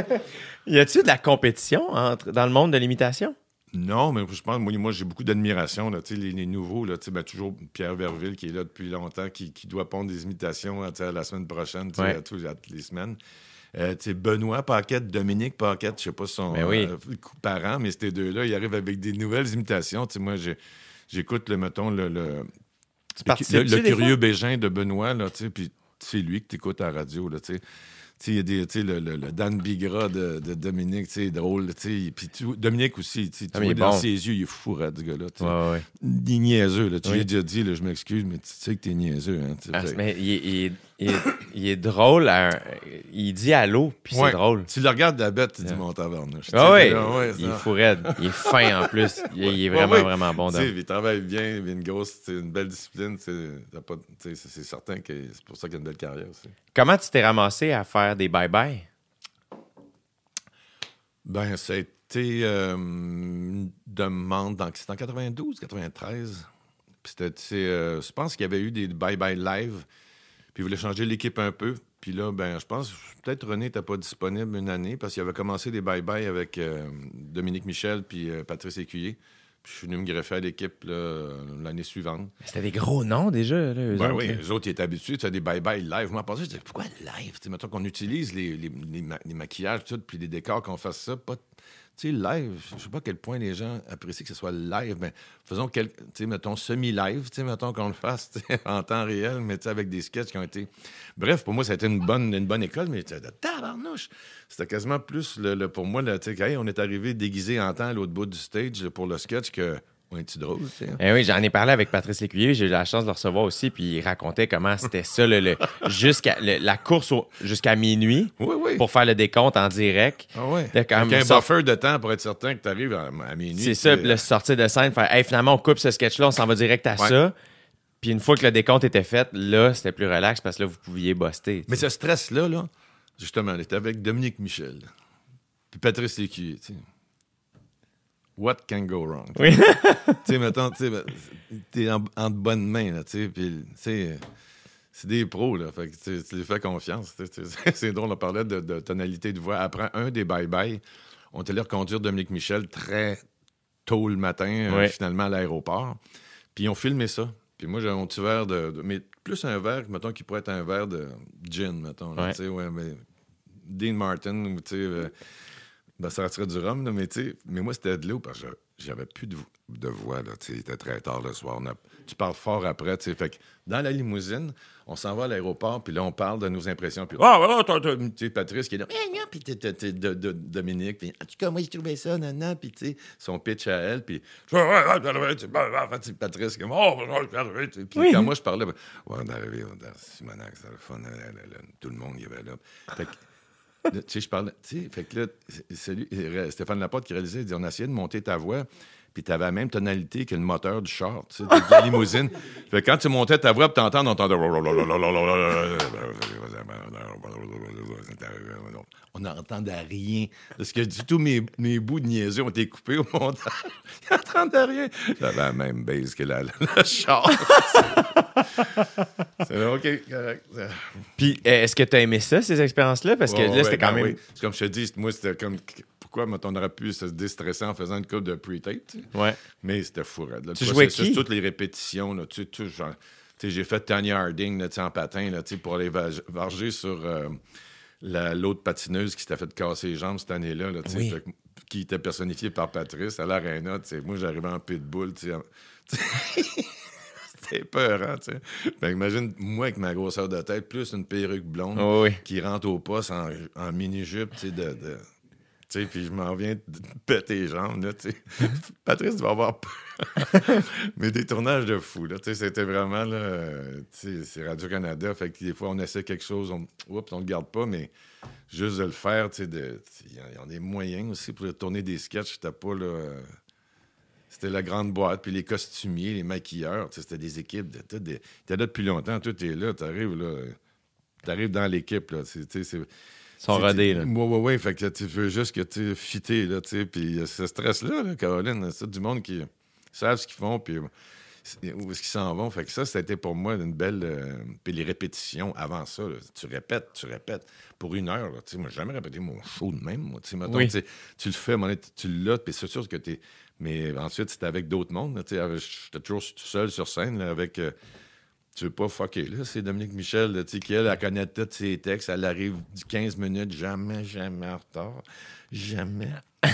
[SPEAKER 2] Y a-t-il de la compétition entre, dans le monde de l'imitation?
[SPEAKER 3] Non, mais je pense, moi, moi j'ai beaucoup d'admiration. Là, les, les nouveaux, là, ben, toujours Pierre Verville qui est là depuis longtemps, qui, qui doit pondre des imitations à la semaine prochaine, ouais. à, tous, à toutes les semaines. Euh, Benoît Paquette, Dominique Paquette, je sais pas son
[SPEAKER 2] ben oui.
[SPEAKER 3] euh, parent, mais ces deux-là, ils arrivent avec des nouvelles imitations. T'sais, moi, j'ai, j'écoute, le, mettons, le, le, le, le curieux Bégin de Benoît, là, puis c'est lui que tu écoutes à la radio, là, tu sais. Il y a des, le, le, le Dan Bigra de, de Dominique, tu sais, drôle, tu sais. Puis Dominique aussi, tu ah, vois dans bon. ses yeux, il est fou, là, ce gars-là. Ouais, ouais. Il est niaiseux, là. Tu oui. l'as déjà dit, là, je m'excuse, mais tu sais que t'es niaiseux, hein.
[SPEAKER 2] Ah, mais il est, il, est, il, est, il est drôle, à, il dit allô, puis
[SPEAKER 3] ouais.
[SPEAKER 2] c'est drôle.
[SPEAKER 3] Tu le regardes de la bête, tu yeah. dis mon tabarnouche.
[SPEAKER 2] Ah oui, ouais, il est fou raide. Il est fin en plus. Il, il est vraiment, ouais, vraiment bon.
[SPEAKER 3] Tu sais, il travaille bien, il a une grosse, une belle discipline. Pas, c'est, c'est certain que c'est pour ça qu'il a une belle carrière aussi.
[SPEAKER 2] Comment tu t'es ramassé à faire des bye-bye?
[SPEAKER 3] Ben, ça a été euh, une demande dans, c'était en quatre-vingt-douze, quatre-vingt-treize. Puis c'était, euh, je pense qu'il y avait eu des bye-bye live. Puis il voulait changer l'équipe un peu. Puis là, ben, je pense, peut-être René n'était pas disponible une année parce qu'il avait commencé des bye-bye avec euh, Dominique Michel puis euh, Patrice Écuyer. Puis je suis venu me greffer à l'équipe là, l'année suivante.
[SPEAKER 2] C'était des gros noms déjà, là, eux
[SPEAKER 3] ben
[SPEAKER 2] autres.
[SPEAKER 3] Oui, eux autres, ils étaient habitués. Tu as des bye-bye live. Moi, en passant, je disais, pourquoi live? T'sais, mettons qu'on utilise les, les, les, ma- les maquillages, tout, puis les décors, qu'on fasse ça. Pas, tu sais, live, je sais pas à quel point les gens apprécient que ce soit live, mais faisons, quel, tu sais, mettons, semi-live, tu sais, mettons qu'on le fasse en temps réel, mais tu sais, avec des sketchs qui ont été... Bref, pour moi, ça a été une bonne, une bonne école, mais de tabarnouche! C'était quasiment plus, le, le, pour moi, tu sais, hey, on est arrivé déguisé en temps à l'autre bout du stage pour le sketch que Ou un petit drôle, tu sais.
[SPEAKER 2] Eh oui, j'en ai parlé avec Patrice Lécuyer, j'ai eu la chance de le recevoir aussi, puis il racontait comment c'était ça, le, le- jusqu'à le- la course au- jusqu'à minuit
[SPEAKER 3] Oui, oui.
[SPEAKER 2] pour faire le décompte en direct.
[SPEAKER 3] Ah ouais.
[SPEAKER 2] De quand
[SPEAKER 3] Avec
[SPEAKER 2] même
[SPEAKER 3] un
[SPEAKER 2] sort-
[SPEAKER 3] buffer de temps pour être certain que tu arrives à, à minuit.
[SPEAKER 2] C'est ça,
[SPEAKER 3] tu
[SPEAKER 2] puis
[SPEAKER 3] sais.
[SPEAKER 2] le sortir de scène, faire hey, finalement, on coupe ce sketch-là, on s'en va direct à
[SPEAKER 3] Ouais.
[SPEAKER 2] ça. Puis une fois que le décompte était fait, là, c'était plus relax parce que là, vous pouviez buster.
[SPEAKER 3] Mais ce stress-là, là, justement, on était avec Dominique Michel, puis Patrice Lécuyer, tu sais. What can go wrong?
[SPEAKER 2] Oui.
[SPEAKER 3] Tu sais, mettons, tu sais, ben, t'es en, en de bonnes mains, là, tu sais, puis, tu sais, c'est des pros, là, fait que tu sais, tu les fais confiance. tu sais, tu sais. C'est drôle, on parlait de, de tonalité de voix. Après un des bye-bye, on est allé reconduire Dominique Michel très tôt le matin, euh,
[SPEAKER 2] Ouais.
[SPEAKER 3] finalement, à l'aéroport. Puis ils ont filmé ça. Puis moi, j'ai un petit verre de, de- mais plus un verre, mettons, qui pourrait être un verre de gin, mettons, là,
[SPEAKER 2] Ouais.
[SPEAKER 3] tu sais, ouais, mais Dean Martin, ou, tu sais... euh, ben, ça serait du rhum, là, mais tu sais, mais moi, c'était de l'eau parce que j'avais plus de, vo- de voix, là, tu sais, il était très tard le soir. On a- tu parles fort après, tu sais, fait que dans la limousine, on s'en va à l'aéroport, puis là, on parle de nos impressions, puis ah, voilà, t'as- t'as- tu sais, Patrice qui est là, eh, non, puis t'es- t'es- t'es de, de- Dominique, puis en tout cas, moi, j'ai trouvé ça, non, non, puis tu sais, son pitch à elle, puis tu sais, Patrice, comme, oh, je suis arrivé, tu sais. Puis quand moi, je parlais, ben, ouais, on est arrivé dans Simonac, c'était le fun, là, là, là, là, tout le monde, il y avait là. Fait que, là, tu sais, je parlais, tu sais, fait que là, c'est lui, Stéphane Laporte qui réalisait, il dit, on a essayé de monter ta voix, puis tu avais la même tonalité que le moteur du char, tu sais, de la limousine. Fait que quand tu montais ta voix, puis t'entends, on entendait... On n'entendait rien. Parce que du tout, mes, mes bouts de niaiseux ont été coupés au montage. Ils n'entendaient rien. J'avais la même base que la, la- le char. C'est OK, correct.
[SPEAKER 2] Puis euh, est-ce que tu as aimé ça, ces expériences-là? Parce que
[SPEAKER 3] Ouais,
[SPEAKER 2] là,
[SPEAKER 3] ouais,
[SPEAKER 2] c'était quand
[SPEAKER 3] ben
[SPEAKER 2] même...
[SPEAKER 3] oui. C'est comme je te dis, moi, c'était comme... Pourquoi mettons, on aurait pu se déstresser en faisant une coupe de pre-tape, tu sais?
[SPEAKER 2] Ouais.
[SPEAKER 3] Mais c'était fou, raide, là.
[SPEAKER 2] Tu
[SPEAKER 3] Le
[SPEAKER 2] jouais
[SPEAKER 3] processus,
[SPEAKER 2] qui?
[SPEAKER 3] toutes les répétitions, là, tu sais, tout, genre... Tu sais, j'ai fait Tanya Harding, là, tu sais, en patin, là, tu sais, pour aller va- varger sur euh, la- l'autre patineuse qui s'était fait casser les jambes cette année-là, là, tu sais,
[SPEAKER 2] Oui.
[SPEAKER 3] fait que- qui était personnifiée par Patrice à l'aréna, tu sais. Moi, j'arrivais en pitbull, tu sais. en- C'était peurant, tu sais. Fait que imagine, moi, avec ma grosseur de tête, plus une perruque blonde
[SPEAKER 2] Oh, oui.
[SPEAKER 3] qui rentre au poste en, en mini-jupe, tu sais, de... de tu sais, puis je m'en viens de péter les jambes, là, tu sais. Patrice va avoir peur. Mais des tournages de fou, là, tu sais, c'était vraiment, là, euh, tu sais, c'est Radio-Canada, fait que des fois, on essaie quelque chose, on, oups, on le garde pas, mais juste de le faire, tu sais, de- il y en a des moyens aussi pour tourner des sketchs, c'était pas, là... euh, c'était la grande boîte, puis les costumiers, les maquilleurs, tu sais, c'était des équipes, de, tout des, t'es là depuis longtemps, tout est là, t'arrives, là, t'arrives dans l'équipe, là, c'est, tu sais, c'est...
[SPEAKER 2] Ils sont
[SPEAKER 3] c'est-
[SPEAKER 2] rodés, là.
[SPEAKER 3] Oui, oui, oui. Fait que tu veux juste que tu fitter, là, tu sais. Puis ce stress-là, là, Caroline, c'est du monde qui savent ce qu'ils font, puis c'est- où est-ce qu'ils s'en vont. Fait que ça, c'était pour moi une belle... euh, Puis les répétitions avant ça, là, tu répètes, tu répètes pour une heure, là, tu sais. Moi, j'ai jamais répété mon show de même, moi, tu sais. Mettons,
[SPEAKER 2] Oui.
[SPEAKER 3] tu sais, tu le fais, à un moment donné, tu l'as, puis c'est sûr que t'es... Mais ensuite, c'était avec d'autres mondes, là, tu sais. J'étais toujours tout seul sur scène, là, avec... euh, tu veux pas fucker, là, c'est Dominique Michel, là, tu sais, qui, elle, elle connaît tous ses textes, elle arrive du quinze minutes, jamais, jamais en retard, jamais.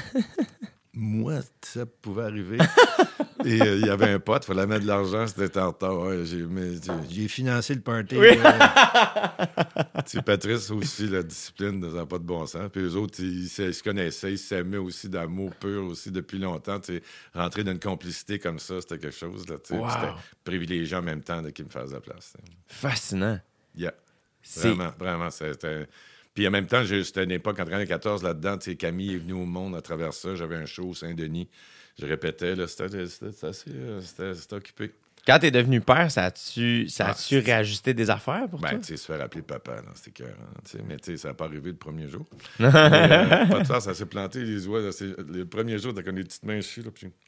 [SPEAKER 3] Moi, ça pouvait arriver. Et euh, il y avait un pote, il fallait mettre de l'argent, c'était en retard. Ouais, j'ai, mais, j'ai- j'ai financé le party.
[SPEAKER 2] Oui.
[SPEAKER 3] là. Tu sais, Patrice aussi, la discipline, ça n'a pas de bon sens. Puis eux autres, ils, se- ils se connaissaient, ils s'aimaient aussi d'amour pur aussi depuis longtemps. Tu sais, rentrer dans une complicité comme ça, c'était quelque chose. Là, tu sais.
[SPEAKER 2] Wow.
[SPEAKER 3] Puis c'était privilégié en même temps de qu'ils me fassent la place. tu sais.
[SPEAKER 2] Fascinant.
[SPEAKER 3] Yeah.
[SPEAKER 2] C'est...
[SPEAKER 3] Vraiment, vraiment. C'était... Puis en même temps, j'ai- c'était une époque en quatre-vingt-quatorze là-dedans. Tu sais, Camille est venue au monde à travers ça. J'avais un show au Saint-Denis. Je répétais, là, c'était, c'était, c'était assez... euh, C'était, c'était occupé.
[SPEAKER 2] Quand t'es devenu père, ça a-tu, ça
[SPEAKER 3] Ah,
[SPEAKER 2] a-tu
[SPEAKER 3] c'est-
[SPEAKER 2] réajusté des affaires pour
[SPEAKER 3] Ben,
[SPEAKER 2] toi?
[SPEAKER 3] tu sais, se faire appeler papa, là, c'était cœur. Mais tu sais, ça n'a pas arrivé le premier jour. Mais, euh, pas de ça, ça s'est planté les oies. Là, c'est- le premier jour, t'as connu des petites mains chies, là, puis...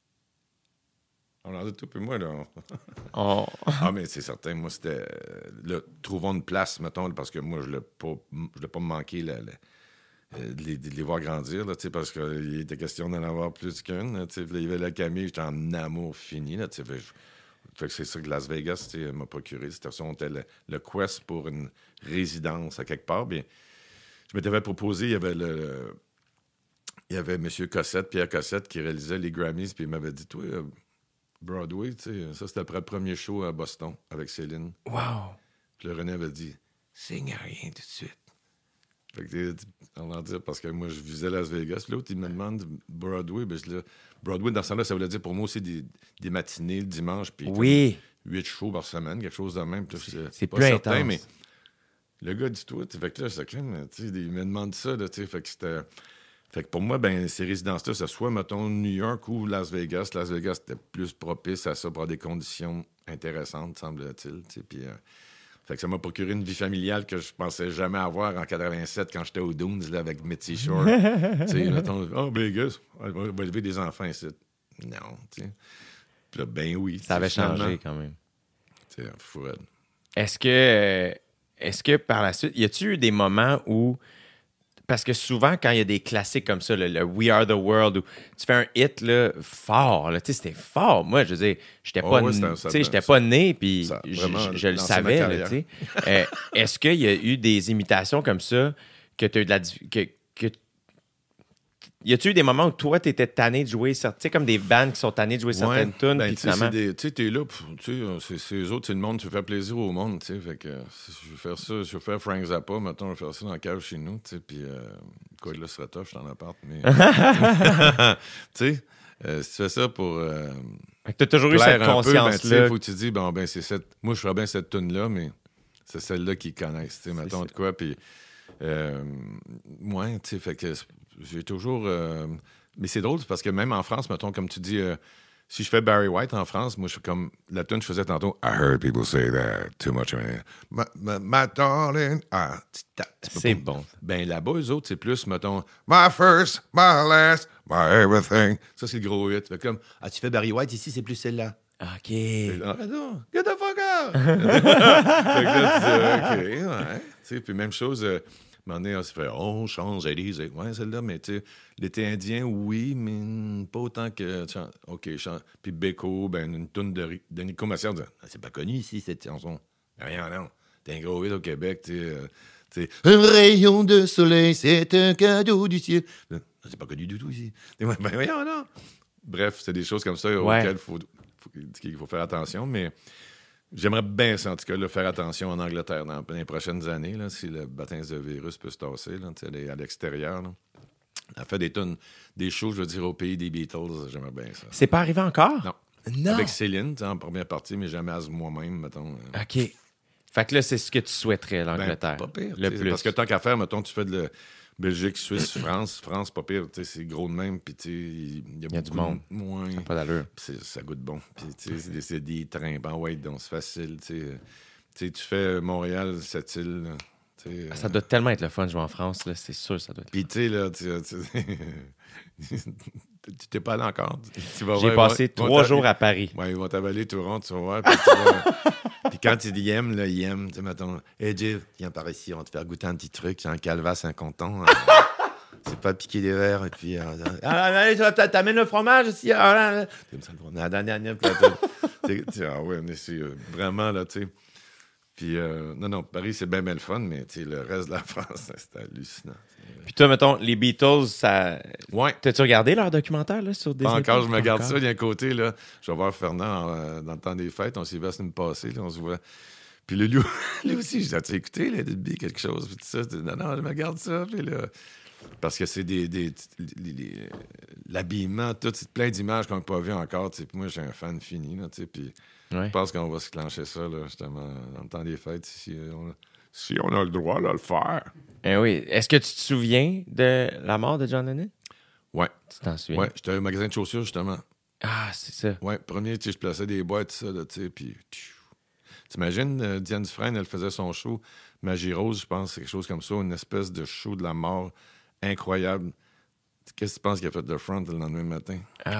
[SPEAKER 3] On en a tout, puis moi, là... on-
[SPEAKER 2] On-
[SPEAKER 3] Ah, mais c'est certain. Moi, c'était... euh, Là, trouvons une place, mettons, parce que moi, je ne voulais pas, je voulais pas me manquer la, la- euh, de, les, de les voir grandir, là, tu sais, parce qu'il était question d'en avoir plus qu'une. Là, tu sais. Puis là, il y avait la Camille, j'étais en amour fini. Là, tu sais. Fait, que je- fait que c'est ça que Las Vegas tu sais, m'a procuré. C'était ça, on était le, le quest pour une résidence à quelque part. Bien, je m'étais fait proposer, il y avait le... le- il y avait M. Cossette, Pierre Cossette, qui réalisait les Grammys, puis il m'avait dit, toi... euh, Broadway, tu sais, ça, c'était après le premier show à Boston avec Céline.
[SPEAKER 2] Wow!
[SPEAKER 3] Puis le René avait dit, signe à rien tout de suite. Fait que, on va dire, parce que moi, je visais Las Vegas. Puis l'autre, il me demande Broadway. Ben, je, là, Broadway, dans ce temps-là, ça voulait dire pour moi aussi des, des matinées le dimanche. Puis
[SPEAKER 2] Oui.
[SPEAKER 3] huit shows par semaine, quelque chose de même. Puis là,
[SPEAKER 2] C'est,
[SPEAKER 3] c'est
[SPEAKER 2] pas
[SPEAKER 3] plus
[SPEAKER 2] certain,
[SPEAKER 3] intense.
[SPEAKER 2] mais
[SPEAKER 3] Le gars dit tout. Fait que là, c'est crème, tu sais, il me demande ça. Là, tu sais, fait que c'était. Fait que pour moi, ben, ces résidences-là, c'est soit, mettons, New York ou Las Vegas. Las Vegas, c'était plus propice à ça pour avoir des conditions intéressantes, semble-t-il. Tu sais, puis. Euh, Fait que ça m'a procuré une vie familiale que je pensais jamais avoir en quatre-vingt-sept quand j'étais au Dunes là, avec Mitzi Shore. Tu sais, mettons, oh, Vegas, on va élever des enfants ici. Non, tu sais. Puis là, ben oui.
[SPEAKER 2] ça avait changé quand même.
[SPEAKER 3] Tu sais, fou raide.
[SPEAKER 2] Est-ce que, euh, est-ce que par la suite, y a-tu eu des moments où. Parce que souvent, quand il y a des classiques comme ça, le, le We Are the World, où tu fais un hit là, fort, là, tu sais, c'était fort. Moi, je veux dire, j'étais
[SPEAKER 3] Oh,
[SPEAKER 2] pas,
[SPEAKER 3] ouais,
[SPEAKER 2] n-
[SPEAKER 3] c'était- ça-
[SPEAKER 2] tu sais, j'étais
[SPEAKER 3] ça-
[SPEAKER 2] pas né, puis
[SPEAKER 3] ça a
[SPEAKER 2] je,
[SPEAKER 3] vraiment
[SPEAKER 2] je- je le
[SPEAKER 3] lancé ma
[SPEAKER 2] savais, là,
[SPEAKER 3] carrière.
[SPEAKER 2] tu sais. Euh, est-ce qu'il y a eu des imitations comme ça que tu as eu de la. dif- Que, que, y a-tu eu des moments où toi, tu étais tanné de jouer, cer- tu sais, comme des bands qui sont tannés de jouer certaines tunes,
[SPEAKER 3] ben,
[SPEAKER 2] puis
[SPEAKER 3] tu sais,
[SPEAKER 2] finalement.
[SPEAKER 3] c'est des- tu sais, t'es là, pff, tu sais, c'est, c'est eux autres, c'est le monde, tu veux faire plaisir au monde, tu sais, fait que euh, si je veux faire ça, je veux faire Frank Zappa, mettons, je veux faire ça dans la cave chez nous, tu sais, puis euh, quoi, là, ce serait tough, je suis en appart, mais... tu sais, euh, si tu fais ça pour... euh,
[SPEAKER 2] Fait que t'as toujours eu
[SPEAKER 3] plaire
[SPEAKER 2] cette
[SPEAKER 3] un peu, ben, tu sais,
[SPEAKER 2] conscience-là.
[SPEAKER 3] faut que tu te dis, bon, ben, c'est cette... Moi, je ferais bien cette tune-là, mais c'est celle-là qu'ils connaissent, tu sais, mettons de quoi, puis... Euh, ouais, tu sais, fait que j'ai toujours... euh, mais c'est drôle, parce que même en France, mettons, comme tu dis... euh, si je fais Barry White en France, moi, je fais comme la tune que je faisais tantôt.
[SPEAKER 6] I heard people say that too much. I mean,
[SPEAKER 3] Ma, ma, ma darling. Ah, tu ta- tu peux
[SPEAKER 2] C'est
[SPEAKER 3] pas-
[SPEAKER 2] bon.
[SPEAKER 3] Ben là-bas, eux autres, c'est plus, mettons,
[SPEAKER 6] my first, my last, my everything.
[SPEAKER 3] ça, c'est le gros hit. Fait comme,
[SPEAKER 8] Ah, tu fais Barry White ici, c'est plus celle-là.
[SPEAKER 2] OK.
[SPEAKER 3] ah, non, get the fuck out! Fait que là, tu dis, OK, ouais. Tu sais, puis même chose, euh, à un moment donné, on s'est fait, oh, Champs-Élysées. Ouais, celle-là, mais tu sais, l'été indien, oui, mais mm, pas autant que. Chan- OK, Chan- puis Beko, ben, une toune de, Ri- de Nico Massier, on dit, ah, c'est pas connu ici, cette chanson. Rien, non. T'es un gros hit au Québec, tu sais. euh, tu sais, un rayon de soleil, c'est un cadeau du ciel. Ah, c'est pas connu du tout ici. Ben, voyons, non. Bref, c'est des choses comme ça
[SPEAKER 2] Ouais.
[SPEAKER 3] auxquelles il faut, faut, qu'il faut faire attention, mais. J'aimerais bien, ça, en tout cas, là, faire attention en Angleterre dans les prochaines années, là, si le baptême de virus peut se tasser, là, tu sais, aller à l'extérieur. Là. Elle fait des tonnes, des shows, je veux dire, au pays des Beatles, j'aimerais bien ça.
[SPEAKER 2] C'est pas arrivé encore?
[SPEAKER 3] Non.
[SPEAKER 2] Non.
[SPEAKER 3] Avec Céline, tu sais, en première partie, mais jamais à moi-même, mettons. euh.
[SPEAKER 2] OK. Fait que là, c'est ce que tu souhaiterais,
[SPEAKER 3] Ben,
[SPEAKER 2] l'Angleterre.
[SPEAKER 3] pas pire.
[SPEAKER 2] Le
[SPEAKER 3] tu sais,
[SPEAKER 2] plus.
[SPEAKER 3] Parce que tant qu'à faire, mettons, tu fais de la Belgique, Suisse, France. France, pas pire. tu sais, C'est gros de même. Puis, tu sais, il y a,
[SPEAKER 2] Il y a du
[SPEAKER 3] beaucoup
[SPEAKER 2] monde.
[SPEAKER 3] de- moins.
[SPEAKER 2] Pas d'allure.
[SPEAKER 3] Puis c'est- ça goûte bon. Puis, tu sais, c'est des- c'est des trains. Ben, ouais, donc c'est facile. Tu sais. Tu sais, tu fais Montréal, cette île. là, tu sais,
[SPEAKER 2] Ah, Ça
[SPEAKER 3] euh,
[SPEAKER 2] doit tellement être le fun de jouer en France, là. C'est sûr, ça doit être.
[SPEAKER 3] Puis, tu sais, là, tu tu- tu t'es pas allé encore. Tu- tu vas
[SPEAKER 2] J'ai
[SPEAKER 3] voir,
[SPEAKER 2] passé
[SPEAKER 3] ils vont-
[SPEAKER 2] trois
[SPEAKER 3] t'a-
[SPEAKER 2] jours à Paris.
[SPEAKER 3] Ouais, ils vont t'avaler tout rond, tu vas voir. Puis, tu vas- puis quand ils aiment, là, ils aiment. Tu sais, mettons, hey Jeff, viens par ici, on va te faire goûter un petit truc. J'ai un calvasse, un canton. C'est pas piquer des verres. Et puis, euh, ah, allez, tu vas- t'amènes le fromage aussi. Ah, là, là. Comme ça, on a la dernière plateau. Tu sais, ah ouais, mais c'est euh, vraiment, là, tu sais. Puis, euh, non, non, Paris, c'est bien, bien le fun, mais tu sais, le reste de la France, c'est hallucinant.
[SPEAKER 2] Puis toi, mettons, les Beatles, ça.
[SPEAKER 3] Ouais.
[SPEAKER 2] T'as-tu regardé leur documentaire, là, sur Disney+?
[SPEAKER 3] Pas encore, je me
[SPEAKER 2] Pas
[SPEAKER 3] garde
[SPEAKER 2] encore?
[SPEAKER 3] ça d'un côté, là. Je vais voir Fernand euh, dans le temps des fêtes. On s'y va la semaine passée, là, on se voit. Puis le lui, lui aussi, je dis, as-tu écouté, là, Debbie, quelque chose? Puis tout ça, je dis, non, non, je me garde ça. Puis là, parce que c'est des, des, les- les- l'habillement, tout, c'est plein d'images qu'on n'a pas vues encore. Tu sais. Puis moi, j'ai un fan fini, là, tu sais. Puis
[SPEAKER 2] Ouais.
[SPEAKER 3] je pense qu'on va se clencher ça, là, justement, dans le temps des fêtes, si on a, si on a le droit de le faire.
[SPEAKER 2] Eh oui. Est-ce que tu te souviens de la mort de John Lennon?
[SPEAKER 3] Ouais,
[SPEAKER 2] Tu t'en souviens?
[SPEAKER 3] ouais. J'étais au magasin de chaussures, justement.
[SPEAKER 2] Ah, c'est ça.
[SPEAKER 3] Ouais, premier, tu sais, je plaçais des boîtes, ça, là, tu sais, puis... tchou. T'imagines, euh, Diane Dufresne, elle faisait son show, Magie Rose, je pense, quelque chose comme ça, une espèce de show de la mort incroyable. Qu'est-ce que tu penses qu'elle a fait de front le lendemain matin?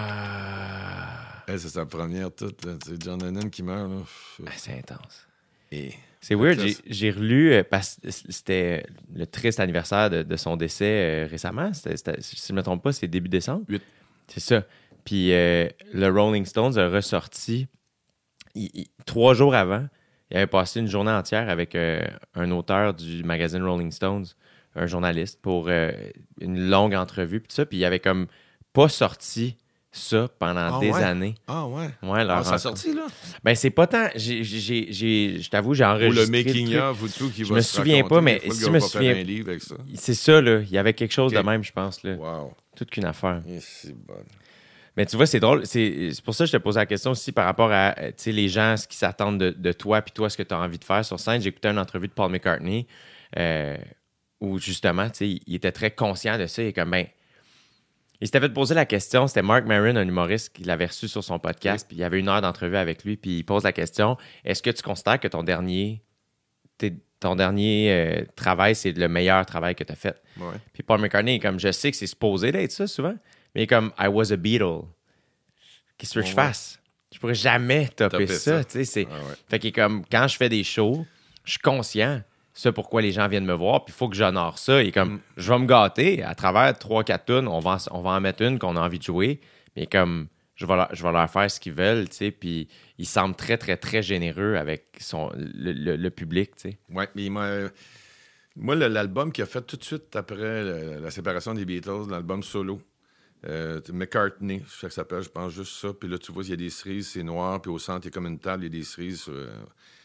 [SPEAKER 2] Ah,
[SPEAKER 3] Elle, c'est sa première toute, là. C'est John Lennon qui meurt, là. Pff,
[SPEAKER 2] ah, c'est intense.
[SPEAKER 3] Et...
[SPEAKER 2] C'est weird,
[SPEAKER 3] Ça,
[SPEAKER 2] j'ai,
[SPEAKER 3] c'est-
[SPEAKER 2] j'ai relu, euh, parce que c'était le triste anniversaire de, de son décès euh, récemment. C'était, c'était- si je ne me trompe pas, c'est début décembre.
[SPEAKER 3] Huit.
[SPEAKER 2] C'est ça. Puis euh, le Rolling Stones a ressorti, il- il- trois jours avant, il avait passé une journée entière avec euh, un auteur du magazine Rolling Stones, un journaliste, pour euh, une longue entrevue, puis tout ça. Puis il avait comme pas sorti ça pendant
[SPEAKER 3] Ah
[SPEAKER 2] des
[SPEAKER 3] ouais?
[SPEAKER 2] années.
[SPEAKER 3] Ah ouais?
[SPEAKER 2] Ouais, leur
[SPEAKER 3] Ah, ça a
[SPEAKER 2] rencontre.
[SPEAKER 3] sorti, là?
[SPEAKER 2] Ben, c'est pas tant. J'ai, j'ai, j'ai, je t'avoue, j'ai
[SPEAKER 3] Ou
[SPEAKER 2] enregistré.
[SPEAKER 3] le making
[SPEAKER 2] truc.
[SPEAKER 3] of ou tout qui
[SPEAKER 2] Je
[SPEAKER 3] va
[SPEAKER 2] me
[SPEAKER 3] se
[SPEAKER 2] souviens
[SPEAKER 3] raconter.
[SPEAKER 2] pas, mais
[SPEAKER 3] Des fois, le
[SPEAKER 2] si
[SPEAKER 3] gars
[SPEAKER 2] je
[SPEAKER 3] va
[SPEAKER 2] me
[SPEAKER 3] pas
[SPEAKER 2] souviens-
[SPEAKER 3] faire un livre avec ça.
[SPEAKER 2] C'est ça, là. Il y avait quelque chose
[SPEAKER 3] Ok.
[SPEAKER 2] de même, je pense. Là.
[SPEAKER 3] Wow.
[SPEAKER 2] Toute qu'une affaire.
[SPEAKER 3] Et c'est bon.
[SPEAKER 2] Mais tu vois, c'est drôle. C'est, c'est pour ça que je te posais la question aussi par rapport à euh, tu sais, les gens, ce qu'ils s'attendent de, de toi, puis toi, ce que tu as envie de faire sur scène. J'ai écouté une entrevue de Paul McCartney euh, où justement, tu sais, il était très conscient de ça. Il est comme, ben, il s'était fait poser la question. C'était Mark Maron, un humoriste, qui l'avait reçu sur son podcast. Puis il y avait une heure d'entrevue avec lui. Puis il pose la question, est-ce que tu considères que ton dernier, t'es- ton dernier euh, travail, c'est le meilleur travail que tu as fait?
[SPEAKER 3] Ouais.
[SPEAKER 2] Puis Paul McCartney est comme, je sais que c'est supposé d'être ça souvent, mais il est comme, I was a Beatle. Qu'est-ce que je
[SPEAKER 3] Ouais.
[SPEAKER 2] fasse? Je pourrais jamais topper
[SPEAKER 3] Topper
[SPEAKER 2] ça.
[SPEAKER 3] ça.
[SPEAKER 2] tu sais, c'est...
[SPEAKER 3] Ah ouais.
[SPEAKER 2] Fait qu'il est comme, quand je fais des shows, je suis conscient ça pourquoi les gens viennent me voir, puis il faut que j'honore ça. Il est comme,
[SPEAKER 3] Mm.
[SPEAKER 2] je vais me gâter à travers trois quatre tunes, on va, en, on va en mettre une qu'on a envie de jouer, mais comme, je vais leur, je vais leur faire ce qu'ils veulent, tu sais, puis il semble très, très, très généreux avec son, le, le- le public, tu sais.
[SPEAKER 3] Ouais, mais il m'a. Moi, le- l'album qu'il a fait tout de suite après le- la séparation des Beatles, l'album solo, euh, McCartney, c'est ça que ça s'appelle, je pense juste ça. Puis là, tu vois, il y a des cerises, c'est noir, puis au centre, il y a comme une table, il y a des cerises. sur, euh,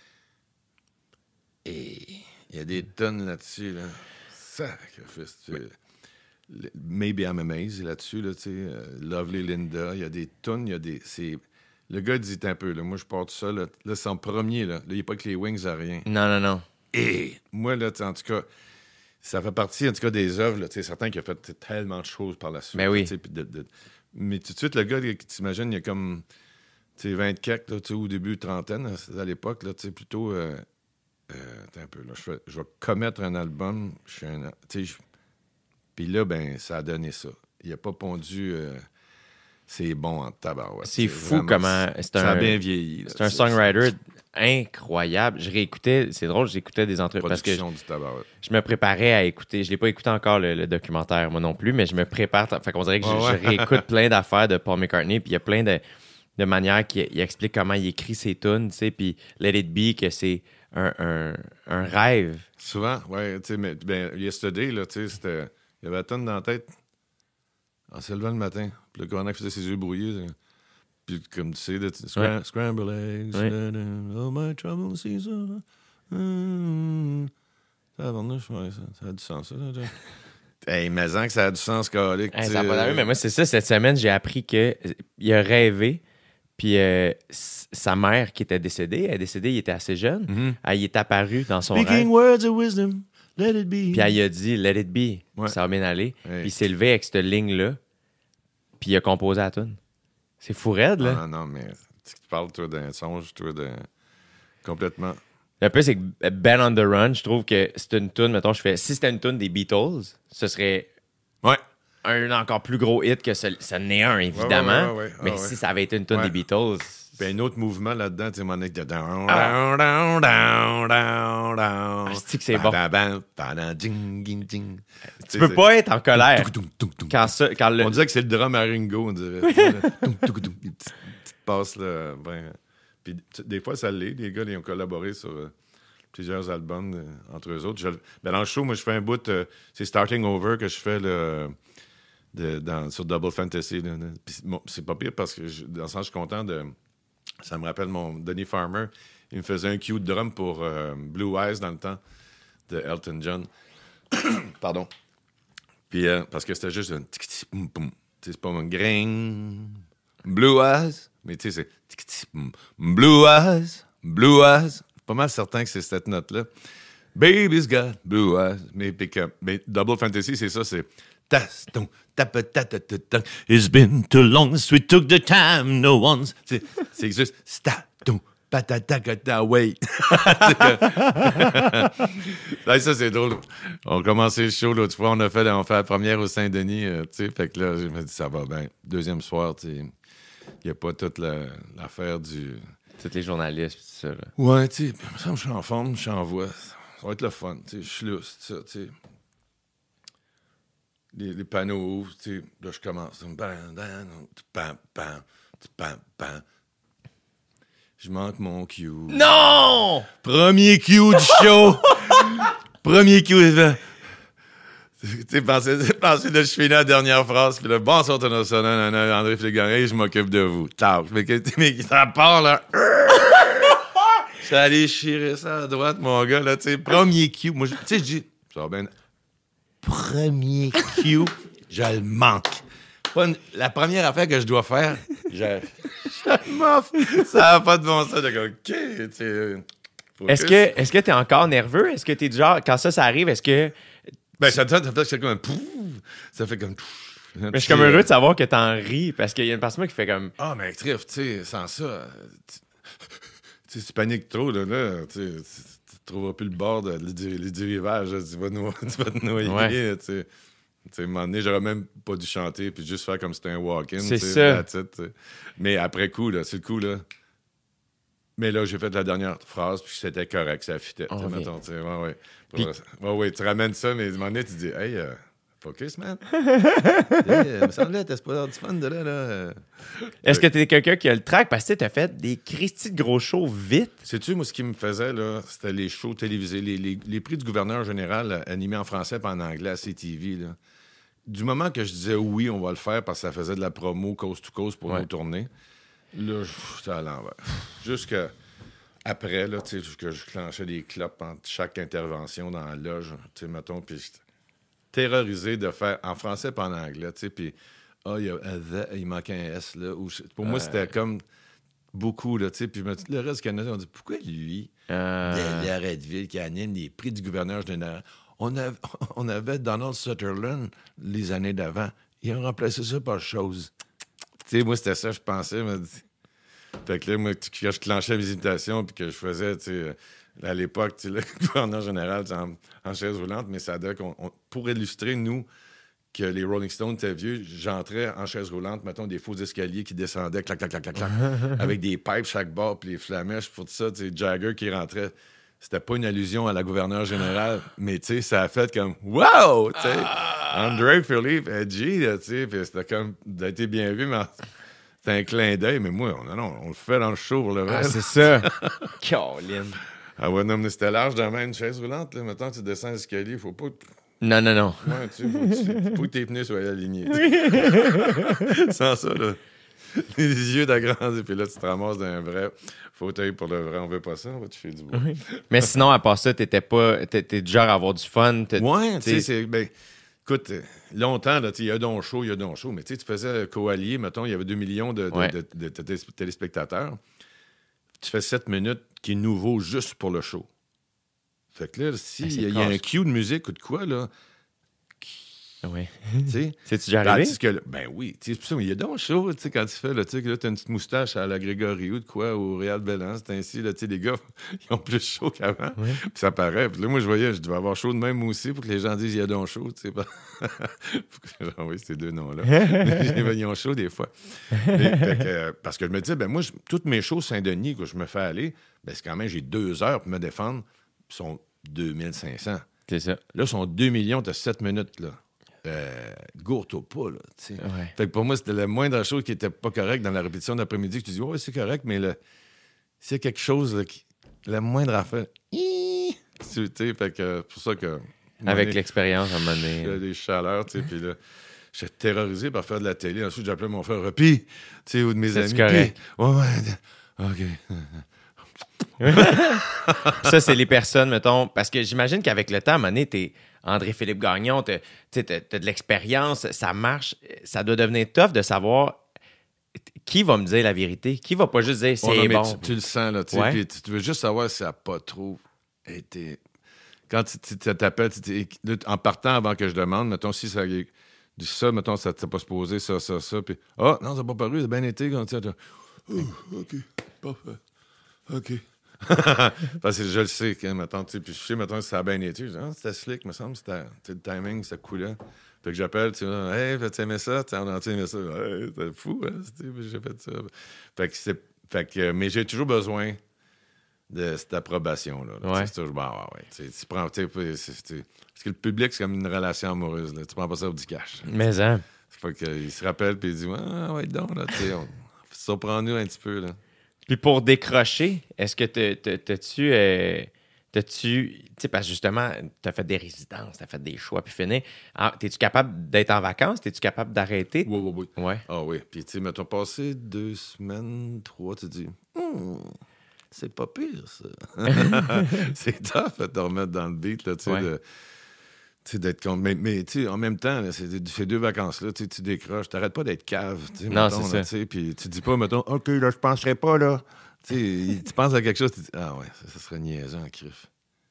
[SPEAKER 3] Et il y a des tonnes là-dessus, là. Sacrifice, tu sais. Le- Maybe I'm Amazed là-dessus, là, tu sais. euh, Lovely Linda, il y a des tonnes, il y a des. C'est... Le gars dit un peu, là, moi, je pars tout ça, là, là c'est en premier, là. Là, il n'y a pas que les Wings à rien.
[SPEAKER 2] Non, non, non.
[SPEAKER 3] Et moi, là, tu sais, en tout cas, ça fait partie, en tout cas, des œuvres, là, tu sais, certains qui ont fait tellement de choses par la suite.
[SPEAKER 2] Ben oui.
[SPEAKER 3] tu sais, puis de- de- Mais tout de suite, le gars, là, qui t'imagines, il y a comme, tu sais, vingt quelques, là, tu sais, au début, trentaine, à à l'époque, là, tu sais, plutôt, euh, euh, attends un peu, là, je, fais- je vais commettre un album, je suis un, tu sais, je- puis là, ben, ça a donné ça. Il a pas pondu, euh, c'est bon en tabarouette.
[SPEAKER 2] C'est fou comment- c'est
[SPEAKER 3] Ça a
[SPEAKER 2] un-
[SPEAKER 3] bien vieilli. là,
[SPEAKER 2] C'est un
[SPEAKER 3] tu sais,
[SPEAKER 2] songwriter incroyable. Je réécoutais, c'est drôle, j'écoutais des entrevues parce que je,
[SPEAKER 3] Production du tabarouette.
[SPEAKER 2] je me préparais à écouter. Je l'ai pas écouté encore le, le documentaire, moi non plus, mais je me prépare. Fait qu'on dirait que je,
[SPEAKER 3] Ouais, ouais.
[SPEAKER 2] je réécoute plein d'affaires de Paul McCartney, puis il y a plein de, de manières qu'il il explique comment il écrit ses tunes, tu sais, puis Let It Be, que c'est un, un, un rêve.
[SPEAKER 3] Souvent, oui. Tu sais, mais ben, Yesterday, là, tu sais, c'était. Il y avait la tonne dans la tête. En se levant le matin. Puis le coroner faisait ses yeux brouillés. là. Puis comme tu sais, là, tu- scram-
[SPEAKER 2] Ouais.
[SPEAKER 3] Scramble eggs.
[SPEAKER 2] Ouais.
[SPEAKER 3] da, da, oh my trouble season. Mm. Ça, ouais, ça, ça a du sens, ça. Là, là. Hey, mais en que ça a du sens, calique.
[SPEAKER 2] Hey,
[SPEAKER 3] tu
[SPEAKER 2] ça a
[SPEAKER 3] sais,
[SPEAKER 2] pas d'allure, mais moi, c'est ça. Cette semaine, j'ai appris que euh, il a rêvé, puis euh, s- sa mère qui était décédée, elle est décédée, il était assez jeune,
[SPEAKER 3] Mhm.
[SPEAKER 2] elle y est apparue dans son rêve.
[SPEAKER 3] Speaking words of wisdom, let it be.
[SPEAKER 2] Puis elle a dit Let it be.
[SPEAKER 3] Ouais.
[SPEAKER 2] Ça va bien aller.
[SPEAKER 3] Ouais.
[SPEAKER 2] Puis il s'est levé avec cette ligne-là. Puis il a composé la tune. C'est fou raide, là.
[SPEAKER 3] Ah, non, non, mais tu parles, toi, d'un songe, toi, de. Complètement.
[SPEAKER 2] Le plus, c'est que Ben on the Run, je trouve que c'est une tune, mettons, je fais. Si c'était une tune des Beatles, ce serait
[SPEAKER 3] Ouais.
[SPEAKER 2] un encore plus gros hit que ce, ce n'est un, évidemment.
[SPEAKER 3] ouais, ouais, ouais.
[SPEAKER 2] Mais
[SPEAKER 3] Ah,
[SPEAKER 2] si
[SPEAKER 3] ouais.
[SPEAKER 2] ça avait été une tune
[SPEAKER 3] Ouais.
[SPEAKER 2] des Beatles.
[SPEAKER 3] Puis un autre mouvement là-dedans, tu sais, mon de down,
[SPEAKER 2] Ah.
[SPEAKER 3] down, down, down, down.
[SPEAKER 2] Ah, c'est que c'est bon.
[SPEAKER 3] Bam, bam, bam, bam, ding, ding, ding.
[SPEAKER 2] Tu peux pas être en colère.
[SPEAKER 3] Tung, tung, tung,
[SPEAKER 2] Quand, ça, quand le.
[SPEAKER 3] On dirait que c'est le drum à Ringo, on dirait. Tung, tung, tung, Des petites petites passes, là. Ben, puis tu- des fois, ça l'est. Les gars, ils ont collaboré sur euh, plusieurs albums euh, entre eux autres. Je- ben, dans le show, moi, je fais un bout, euh, c'est Starting Over que je fais là, de- dans- sur Double Fantasy. là. Puis c'est- bon, c'est pas pire parce que, je- dans le sens, je suis content de. Ça me rappelle mon Donny Farmer. Il me faisait un cue de drum pour euh, Blue Eyes dans le temps de Elton John. Pardon. Puis, euh, parce que c'était juste un tic-tic, poum, poum. Tu sais, c'est pas un grain. Blue Eyes. Mais tu sais, c'est tic-tic, poum. Blue Eyes. Blue Eyes. Pas mal certain que c'est cette note-là. Baby's got blue eyes. Mais, puis que- mais Double Fantasy, c'est ça, c'est. Tas, ton, tap, ta, ta, ta, ta. It's been too long since we took the time, no one's. C'est, c'est juste. Sta, ton, patata, kata, way. Là, ça, c'est drôle. On a commencé le show l'autre fois, on a fait, on fait la première au Saint-Denis, euh, tu sais. Fait que là, je me dis, ça va bien. Deuxième soir, tu sais, il n'y a pas toute la- l'affaire du.
[SPEAKER 2] Tous les journalistes, tout ça, là.
[SPEAKER 3] Ouais, tu sais, il me semble que je suis en forme, je suis en voix. Ça va être le fun, tu sais, je suis lousse, tout ça, tu sais. Les, les panneaux ouvrent, tu sais, là, je commence. Bam, bam, bam, bam, bam, bam. Je manque mon cue.
[SPEAKER 2] Non!
[SPEAKER 3] Premier cue du show! Premier cue. Tu sais, pensez, pensez de je finis la dernière phrase, puis là, bonsoir, international, André Flégarin, je m'occupe de vous. Taf. Mais, mais ça part, là. Ça allait chirer ça à droite, mon gars, là, tu sais. Premier cue. Moi, tu sais, je dis, ça va bien. Premier cue, je le manque. Pas une- la première affaire que je dois faire, je, je le m'offre. Ça n'a pas de bon sens. Je dis, OK, tu sais.
[SPEAKER 2] Est-ce que est-ce que t'es encore nerveux? Est-ce que t'es du genre, quand ça, ça arrive, est-ce que...
[SPEAKER 3] Ben, ça, ça, ça fait c'est comme un pouf. Ça fait comme.
[SPEAKER 2] Mais je suis comme heureux de savoir que t'en ris, parce qu'il y a une personne qui fait comme...
[SPEAKER 3] Ah, mais trif, tu sais, sans ça, euh, tu tu sais, tu paniques trop, là, là, tu sais, tu- tu trouveras plus le bord, de, le, du- le du rivage, là, tu vas, te no- tu vas te noyer,
[SPEAKER 2] Ouais.
[SPEAKER 3] tu sais. Tu sais, à un moment donné, j'aurais même pas dû chanter, puis juste faire comme si c'était un walk-in,
[SPEAKER 2] C'est
[SPEAKER 3] tu sais,
[SPEAKER 2] ça.
[SPEAKER 3] that's it, tu sais. Mais après coup, là, c'est le coup, là. Mais là, j'ai fait la dernière phrase, puis c'était correct, ça fitait,
[SPEAKER 2] On
[SPEAKER 3] tu sais,
[SPEAKER 2] revient.
[SPEAKER 3] mettons, tu sais, ouais, ouais.
[SPEAKER 2] Puis-
[SPEAKER 3] Ouais, ouais, tu ramènes ça, mais à un moment donné, tu dis, hey, euh, focus, man. hey, euh, me semblait, t'as pas l'air du fun de là, là. euh.
[SPEAKER 2] Est-ce que t'es quelqu'un qui a le track? Parce que tu as fait des Christy de gros shows vite.
[SPEAKER 3] Sais-tu, moi, ce qui me faisait, là, c'était les shows télévisés, les, les- les prix du gouverneur général euh, animés en français et en anglais à C T V. Là. Du moment que je disais oui, on va le faire parce que ça faisait de la promo coast to coast pour
[SPEAKER 2] Ouais.
[SPEAKER 3] nos tournées, là, je- c'était à l'envers. Jusqu'à après, là, tu sais, que je clenchais des clopes entre chaque intervention dans la loge, tu sais, mettons, puis j'étais terrorisé de faire en français et en anglais, tu sais, puis ah, il y a un the, il manquait un S, là. Où je- pour moi, c'était comme beaucoup, là, tu sais, puis je me dis, le reste du Canada, on dit, pourquoi lui,
[SPEAKER 2] Euh,
[SPEAKER 3] de Loretteville, qui anime les prix du gouverneur général, on avait, on avait Donald Sutherland les années d'avant, ils ont remplacé ça par chose. Tu sais, moi, c'était ça, je pensais, je me dis. Fait que là, moi, t- quand je clenchais mes imitations, puis que je faisais, tu sais, euh, à l'époque, tu sais, le gouverneur général, tu sais, en, en chaise roulante, mais ça donne qu'on, on- pour illustrer, nous, que les Rolling Stones étaient vieux, j'entrais en chaise roulante, mettons, des faux escaliers qui descendaient, clac, clac, clac, clac, clac, avec des pipes chaque bord, puis les flamèches, pour tout ça, tu sais, Jagger qui rentrait. C'était pas une allusion à la gouverneure générale, mais tu sais, ça a fait comme wow! Tu sais, André, Philippe, Edgy, là, tu sais, puis c'était comme, ça a été bien vu, mais c'était un clin d'œil, mais moi, on, non, on le fait dans le show pour le
[SPEAKER 2] ah,
[SPEAKER 3] reste.
[SPEAKER 2] c'est ça. Caroline.
[SPEAKER 3] Ah ouais, non, mais c'était large dans une chaise roulante, là. Maintenant, tu descends l'escalier, faut pas.
[SPEAKER 2] Non, non, non.
[SPEAKER 3] Ouais, tu sais, faut, que tu- faut que tes pneus soient alignés. Sans ça, là. Les yeux d'agrandis, puis là, tu te ramasses d'un vrai fauteuil pour le vrai. On veut pas ça, on va te faire du bois.
[SPEAKER 2] Mais sinon, à part ça, t'étais pas... T'es, t'es du genre à avoir du fun. t'es-
[SPEAKER 3] Ouais, tu sais,
[SPEAKER 2] t'sais-
[SPEAKER 3] c'est. Ben, écoute, euh, longtemps, là, tu sais, il y a don show, il y a don show, mais tu sais, tu faisais coallier, mettons, il y avait deux millions de, de-
[SPEAKER 2] Ouais.
[SPEAKER 3] de- de- de télé- téléspectateurs. Tu fais sept minutes qui est nouveau juste pour le show. Fait que là,
[SPEAKER 2] Ah,
[SPEAKER 3] s'il
[SPEAKER 2] c'est
[SPEAKER 3] y, a- il y a un
[SPEAKER 2] casse.
[SPEAKER 3] cue de musique ou de quoi, là,
[SPEAKER 2] Ouais.
[SPEAKER 3] tu sais.
[SPEAKER 2] C'est-tu déjà arrivé?
[SPEAKER 3] Tandis que, là, ben oui, tu sais, c'est pour ça, mais il y a donc chaud, tu sais, quand tu fais, là, tu sais, que là, t'as une petite moustache à la Grégory ou de quoi, au Real Bellan, c'est ainsi, là, tu sais, les gars, ils ont plus chaud qu'avant, puis ça paraît. Puis là, moi, je voyais, je devais avoir chaud de même, moi aussi, pour que les gens disent, il y a donc chaud, tu sais, pas. Faut que j'ai envoyé ces deux noms-là. Ils ont chaud des fois. Mais, fait que, euh, parce que je me disais, ben moi, je- toutes mes shows Saint-Denis que je me fais aller, ben c'est quand même, j'ai deux heures pour me défendre, puis sont deux mille cinq cents.
[SPEAKER 2] C'est ça.
[SPEAKER 3] Là, ils sont deux millions, t'as sept minutes, là. Euh, gourte au pas, là, tu sais.
[SPEAKER 2] Ouais.
[SPEAKER 3] Fait que pour moi, c'était la moindre chose qui était pas correcte dans la répétition d'après-midi, que tu dis, ouais, c'est correct, mais le... c'est quelque chose, là, qui... la moindre affaire, Hi! tu sais, fait que c'est pour ça que...
[SPEAKER 2] Avec l'expérience, à un moment donné.
[SPEAKER 3] J'ai des chaleurs, tu sais, puis là, j'étais terrorisé par faire de la télé. Ensuite, j'appelais mon frère Repi, tu sais, ou de mes
[SPEAKER 2] C'est-tu
[SPEAKER 3] amis.
[SPEAKER 2] correct?
[SPEAKER 3] Puis, ouais, ouais, OK.
[SPEAKER 2] Puis ça, c'est les personnes, mettons, parce que j'imagine qu'avec le temps, à un moment donné, t'es André-Philippe Gagnon, t'as, t'sais, t'as, t'as de l'expérience, ça marche. Ça doit devenir tough de savoir qui va me dire la vérité, qui va pas juste dire c'est
[SPEAKER 3] Oh, non, mais
[SPEAKER 2] bon.
[SPEAKER 3] Tu, tu le sens, là, tu sais,
[SPEAKER 2] Ouais.
[SPEAKER 3] puis tu, tu veux juste savoir si ça n'a pas trop été... Quand tu, tu- tu t'appelles, tu t'es- là, en partant avant que je demande, mettons, si ça... Du ça, mettons, ça t'est pas supposé, ça, ça, ça, puis... Ah, non, ça n'a pas paru, ça a bien été, quand tu... Oh, OK, parfait, OK. Parce que je le sais, quand, mettons, tu sais, puis je sais, mettons, si ça a bien été, je dis, ah, c'était slick, me semble, c'était, tu sais, le timing, ça coulait. Fait que j'appelle, tu sais, hey, fais-tu aimer ça? Tu sais, on a aimé ça. Hey, c'était fou, hein? C'était- J'ai fait ça. Fait que c'est. Fait que, mais j'ai toujours besoin de cette approbation-là. là.
[SPEAKER 2] Ouais.
[SPEAKER 3] Tu sais, c'est toujours, bon, ouais, ouais. Tu sais, tu prends, tu sais, c'est- c'est- parce que le public, c'est comme une relation amoureuse. Là. Tu prends pas ça au du cash.
[SPEAKER 2] Mais hein.
[SPEAKER 3] Fait qu'il se rappelle, puis il dit, ah, ouais, donc, là, tu sais, on... surprends-nous un petit peu, là.
[SPEAKER 2] Puis pour décrocher, est-ce que t'as- t'as- t'as-tu. Euh, T'as-tu, tu sais, parce que justement, t'as fait des résidences, t'as fait des choix, puis fini. Ah, t'es-tu capable d'être en vacances? T'es-tu capable d'arrêter?
[SPEAKER 3] Oui, oui, oui.
[SPEAKER 2] Ouais.
[SPEAKER 3] Ah oui. Puis, tu sais, mettons, passé deux semaines, trois, tu te dis, Hmm, c'est pas pire, ça. C'est tough de te remettre dans le beat, là, tu sais,
[SPEAKER 2] Ouais.
[SPEAKER 3] de- tu sais, d'être con- Mais, mais tu sais, en même temps, là, c'est, ces deux vacances-là, tu sais, tu décroches, t'arrêtes pas d'être cave, tu sais,
[SPEAKER 2] Non,
[SPEAKER 3] mettons,
[SPEAKER 2] c'est
[SPEAKER 3] là,
[SPEAKER 2] ça.
[SPEAKER 3] tu sais, puis tu dis pas, mettons, OK, là, je penserais pas, là. Tu sais, tu penses à quelque chose, tu dis, ah ouais, ça, ça serait niaisant, en crif.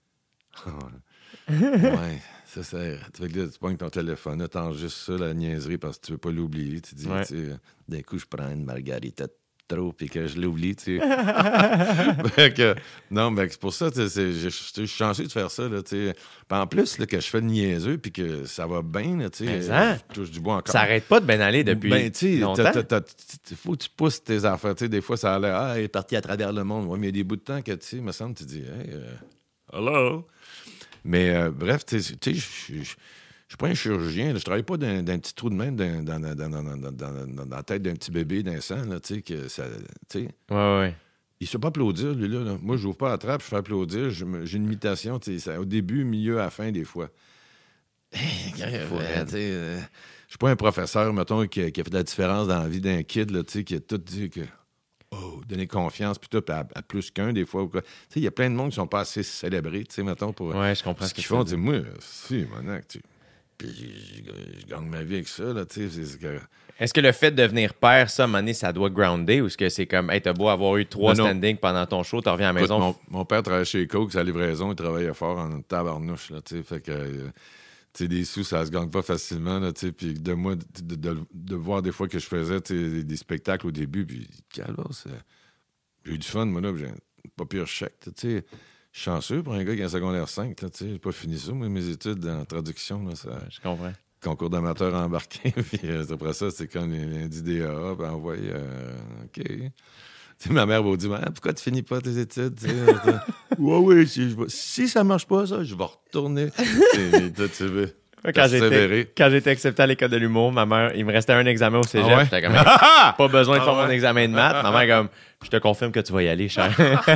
[SPEAKER 3] Ouais, ça, ça. Tu fais que là, tu pognes ton téléphone, là, t'enregistres ça, la niaiserie, parce que tu veux pas l'oublier. Tu dis,
[SPEAKER 2] Ouais.
[SPEAKER 3] tu sais, d'un coup, je prends une margarita de trop, puis que je l'oublie, tu sais. Fait que, non, mais c'est pour ça, tu sais, c'est- je je- je suis chanceux de faire ça, là, tu sais. Puis en plus, là, que je fais le niaiseux, puis que ça va bien, là, tu sais.
[SPEAKER 2] Mais hein?
[SPEAKER 3] Je touche du bois encore.
[SPEAKER 2] Ça arrête pas de bien aller depuis
[SPEAKER 3] Ben, tu sais,
[SPEAKER 2] longtemps.
[SPEAKER 3] il faut que tu pousses tes affaires. Tu sais, des fois, ça a l'air, ah, il est parti à travers le monde. Ouais, mais il y a des bouts de temps que, tu sais, me semble, tu dis, hey, euh, hello. Mais euh, bref, tu sais, tu sais, je je- je suis pas un chirurgien. Là. Je travaille pas d'un, d'un petit trou de même dans, dans, dans, dans, dans, dans, dans- dans la tête d'un petit bébé, d'un sang, là, tu sais, que ça, tu sais.
[SPEAKER 2] Ouais, ouais.
[SPEAKER 3] Il ne sait pas applaudir, lui, là. là. Moi, je n'ouvre pas la trappe, je fais applaudir. Je me- j'ai une imitation, tu sais, ça- au début, milieu, à la fin, des fois.
[SPEAKER 2] Faut-
[SPEAKER 3] Euh, tu sais, euh, je suis pas un professeur, mettons, qui a, qui a fait de la différence dans la vie d'un kid, là, tu sais, qui a tout dit que. Oh, donner confiance, puis tout, puis à, à plus qu'un, des fois. ou quoi. Tu sais, il y a plein de monde qui sont pas assez célébrés, tu sais, mettons, pour
[SPEAKER 2] Ouais, je comprends
[SPEAKER 3] ce
[SPEAKER 2] ce que
[SPEAKER 3] qu'ils
[SPEAKER 2] tu
[SPEAKER 3] font.
[SPEAKER 2] veux
[SPEAKER 3] Tu sais,
[SPEAKER 2] dire.
[SPEAKER 3] moi, si, mon acte, tu sais, puis je, je- je gagne ma vie avec ça, là, tu sais. c'est- c'est que-
[SPEAKER 2] Est-ce que le fait de devenir père, ça, à un moment donné, ça doit grounder ou est-ce que c'est comme, hey, t'as beau avoir eu trois
[SPEAKER 3] Non, non.
[SPEAKER 2] standings pendant ton show, tu reviens à la
[SPEAKER 3] Écoute,
[SPEAKER 2] maison?
[SPEAKER 3] mon, mon père travaillait chez Coke, sa livraison, il travaillait fort en tabarnouche, là, tu sais, fait que, euh, tu sais, des sous, ça se gagne pas facilement, là, tu sais, puis de moi, de, de, de- de voir des fois que je faisais, tu sais, des, des spectacles au début, puis, calvasse, euh, j'ai eu du fun, moi, là, puis j'ai un pas pire chèque, tu sais, chanceux pour un gars qui a un secondaire cinq, là, tu sais, j'ai pas fini ça, moi, mes études en traduction, là, ça...
[SPEAKER 2] Je comprends.
[SPEAKER 3] Concours d'amateur embarqué, puis euh, après ça, c'est comme lundi D A A, puis envoyé, euh, OK. Tu sais, ma mère va dire, ah, pourquoi tu finis pas tes études? Tu sais, ouais, oui, si, je vais- si ça marche pas, ça, je vais retourner. Tu sais, tu veux.
[SPEAKER 2] Quand j'étais,
[SPEAKER 3] persévérer.
[SPEAKER 2] quand j'étais accepté à l'école de l'humour, ma mère, il me restait un examen au cégep.
[SPEAKER 3] Ah ouais?
[SPEAKER 2] J'étais comme, hey, pas besoin de
[SPEAKER 3] Ah
[SPEAKER 2] faire
[SPEAKER 3] ouais?
[SPEAKER 2] mon examen de maths. Ma mère, comme, je te confirme que tu vas y aller, cher.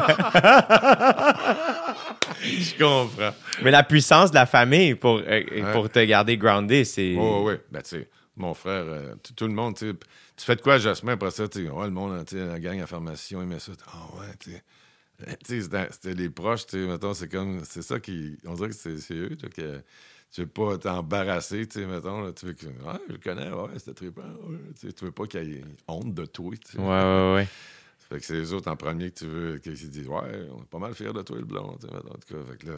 [SPEAKER 3] Je comprends.
[SPEAKER 2] Mais la puissance de la famille pour, euh, pour te garder groundé, c'est.
[SPEAKER 3] Oui, oui, oui. Ben, tu sais, mon frère, euh, tout, tout le monde, tu sais, tu fais de quoi, Jasmin, après ça, tu sais, ouais, le monde, tu sais, la gang à pharmacien aimait ça. Ah ouais, tu sais. Euh, tu sais, c'était- c'était les proches, tu sais, mettons, c'est comme, c'est ça qui, on dirait que c'est c'est eux, là, que tu veux pas t'embarrasser, tu sais, mettons, là, tu veux que, ouais, je le connais, ouais, c'était trippant, ouais, tu sais, tu veux pas qu'il y ait honte de toi, tu sais.
[SPEAKER 2] Ouais, ouais, ouais.
[SPEAKER 3] Fait que c'est les autres en premier que tu veux, qui disent, ouais, on est pas mal fiers de toi, le blond, tu sais, mettons, en tout cas, fait que là,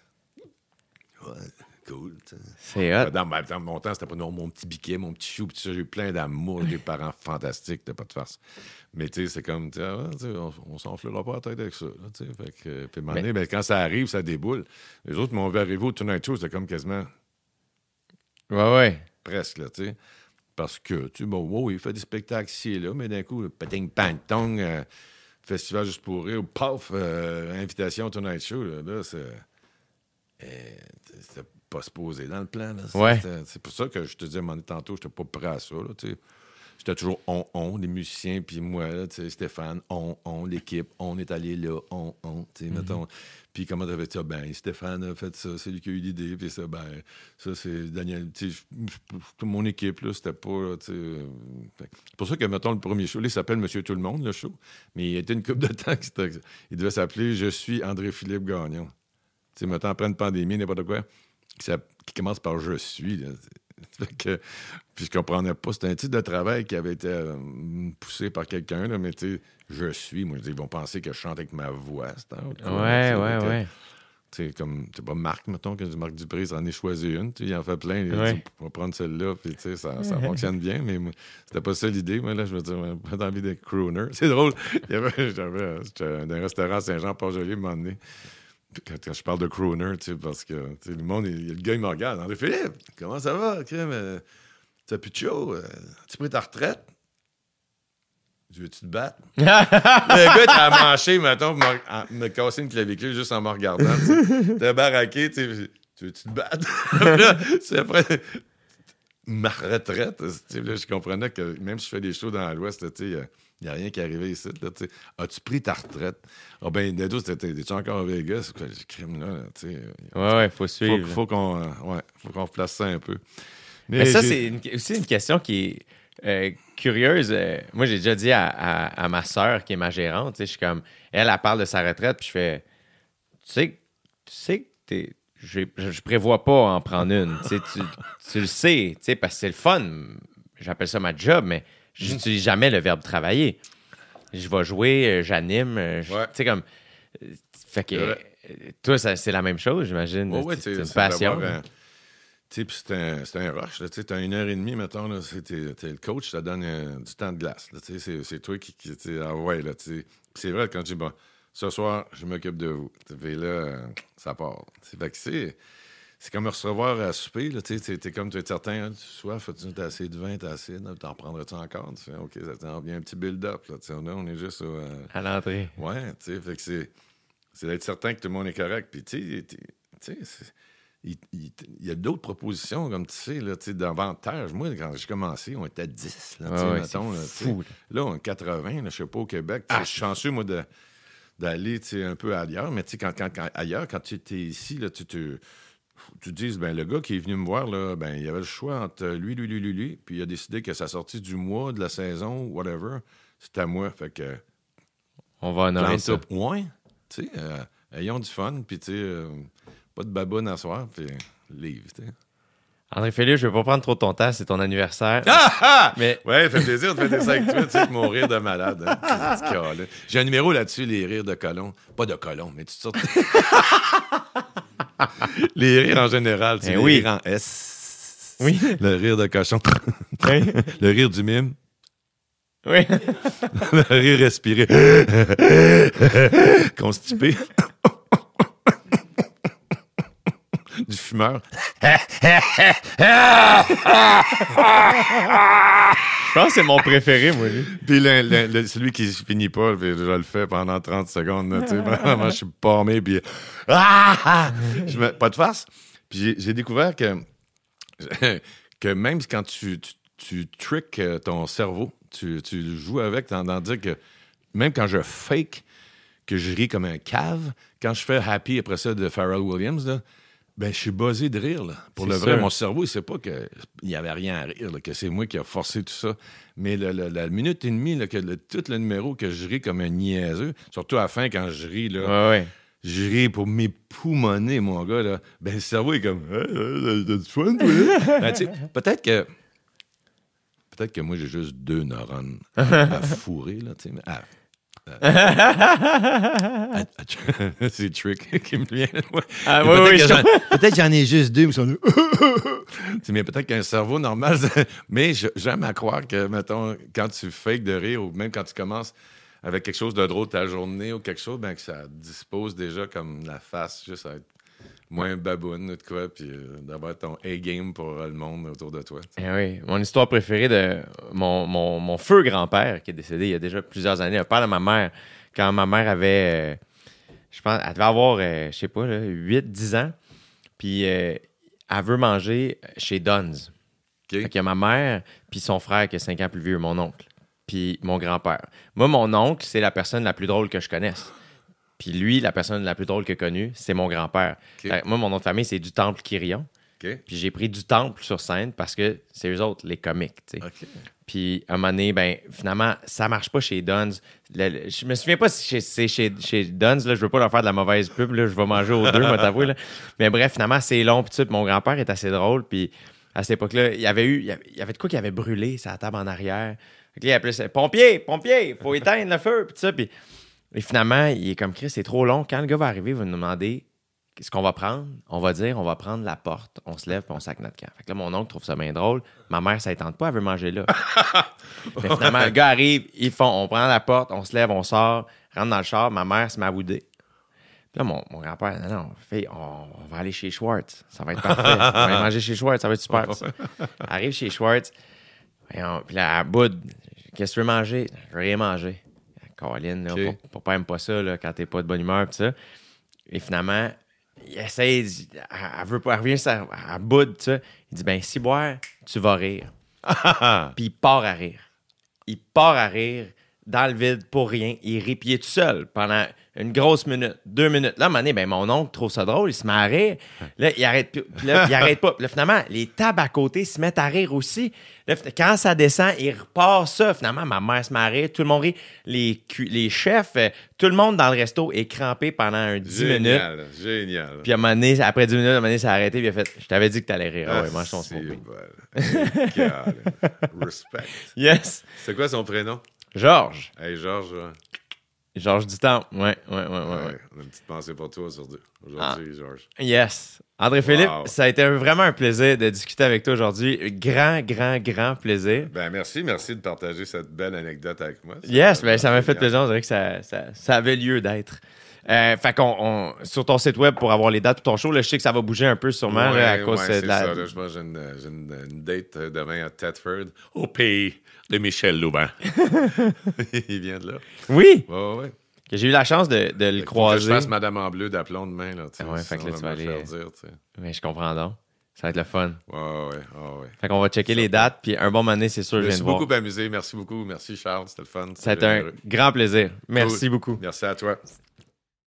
[SPEAKER 3] c'est... Ouais, cool, tu sais.
[SPEAKER 2] C'est hot.
[SPEAKER 3] Dans, ma- dans mon temps, c'était pas non, mon petit biquet, mon petit chou, puis ça, j'ai eu plein d'amour, des parents fantastiques, t'as pas de farce. Mais tu sais, c'est comme, tu sais, ah, tu sais, on, on s'enflera pas la tête avec ça, là, tu sais. Fait que, euh, puis à un moment donné, ben, quand ça arrive, ça déboule. Les autres m'ont vu arriver au Tonight Show, c'était comme quasiment
[SPEAKER 2] Ouais, ouais.
[SPEAKER 3] presque, là, tu sais. Parce que, tu sais, bon, wow, il fait des spectacles ici et là, mais d'un coup, pating pantong, euh, festival juste pour rire, paf, euh, invitation au Tonight Show, là, là c'est. euh, c'était pas supposé dans le plan, là. C'est-
[SPEAKER 2] Ouais.
[SPEAKER 3] c'était- C'est pour ça que je te disais, à un moment donné, tantôt, j'étais pas prêt à ça, là, tu sais. J'étais toujours on, on, les musiciens, puis moi, là, tu sais, Stéphane, on, on, l'équipe, on est allé là, on, on, tu sais, mettons. Puis comment t'avais fait ça? Ben, Stéphane a fait ça, c'est lui qui a eu l'idée, puis ça, ben, ça, c'est Daniel, tu sais, je- je- toute mon équipe, là, c'était pas, là, tu sais. euh, fait que c'est pour ça que, mettons, le premier show, là, il s'appelle Monsieur Tout-le-Monde, le show, mais il y a été une couple de temps que c'était- il devait s'appeler Je suis André-Philippe Gagnon. Tu sais, mettons, après une pandémie, n'importe quoi, qui, s'app- qui commence par Je suis, là. Fait que, puis je comprenais pas. C'était un titre de travail qui avait été euh, poussé par quelqu'un, là, mais tu sais, je suis. Moi, je dis, ils vont penser que je chante avec ma voix. c'est un autre quoi,
[SPEAKER 2] Ouais,
[SPEAKER 3] tu sais,
[SPEAKER 2] ouais,
[SPEAKER 3] fait que,
[SPEAKER 2] ouais.
[SPEAKER 3] Tu sais, comme, c'est pas Marc, mettons, que Marc Dupré, ça en est choisi une. Tu sais, il en fait plein. Il
[SPEAKER 2] Ouais.
[SPEAKER 3] dit, on va prendre celle-là, puis tu sais, ça, ça fonctionne bien, mais moi, c'était pas ça l'idée. Moi, là, je me disais, j'ai pas envie d'être crooner. C'est drôle. Il y avait, j'avais, j'étais dans un restaurant à Saint-Jean-Port-Joli, à un moment donné. Puis Quand, quand je parle de crooner, tu sais, parce que tu sais, le monde, il- le gars, il me regarde. André-Philippe, comment ça va? Crème, euh, t'as plus de chaud? Euh, tu pris ta retraite? Je veux-tu te battre? Le gars était à mancher, mettons, pour me, en- me casser une clavicule juste en me regardant. tu sais. T'es baraqué, tu sais. Tu veux-tu te battre? Là, c'est après ma retraite. tu sais, Là, je comprenais que même si je fais des shows dans l'Ouest, tu sais, il y a Il n'y a rien qui est arrivé ici. Là, as-tu pris ta retraite? Ah ben, Dedo, t'es-tu encore à Vegas? Quoi, j'ai crime là, tu sais.
[SPEAKER 2] Ouais, ouais, faut suivre.
[SPEAKER 3] Faut, faut qu'on, euh, ouais, faut qu'on replace ça un peu.
[SPEAKER 2] Mais, Mais ça, j'ai... c'est une, aussi une question qui est euh, curieuse. Euh, moi, j'ai déjà dit à, à, à ma sœur, qui est ma gérante, je suis comme, elle, elle parle de sa retraite, puis je fais, tu sais, tu sais que t'es... Je, je, je prévois pas en prendre une. Tu, tu le sais, parce que c'est le fun. J'appelle ça ma job, mais je n'utilise jamais le verbe travailler. Je vais jouer, j'anime. Je, ouais. Tu sais, comme. Fait que. Euh, toi, ça, c'est la même chose, j'imagine.
[SPEAKER 3] Oh, ouais,
[SPEAKER 2] c'est une passion.
[SPEAKER 3] Tu sais, puis c'est un, c'est un rush. Tu sais, as une heure et demie, mettons. Là, t'es, t'es le coach, ça donne euh, du temps de glace. Tu sais, c'est, c'est toi qui. qui ah ouais, là, tu sais. C'est vrai, quand je dis, bon. Ce soir, je m'occupe de vous. Puis là, euh, ça part. T'sais, fait que c'est, c'est comme me recevoir à souper. Là, t'es, t'es comme tu es certain, hein, tu soif, tu as assez de vin, t'as assez, là, t'en prendrais-tu encore? Tu fais, OK, ça t'en vient un petit build-up. Là, là, on est juste au, euh...
[SPEAKER 2] à l'entrée.
[SPEAKER 3] Ouais, tu sais, fait que c'est, c'est d'être certain que tout le monde est correct. Puis, tu sais, il, il, il y a d'autres propositions, comme tu sais, là, d'avantage. Moi, quand j'ai commencé, on était à dix. Là,
[SPEAKER 2] ah ouais,
[SPEAKER 3] mettons, là,
[SPEAKER 2] fou.
[SPEAKER 3] Là, on est quatre-vingts, je sais pas, au Québec. Ah, je suis chanceux, moi, de... d'aller un peu ailleurs, mais quand, quand, quand, ailleurs, quand tu étais ici, là, tu te tu dis, ben le gars qui est venu me voir, là, ben, il avait le choix entre lui, lui, lui, lui, lui, puis il a décidé que sa sortie du mois, de la saison, whatever, c'était à moi. Fait que.
[SPEAKER 2] On va honorer ça.
[SPEAKER 3] Ouais, tu sais, euh, ayons du fun, puis tu sais, euh, pas de baboune à soir, puis livre, tu sais.
[SPEAKER 2] André Félix, je vais pas prendre trop de ton temps, c'est ton anniversaire.
[SPEAKER 3] Ah, ah!
[SPEAKER 2] Mais...
[SPEAKER 3] Ouais, fait plaisir de fêter ça avec toi, tu sais, mon rire de malade. Hein, j'ai un numéro là-dessus, les rires de colon. Pas de colon, mais tu sortes. Les rires en général, c'est eh les oui. rires en S.
[SPEAKER 2] Oui.
[SPEAKER 3] Le rire de cochon.
[SPEAKER 2] Oui.
[SPEAKER 3] Le rire du mime.
[SPEAKER 2] Oui.
[SPEAKER 3] Le rire respiré. Constipé. Du fumeur.
[SPEAKER 2] Je pense que c'est mon préféré, moi, lui.
[SPEAKER 3] Puis le, le, le, celui qui finit pas, puis je le fais pendant trente secondes. Là, vraiment, je suis parmé, puis... Ah! Je mets pas de face. Puis j'ai, j'ai découvert que, que même quand tu, tu, tu tricks ton cerveau, tu, tu joues avec, t'en, t'en dire que même quand je fake que je ris comme un cave, quand je fais Happy après ça de Pharrell Williams, là, ben, je suis buzzé de rire, là. Pour c'est le vrai, sûr. Mon cerveau, il sait pas qu'il n'y avait rien à rire, là, que c'est moi qui a forcé tout ça. Mais le, le, la minute et demie, là, que le, tout le numéro que je ris comme un niaiseux, surtout à la fin, quand je ris, là,
[SPEAKER 2] ouais, ouais.
[SPEAKER 3] je ris pour m'époumoner, mon gars, là. Ben, le cerveau est comme, hey, hey, t'as du fun, toi? Ben, tu sais, peut-être que, peut-être que moi, j'ai juste deux neurones à fourrer, là, tu sais, mais... Ah, c'est Trick qui me vient.
[SPEAKER 2] Ah, oui,
[SPEAKER 3] peut-être,
[SPEAKER 2] oui,
[SPEAKER 3] que
[SPEAKER 2] j'en...
[SPEAKER 3] peut-être j'en ai juste deux. Mais, mais peut-être qu'un cerveau normal. Mais j'aime à croire que, mettons, quand tu fakes de rire ou même quand tu commences avec quelque chose de drôle ta journée ou quelque chose, ben que ça dispose déjà comme la face juste à être moins baboune ou de quoi, puis euh, d'avoir ton A-game pour euh, le monde autour de toi.
[SPEAKER 2] Eh oui, mon histoire préférée de mon, mon, mon feu grand-père, qui est décédé il y a déjà plusieurs années, le père de ma mère, quand ma mère avait, euh, je pense, elle devait avoir, euh, je sais pas, huit dix ans, puis euh, elle veut manger chez Dunn's.
[SPEAKER 3] Okay.
[SPEAKER 2] Fait qu'il y a ma mère, puis son frère qui est cinq ans plus vieux, mon oncle, puis mon grand-père. Moi, mon oncle, c'est la personne la plus drôle que je connaisse. Puis lui, la personne la plus drôle que connue, c'est mon grand-père. Okay. Moi, mon nom de famille, c'est du Temple Quirion.
[SPEAKER 3] Okay.
[SPEAKER 2] Puis j'ai pris du Temple sur scène parce que c'est eux autres, les comiques, tu sais.
[SPEAKER 3] Okay.
[SPEAKER 2] Puis à un moment donné, ben, finalement, ça marche pas chez Dunn's. Le, le, je me souviens pas si c'est chez, chez Dunn's, là, je veux pas leur faire de la mauvaise pub, là, je vais manger aux deux, moi t'avouer, là. Mais bref, finalement, c'est long, puis tout. Mon grand-père est assez drôle, puis à cette époque-là, il y avait eu, il y avait, il y avait de quoi qui avait brûlé sa table en arrière. Fait que là, il appelait ça « Pompier! Pompier! Faut éteindre le feu! » Puis ça, puis... Et finalement, il est comme Chris, c'est trop long. Quand le gars va arriver, il va nous demander ce qu'on va prendre. On va dire, on va prendre la porte. On se lève puis on sac notre camp. Fait que là, mon oncle trouve ça bien drôle. Ma mère, ça ne tente pas, elle veut manger là. Mais finalement, le gars arrive, ils font, on prend la porte, on se lève, on sort, rentre dans le char. Ma mère se met à bouder. Puis là, mon, mon grand-père, non, non, fait, on, on va aller chez Schwartz. Ça va être parfait. On va aller manger chez Schwartz, ça va être super. Arrive chez Schwartz. Puis là, elle boude. Qu'est-ce que tu veux manger? Je veux rien manger. Caroline, là, okay. Papa, papa aime pas ça là, quand t'es pas de bonne humeur, pis ça. Et finalement, il essaie, elle, elle veut pas, elle revient, ça, elle boude, ça. Il dit, ben, si boire, tu vas rire. Puis il part à rire. Il part à rire dans le vide pour rien. Il rit, puis il est tout seul pendant une grosse minute, deux minutes. Là, à un moment donné, ben, mon oncle trouve ça drôle, il se met à rire. Là, il arrête, puis là, il arrête pas. Puis là, finalement, les tables à côté se mettent à rire aussi. Là, quand ça descend, il repart ça. Finalement, ma mère se met à rire, tout le monde rit. Les, cu- les chefs, euh, tout le monde dans le resto est crampé pendant un dix minutes.
[SPEAKER 3] Génial, génial.
[SPEAKER 2] Puis à un moment donné, après dix minutes, à un moment donné, ça a arrêté, puis il a fait « Je t'avais dit que t'allais rire. » Ah ouais,
[SPEAKER 3] Ah,
[SPEAKER 2] mange ton
[SPEAKER 3] c'est
[SPEAKER 2] smokey.
[SPEAKER 3] bon. Égal. Respect.
[SPEAKER 2] Yes!
[SPEAKER 3] C'est quoi son prénom?
[SPEAKER 2] Georges.
[SPEAKER 3] Hey, Georges. ouais.
[SPEAKER 2] Georges Dutemps. Ouais, ouais, ouais, ouais. ouais.
[SPEAKER 3] Ouais, on a une petite pensée pour toi aujourd'hui, aujourd'hui Georges.
[SPEAKER 2] Yes. André-Philippe,
[SPEAKER 3] Wow.
[SPEAKER 2] ça a été un- vraiment un plaisir de discuter avec toi aujourd'hui. Grand, grand, grand plaisir.
[SPEAKER 3] Ben merci, merci de partager cette belle anecdote avec moi.
[SPEAKER 2] Yes, ben, ça m'a fait
[SPEAKER 3] génial.
[SPEAKER 2] plaisir. On dirait que ça, ça, ça avait lieu d'être. Euh, fait qu'on, on- sur ton site web pour avoir les dates pour ton show, là, je sais que ça va bouger un peu sûrement
[SPEAKER 3] Ouais,
[SPEAKER 2] là, à cause
[SPEAKER 3] ouais,
[SPEAKER 2] euh,
[SPEAKER 3] c'est
[SPEAKER 2] de la.
[SPEAKER 3] ça, là, je pense que j'ai une, j'ai une- une date euh, demain à Thetford.
[SPEAKER 7] Au pays de Michel Louvain.
[SPEAKER 3] Il vient de là.
[SPEAKER 2] Oui!
[SPEAKER 3] Ouais, ouais.
[SPEAKER 2] Que j'ai eu la chance de, de le
[SPEAKER 3] Faut que je
[SPEAKER 2] croiser.
[SPEAKER 3] fasse Madame en bleu d'aplomb demain. Là, tu sais,
[SPEAKER 2] Ah ouais, fait que
[SPEAKER 3] sinon,
[SPEAKER 2] là, tu
[SPEAKER 3] on va
[SPEAKER 2] vas
[SPEAKER 3] me
[SPEAKER 2] aller-
[SPEAKER 3] faire dire, tu sais.
[SPEAKER 2] Mais je comprends donc. Ça va être le fun.
[SPEAKER 3] Ouais, ouais, ouais, ouais.
[SPEAKER 2] Fait qu'on va checker les dates, puis un bon moment donné, c'est sûr,
[SPEAKER 3] Je
[SPEAKER 2] je
[SPEAKER 3] me
[SPEAKER 2] viens
[SPEAKER 3] suis
[SPEAKER 2] de voir.
[SPEAKER 3] beaucoup amusé. Merci beaucoup. Merci, Charles. C'était le fun.
[SPEAKER 2] Ça a été un
[SPEAKER 3] généreux.
[SPEAKER 2] grand plaisir. Merci
[SPEAKER 3] Cool.
[SPEAKER 2] beaucoup.
[SPEAKER 3] Merci à toi.